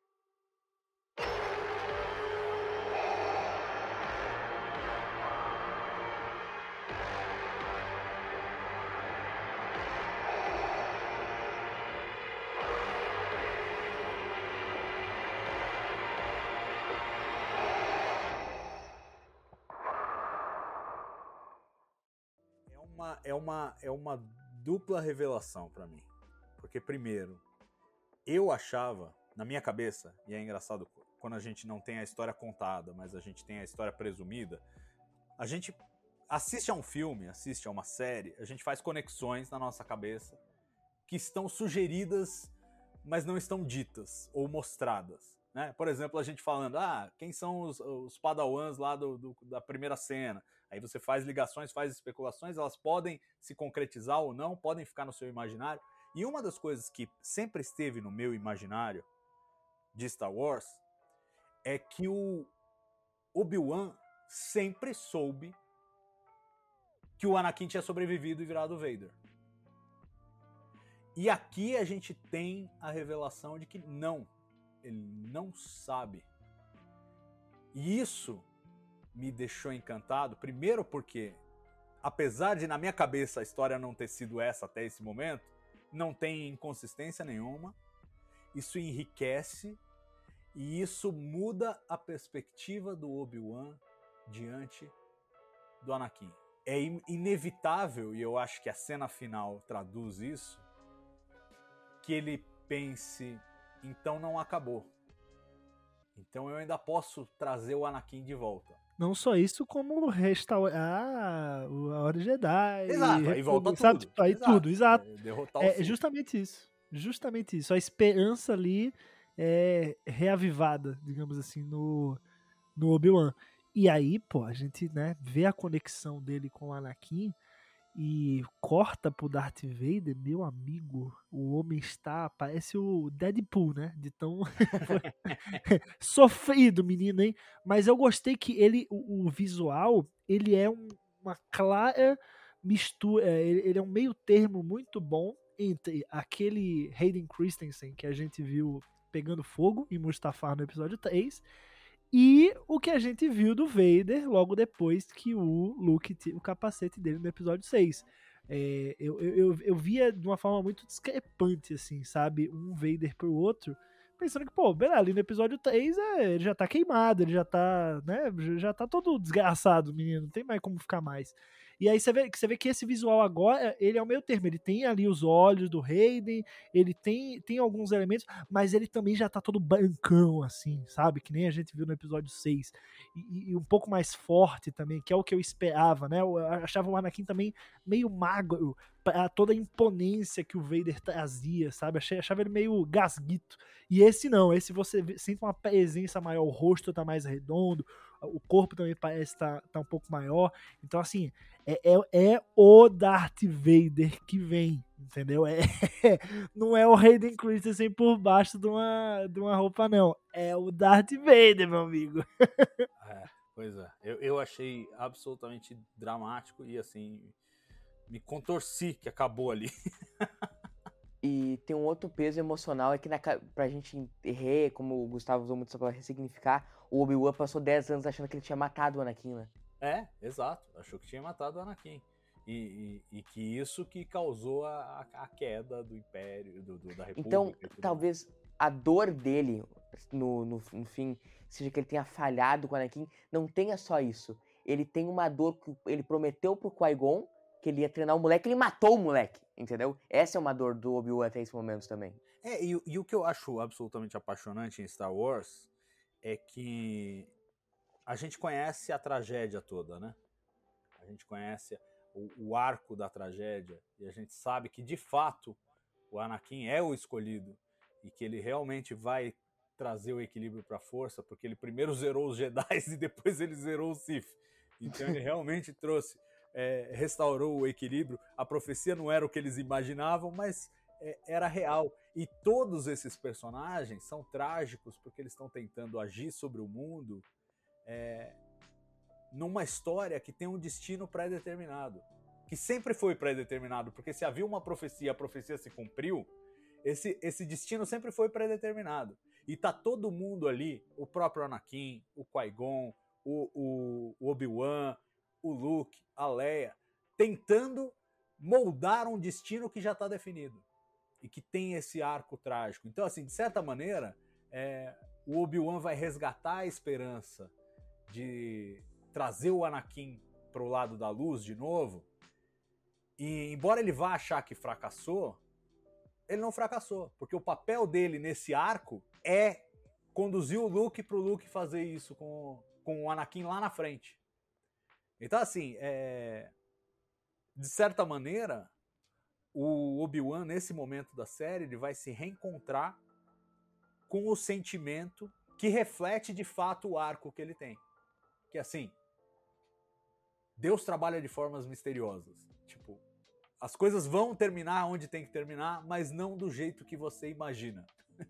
É uma, é uma, é uma dupla revelação pra mim. Porque, primeiro, eu achava, na minha cabeça, e é engraçado quando a gente não tem a história contada, mas a gente tem a história presumida, a gente assiste a um filme, assiste a uma série, a gente faz conexões na nossa cabeça que estão sugeridas, mas não estão ditas ou mostradas. Né? Por exemplo, a gente falando, ah, quem são os, os padawans lá do, do, da primeira cena? Aí você faz ligações, faz especulações, elas podem se concretizar ou não, podem ficar no seu imaginário. E uma das coisas que sempre esteve no meu imaginário de Star Wars é que o Obi-Wan sempre soube que o Anakin tinha sobrevivido e virado Vader. E aqui a gente tem a revelação de que não, ele não sabe. E isso me deixou encantado, primeiro porque, apesar de na minha cabeça a história não ter sido essa até esse momento, não tem inconsistência nenhuma, isso enriquece e isso muda a perspectiva do Obi-Wan diante do Anakin. É inevitável, e eu acho que a cena final traduz isso, que ele pense, então não acabou. Então eu ainda posso trazer o Anakin de volta.
Não só isso, como restaurar a Ordem Jedi.
Exato, aí volta
sabe?
tudo.
Aí
Exato.
tudo, exato.
É, derrotar o
É
Sith.
justamente isso. Justamente isso. A esperança ali é reavivada, digamos assim, no, no Obi-Wan. E aí, pô, a gente, né, vê a conexão dele com o Anakin e corta pro Darth Vader, meu amigo, o homem está, parece o Deadpool, né, de tão sofrido, menino, hein, mas eu gostei que ele, o, o visual, ele é um, uma clara mistura, ele, ele é um meio termo muito bom entre aquele Hayden Christensen que a gente viu pegando fogo em Mustafar no episódio três, e o que a gente viu do Vader logo depois que o Luke tira o capacete dele no episódio seis. É, eu, eu, eu via de uma forma muito discrepante, assim, sabe? Um Vader pro outro, pensando que, pô, beleza, ali no episódio três é, ele já tá queimado, ele já tá, né, já tá todo desgraçado, menino, não tem mais como ficar mais. E aí você vê, você vê que esse visual agora, ele é o meio termo, ele tem ali os olhos do Hayden, ele tem, tem alguns elementos, mas ele também já tá todo brancão, assim, sabe? Que nem a gente viu no episódio seis. E, e um pouco mais forte também, que é o que eu esperava, né? Eu achava o Anakin também meio magro, pra toda a imponência que o Vader trazia, sabe? Achava ele meio gasguito. E esse não, esse você sente uma presença maior, o rosto tá mais redondo, o corpo também parece estar tá, tá um pouco maior. Então, assim, é, é, é o Darth Vader que vem, entendeu? É, não é o Hayden Christensen por baixo de uma, de uma roupa, não. É o Darth Vader, meu amigo.
É. Pois é, eu, eu achei absolutamente dramático e assim, me contorci que acabou ali.
E tem um outro peso emocional, é que na, ca- pra gente re, como o Gustavo usou muito essa palavra, ressignificar, o Obi-Wan passou dez anos achando que ele tinha matado o Anakin, né?
É, exato, achou que tinha matado o Anakin. E, e, e que isso que causou a, a queda do Império, do, do- da República.
Então,
e tudo
talvez a dor dele, no, no, no fim, seja que ele tenha falhado com o Anakin, não tenha só isso. Ele tem uma dor que ele prometeu pro Qui-Gon, que ele ia treinar o moleque, ele matou o moleque, entendeu? Essa é uma dor do Obi-Wan até esse momento também.
É, e, e o que eu acho absolutamente apaixonante em Star Wars é que a gente conhece a tragédia toda, né? A gente conhece o, o arco da tragédia e a gente sabe que, de fato, o Anakin é o escolhido e que ele realmente vai trazer o equilíbrio para a força, porque ele primeiro zerou os Jedi e depois ele zerou os Sith. Então ele realmente trouxe, é, restaurou o equilíbrio. A profecia não era o que eles imaginavam, mas é, era real. E todos esses personagens são trágicos porque eles estão tentando agir sobre o mundo é, numa história que tem um destino pré-determinado, que sempre foi pré-determinado, porque se havia uma profecia, a profecia se cumpriu, esse, esse destino sempre foi pré-determinado. E tá todo mundo ali, o próprio Anakin, o Qui-Gon, o, o, o Obi-Wan, o Luke, a Leia, tentando moldar um destino que já está definido e que tem esse arco trágico. Então, assim, de certa maneira, é, o Obi-Wan vai resgatar a esperança de trazer o Anakin pro lado da luz de novo, e embora ele vá achar que fracassou, ele não fracassou, porque o papel dele nesse arco é conduzir o Luke pro Luke fazer isso com, com o Anakin lá na frente. Então, assim, é, de certa maneira, o Obi-Wan, nesse momento da série, ele vai se reencontrar com o sentimento que reflete de fato o arco que ele tem. Que assim, Deus trabalha de formas misteriosas. Tipo, as coisas vão terminar onde tem que terminar, mas não do jeito que você imagina.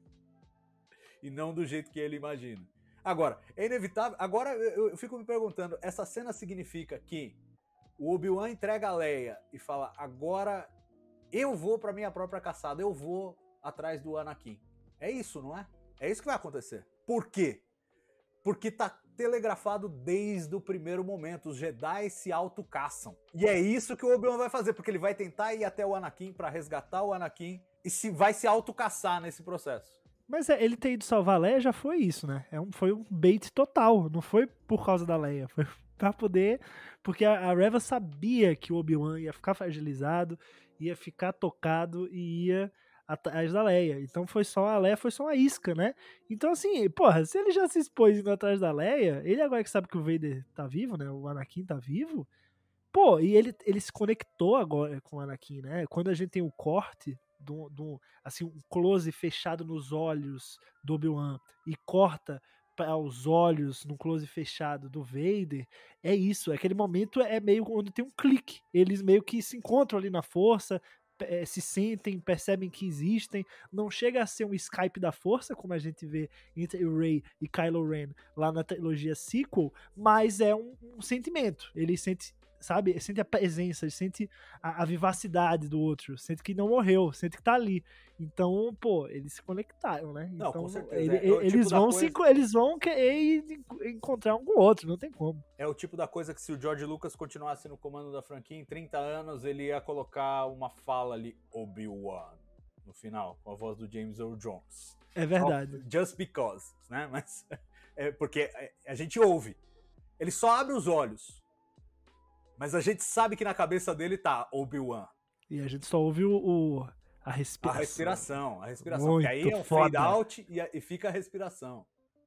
E não do jeito que ele imagina. Agora, é inevitável. Agora eu, eu fico me perguntando, essa cena significa que o Obi-Wan entrega a Leia e fala, agora eu vou pra minha própria caçada, eu vou atrás do Anakin. É isso, não é? É isso que vai acontecer. Por quê? Porque tá telegrafado desde o primeiro momento. Os Jedi se autocaçam. E é isso que o Obi-Wan vai fazer, porque ele vai tentar ir até o Anakin pra resgatar o Anakin e se vai se autocaçar nesse processo.
Mas é, ele ter ido salvar a Leia já foi isso, né? É um, foi um bait total. Não foi por causa da Leia. Foi pra poder... Porque a, a Reva sabia que o Obi-Wan ia ficar fragilizado, ia ficar tocado e ia atrás da Leia. Então foi só a Leia, foi só uma isca, né? Então assim, porra, se ele já se expôs indo atrás da Leia, ele agora que sabe que o Vader tá vivo, né? O Anakin tá vivo. Pô, e ele, ele se conectou agora com o Anakin, né? Quando a gente tem o corte do, do assim, um close fechado nos olhos do Obi-Wan e corta para os olhos num close fechado do Vader, é isso, aquele momento é meio onde tem um clique, eles meio que se encontram ali na força, é, se sentem, percebem que existem, não chega a ser um Skype da força, como a gente vê entre o Rey e Kylo Ren lá na trilogia sequel, mas é um, um sentimento, ele sente, sabe, sente a presença, ele sente a, a vivacidade do outro, sente que não morreu, sente que tá ali. Então, pô, eles se conectaram, né?
Não,
então,
com certeza.
ele,
É, é o
eles,
tipo da
vão
coisa-
se, eles vão querer encontrar um com o outro, não tem como.
É o tipo da coisa que se o George Lucas continuasse no comando da franquia, em trinta anos ele ia colocar uma fala ali, Obi-Wan, no final, com a voz do James Earl Jones.
É verdade.
Só, just because, né? Mas, é porque a gente ouve. Ele só abre os olhos. Mas a gente sabe que na cabeça dele tá Obi-Wan.
E a gente só ouve o, o- a respiração.
A respiração, a respiração.
Muito
Porque aí é um
foda.
fade out e, e fica a respiração.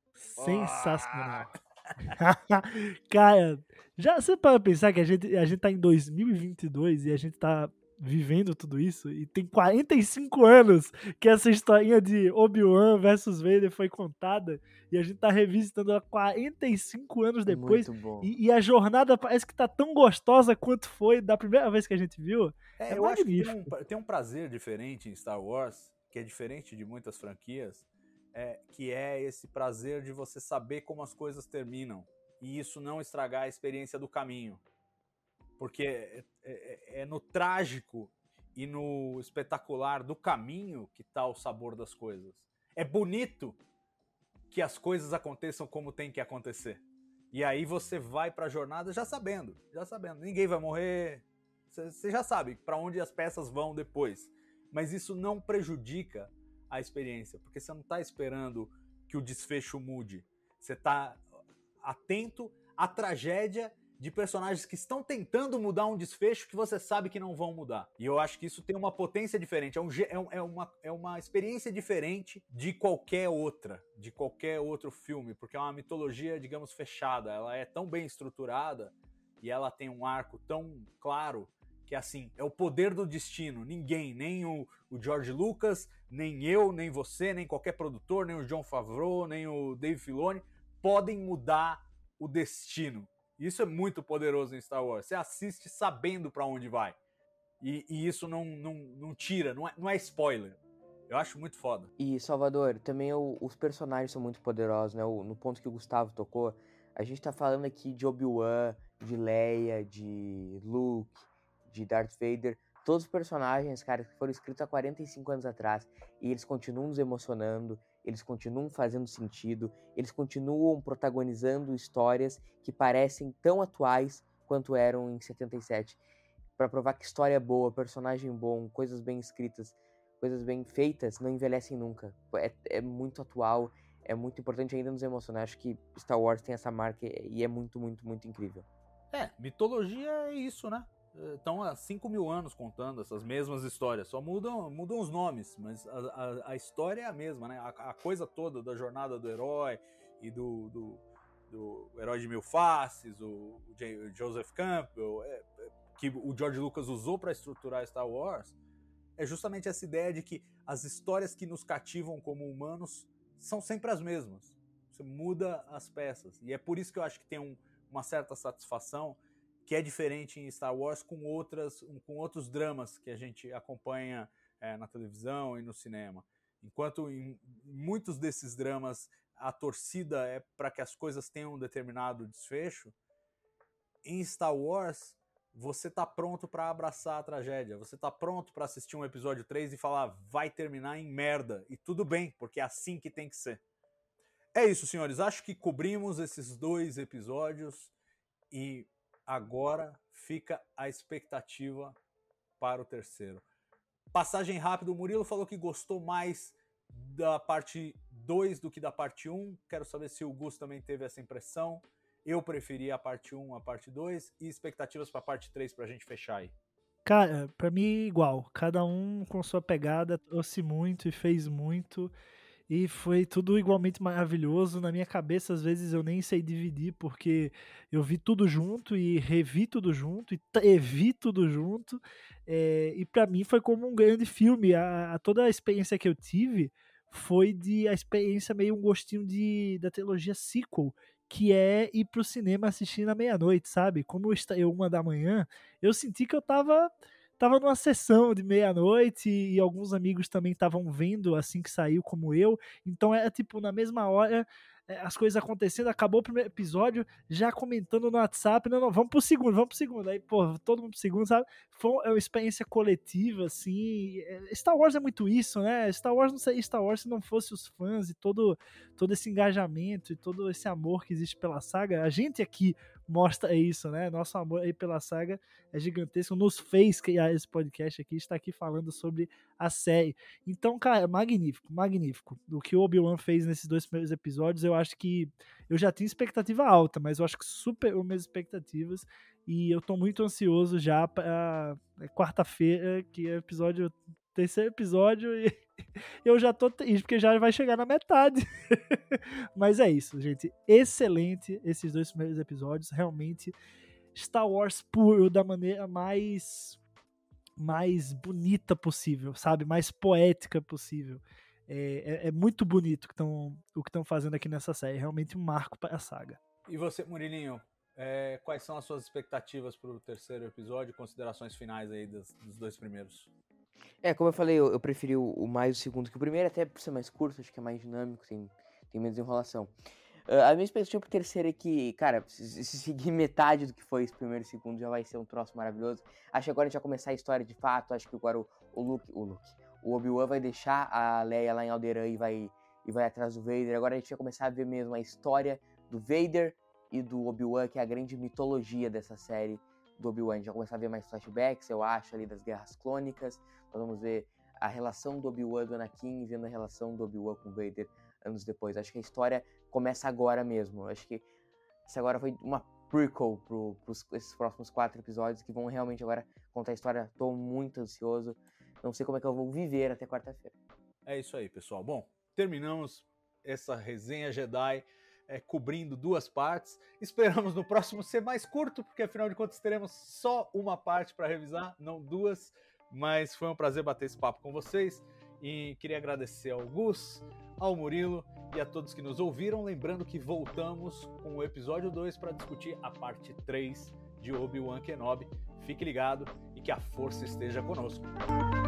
Sensacional. Cara, já você para pensar que a gente, a gente tá em dois mil e vinte e dois e a gente tá vivendo tudo isso e tem quarenta e cinco anos que essa historinha de Obi-Wan versus Vader foi contada e a gente tá revisitando ela quarenta e cinco anos depois
Muito bom.
e, e a jornada parece que tá tão gostosa quanto foi da primeira vez que a gente viu.
É,
É
eu acho que tem
magnífico.
um, tem um prazer diferente em Star Wars, que é diferente de muitas franquias, é, que é esse prazer de você saber como as coisas terminam. e isso não estragar a experiência do caminho. Porque é, é, é no trágico e no espetacular do caminho que está o sabor das coisas. É bonito que as coisas aconteçam como tem que acontecer. E aí você vai para a jornada já sabendo, já sabendo. Ninguém vai morrer, você já sabe para onde as peças vão depois. Mas isso não prejudica a experiência, porque você não está esperando que o desfecho mude. Você está atento à tragédia de personagens que estão tentando mudar um desfecho que você sabe que não vão mudar. E eu acho que isso tem uma potência diferente, é, um, é, uma, é uma experiência diferente de qualquer outra, de qualquer outro filme, porque é uma mitologia, digamos, fechada. Ela é tão bem estruturada e ela tem um arco tão claro que, assim, é o poder do destino. Ninguém, nem o, o George Lucas, nem eu, nem você, nem qualquer produtor, nem o Jon Favreau, nem o Dave Filoni, podem mudar o destino. Isso é muito poderoso em Star Wars. Você assiste sabendo pra onde vai. E, e isso não, não, não tira, não é, não é spoiler. Eu acho muito foda.
E, Salvador, também o, os personagens são muito poderosos, né? O, no ponto que o Gustavo tocou, a gente tá falando aqui de Obi-Wan, de Leia, de Luke, de Darth Vader. Todos os personagens, cara, que foram escritos há quarenta e cinco anos atrás. E eles continuam nos emocionando, eles continuam fazendo sentido, eles continuam protagonizando histórias que parecem tão atuais quanto eram em setenta e sete. Pra provar que história é boa, personagem bom, coisas bem escritas, coisas bem feitas, não envelhecem nunca. É, é muito atual, é muito importante ainda nos emocionar. Acho que Star Wars tem essa marca e é muito, muito, muito incrível.
É, mitologia é isso, né? Estão há cinco mil anos contando essas mesmas histórias, só mudam, mudam os nomes, mas a, a, a história é a mesma, né? A, a coisa toda da jornada do herói e do, do, do herói de mil faces, o, o Joseph Campbell, é, é, que o George Lucas usou para estruturar Star Wars, é justamente essa ideia de que as histórias que nos cativam como humanos são sempre as mesmas. Você muda as peças, e é por isso que eu acho que tem um, uma certa satisfação que é diferente em Star Wars com, outras, com outros dramas que a gente acompanha é, na televisão e no cinema. Enquanto em muitos desses dramas a torcida é para que as coisas tenham um determinado desfecho, em Star Wars você tá pronto para abraçar a tragédia, você tá pronto para assistir um episódio três e falar vai terminar em merda, e tudo bem, porque é assim que tem que ser. É isso, senhores, acho que cobrimos esses dois episódios e agora fica a expectativa para o terceiro. Passagem rápida, o Murilo falou que gostou mais da parte dois do que da parte um. Quero saber se o Gus também teve essa impressão. Eu preferi a parte um, a parte dois. E expectativas para a parte três pra gente fechar aí.
Cara, pra mim igual. Cada um com sua pegada, trouxe muito e fez muito. E foi tudo igualmente maravilhoso. Na minha cabeça, às vezes, eu nem sei dividir, porque eu vi tudo junto e revi tudo junto e revi tudo junto. É, e pra mim foi como um grande filme. A, a, toda a experiência que eu tive foi de a experiência meio um gostinho de, da trilogia sequel, que é ir pro cinema assistir na meia-noite, sabe? Como eu estreou uma da manhã, eu senti que eu tava... Tava numa sessão de meia-noite e alguns amigos também estavam vendo assim que saiu, como eu. Então era tipo, na mesma hora, as coisas acontecendo, acabou o primeiro episódio, já comentando no WhatsApp, não, não, vamos pro segundo, vamos pro segundo. Aí, pô, todo mundo pro segundo, sabe? Foi uma experiência coletiva, assim. Star Wars é muito isso, né? Star Wars não seria Star Wars se não fosse os fãs e todo, todo esse engajamento e todo esse amor que existe pela saga. A gente aqui mostra isso, né? Nosso amor aí pela saga é gigantesco, nos fez criar esse podcast aqui, está aqui falando sobre a série. Então, cara, magnífico, magnífico. O que o Obi-Wan fez nesses dois primeiros episódios, eu acho que eu já tinha expectativa alta, mas eu acho que superou minhas expectativas e eu tô muito ansioso já para quarta-feira, que é o episódio, terceiro episódio, e eu já tô triste, porque já vai chegar na metade. Mas é isso, gente. Excelente esses dois primeiros episódios. Realmente, Star Wars puro, da maneira mais, mais bonita possível, sabe? Mais poética possível. É, é, é muito bonito que tão, o que estão fazendo aqui nessa série. Realmente um marco para a saga.
E você, Murilinho, é, quais são as suas expectativas para o terceiro episódio? Considerações finais aí dos, dos dois primeiros?
É, como eu falei, eu, eu preferi o, o mais o segundo que o primeiro, até por ser mais curto, acho que é mais dinâmico, tem, tem menos enrolação. Uh, a minha expectativa pro terceiro é que, cara, se, se seguir metade do que foi esse primeiro e segundo, já vai ser um troço maravilhoso. Acho que agora a gente vai começar a história de fato. Acho que agora o, o Luke, o Luke, o Obi-Wan vai deixar a Leia lá em Alderaan e vai, e vai atrás do Vader. Agora a gente vai começar a ver mesmo a história do Vader e do Obi-Wan, que é a grande mitologia dessa série do Obi-Wan. A gente vai começar a ver mais flashbacks, eu acho, ali das Guerras Clônicas. Nós vamos ver a relação do Obi-Wan do Anakin, vendo a relação do Obi-Wan com o Vader anos depois. Acho que a história começa agora mesmo. Acho que isso agora foi uma prequel para esses próximos quatro episódios que vão realmente agora contar a história. Tô muito ansioso. Não sei como é que eu vou viver até quarta-feira.
É isso aí, pessoal. Bom, terminamos essa resenha Jedi é, cobrindo duas partes. Esperamos no próximo ser mais curto, porque afinal de contas teremos só uma parte para revisar, não duas. Mas foi um prazer bater esse papo com vocês. E queria agradecer ao Gus, ao Murilo e a todos que nos ouviram. Lembrando que voltamos com o episódio dois para discutir a parte três de Obi-Wan Kenobi. Fique ligado e que a força esteja conosco.